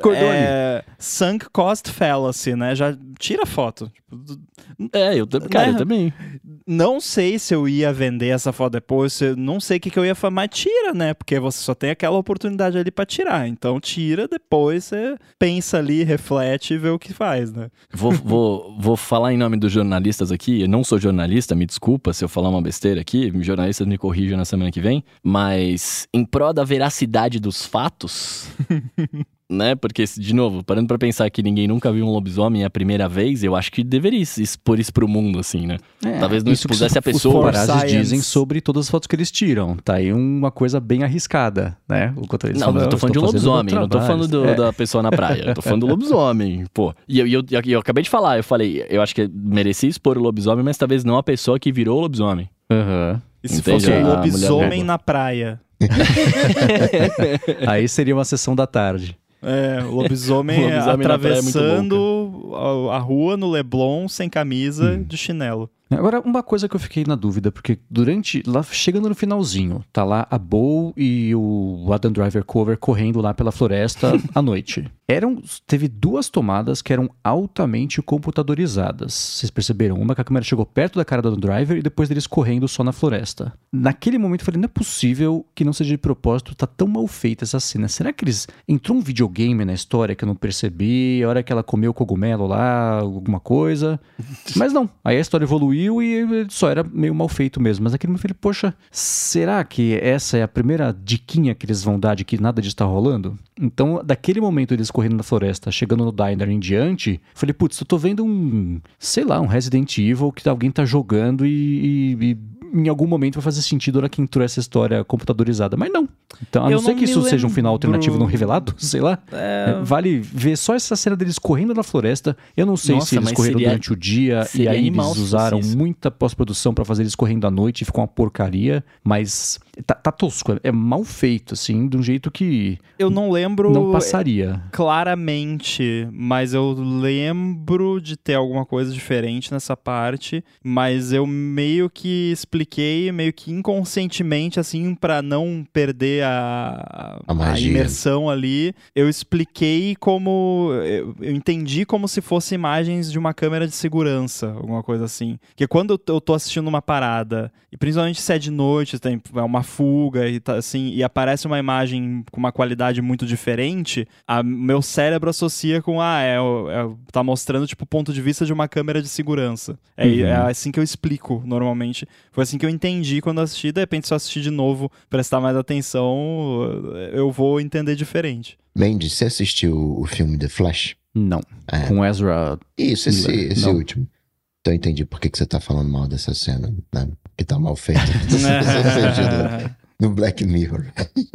é, sunk cost fallacy, né? Já tira a foto. É, eu, cara, Né? eu também. Não sei se eu ia vender essa foto depois, se eu não sei o que, que eu ia fazer, mas tira, né? Porque você só tem aquela oportunidade ali pra tirar. Então tira, depois você pensa ali, reflete e vê o que faz, né? Vou, vou, vou falar em nome dos jornalistas aqui. Eu não sou jornalista, me desculpa se eu falar uma besteira aqui. Jornalistas me corrijam na semana que vem. Mas em prol da veracidade dos fatos... Né? Porque, de novo, parando pra pensar que ninguém nunca viu um lobisomem a primeira vez, eu acho que deveria expor isso pro mundo, assim, né? É, Talvez não isso que expusesse a os pessoa. paparazzi Science. dizem sobre todas as fotos que eles tiram. Tá aí uma coisa bem arriscada, né? O quanto eles Não, falam, mas eu tô falando de um estou fazendo lobisomem, meu não tô trabalho. falando do- É. da pessoa na praia. Eu tô falando do lobisomem, pô. E eu, e eu, e eu, eu acabei de falar, eu falei, eu acho que merecia expor o lobisomem, mas talvez não a pessoa que virou o lobisomem. Aham. E se Entende? fosse um A lobisomem mulher- na praia? Aí seria uma sessão da tarde. É, o lobisomem, O lobisomem na praia é muito atravessando a, a rua no Leblon sem camisa, de chinelo. Agora, uma coisa que eu fiquei na dúvida, porque durante, lá chegando no finalzinho, tá lá a Bo e o Adam Driver cover correndo lá pela floresta à noite. Eram, teve duas tomadas que eram altamente computadorizadas. Vocês perceberam? Uma que a câmera chegou perto da cara do Adam Driver e depois deles correndo só na floresta. Naquele momento eu falei, não é possível que não seja de propósito, tá tão mal feita essa cena. Será que eles... Entrou um videogame na história que eu não percebi, a hora que ela comeu o cogumelo lá, alguma coisa... Mas não, aí a história evoluiu e só era meio mal feito mesmo. Mas aquele meu filho, poxa, será que essa é a primeira diquinha que eles vão dar de que nada disso está rolando? Então, daquele momento eles correndo na floresta, chegando no diner em diante, falei, putz, eu tô vendo um, sei lá, um Resident Evil que alguém tá jogando e, e, e em algum momento vai fazer sentido na hora que entrou essa história computadorizada. Mas não. Então, a Eu não ser não que isso me seja um final lembro. alternativo não revelado, sei lá. É... Vale ver só essa cena deles correndo na floresta. Eu não sei Nossa, se eles mas correram seria- durante o dia e seria aí animal eles se usaram fosse isso. muita pós-produção pra fazer eles correndo à noite e ficou uma porcaria. Mas tá, tá tosco, é mal feito, assim, de um jeito que Eu não lembro não passaria. claramente, mas eu lembro de ter alguma coisa diferente nessa parte, mas eu meio que expliquei, meio que inconscientemente, assim, pra não perder a, A magia. imersão ali, eu expliquei como, eu, eu entendi como se fossem imagens de uma câmera de segurança, alguma coisa assim. Porque quando eu, eu tô assistindo uma parada, e principalmente se é de noite, tem é uma fuga e, tá, assim, e aparece uma imagem com uma qualidade muito diferente, a, meu cérebro associa com, ah, é, é, tá mostrando tipo o ponto de vista de uma câmera de segurança. É, uhum. é assim que eu explico normalmente. Foi assim que eu entendi quando assisti. De repente, se eu assistir de novo, prestar mais atenção, eu vou entender diferente. Mendes, você assistiu o filme The Flash? Não. É. Com Ezra... Isso, esse, esse último. Então eu entendi por que, que você tá falando mal dessa cena, né? Que tá mal feita. no Black Mirror.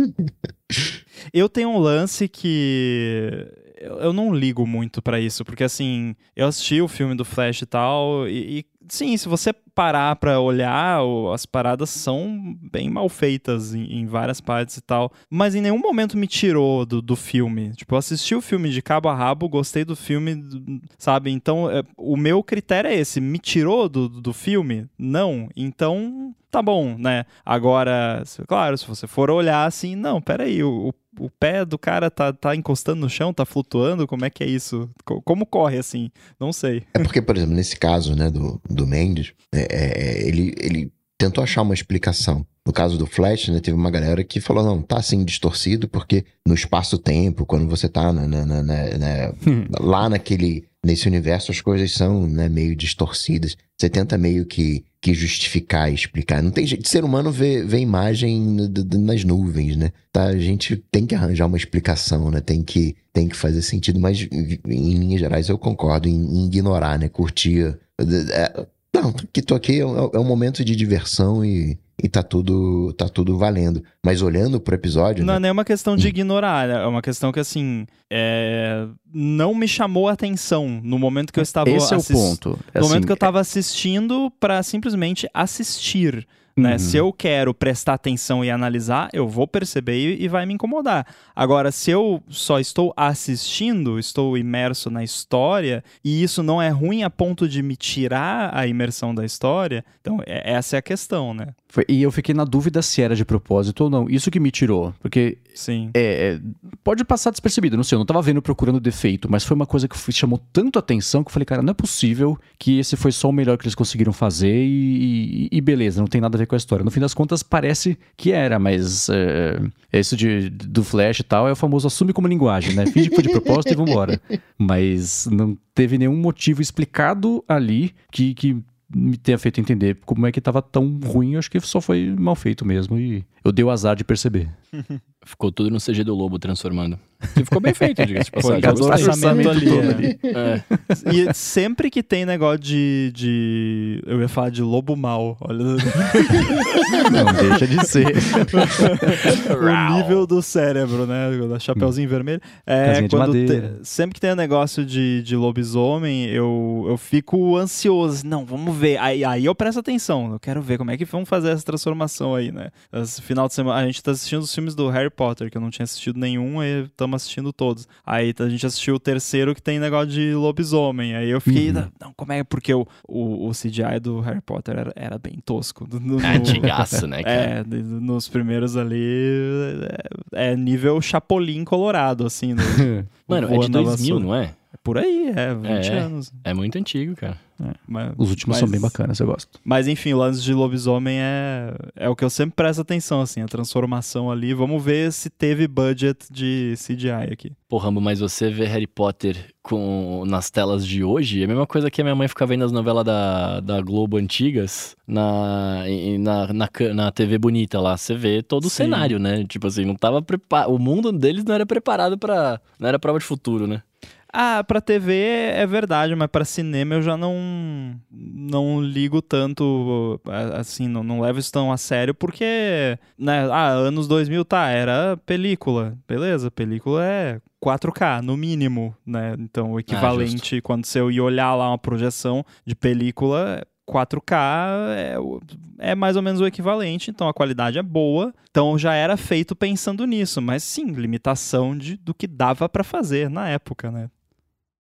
Eu tenho um lance que... eu não ligo muito pra isso, porque assim, eu assisti o filme do Flash e tal, e, e sim, se você parar pra olhar, as paradas são bem mal feitas em, em várias partes e tal, mas em nenhum momento me tirou do, do filme. Tipo, eu assisti o filme de cabo a rabo, gostei do filme, sabe? Então, é, o meu critério é esse, me tirou do, do filme? Não. Então, tá bom, né? Agora, claro, se você for olhar assim, não, peraí, o, o O pé do cara tá, tá encostando no chão, tá flutuando? Como é que é isso? Como corre assim? Não sei. É porque, por exemplo, nesse caso, né, do, do Mendes, é, é, ele, ele tentou achar uma explicação. No caso do Flash, né, teve uma galera que falou, não, tá assim distorcido porque no espaço-tempo, quando você tá na, na, na, na, na, lá naquele, nesse universo, as coisas são, né, meio distorcidas. Você tenta meio que, que justificar e explicar. Não tem jeito. Ser humano vê, vê imagem nas nuvens, né? Tá? A gente tem que arranjar uma explicação, né? Tem que, tem que fazer sentido. Mas, em linhas gerais, eu concordo em, em ignorar, né? Curtir. É, não, que tô aqui é, é um momento de diversão e... E tá tudo, tá tudo valendo. Mas olhando pro episódio... Não né? é nem uma questão de ignorar. É uma questão que, assim... É... não me chamou a atenção no momento que eu estava... Esse assist... é o ponto. No assim, momento que eu estava assistindo pra simplesmente assistir. Né? Uhum. Se eu quero prestar atenção e analisar, eu vou perceber e, e vai me incomodar. Agora, se eu só estou assistindo, estou imerso na história, e isso não é ruim a ponto de me tirar a imersão da história, então é, essa é a questão, né? Foi, e eu fiquei na dúvida se era de propósito ou não. Isso que me tirou. Porque Sim. É, é, pode passar despercebido, não sei, eu não tava vendo procurando defeito, mas foi uma coisa que chamou tanto atenção que eu falei, cara, não é possível que esse foi só o melhor que eles conseguiram fazer e, e, e beleza, não tem nada a ver com a história. No fim das contas, parece que era, mas é, isso de, do Flash e tal é o famoso assume como linguagem, né? Finge que foi de propósito e vambora. Mas não teve nenhum motivo explicado ali que... que me tenha feito entender como é que tava tão ruim. Eu acho que só foi mal feito mesmo e eu dei o azar de perceber. Ficou tudo no C G do Lobo transformando. E ficou bem feito, diga-se de passagem. Foi, o orçamento ali, todo é. ali. É. E sempre que tem negócio de, de... eu ia falar de lobo mau. Olha... Não deixa de ser. O nível do cérebro, né? Chapeuzinho hum. vermelho. É, quando te... Sempre que tem um negócio de, de lobisomem, eu, eu fico ansioso. Não, vamos ver. Aí, aí eu presto atenção. Eu quero ver como é que vão fazer essa transformação aí, né? Esse final de semana, a gente tá assistindo os filmes do Harry Potter, que eu não tinha assistido nenhum, e estamos assistindo todos. Aí a gente assistiu o terceiro, que tem negócio de lobisomem. Aí eu fiquei, uhum. não, como é? Porque o, o, o C G I do Harry Potter era, era bem tosco. No, no, Antigaço, né, cara? É, nos primeiros ali, é, é nível Chapolin Colorado, assim. No, Mano, é de dois mil, não é? É por aí, é, vinte é, anos. É muito antigo, cara. É, mas, Os últimos mas, são bem bacanas, eu gosto. Mas enfim, o lance de lobisomem é, é o que eu sempre presto atenção, assim, a transformação ali. Vamos ver se teve budget de C G I aqui. Pô, Rambo, mas você vê Harry Potter com, nas telas de hoje, é a mesma coisa que a minha mãe fica vendo as novelas da, da Globo antigas na, na, na, na T V bonita lá. Você vê todo o Sim. cenário, né? Tipo assim, não tava preparado. O mundo deles não era preparado pra. Não era prova de futuro, né? Ah, pra T V é verdade, mas pra cinema eu já não não ligo tanto, assim, não, não levo isso tão a sério, porque, né, ah, anos dois mil, tá, era película, beleza, película é quatro K, no mínimo, né, então o equivalente, ah, quando você ia olhar lá uma projeção de película... quatro K é, é mais ou menos o equivalente, então a qualidade é boa. Então já era feito pensando nisso, mas sim, limitação de, do que dava pra fazer na época, né?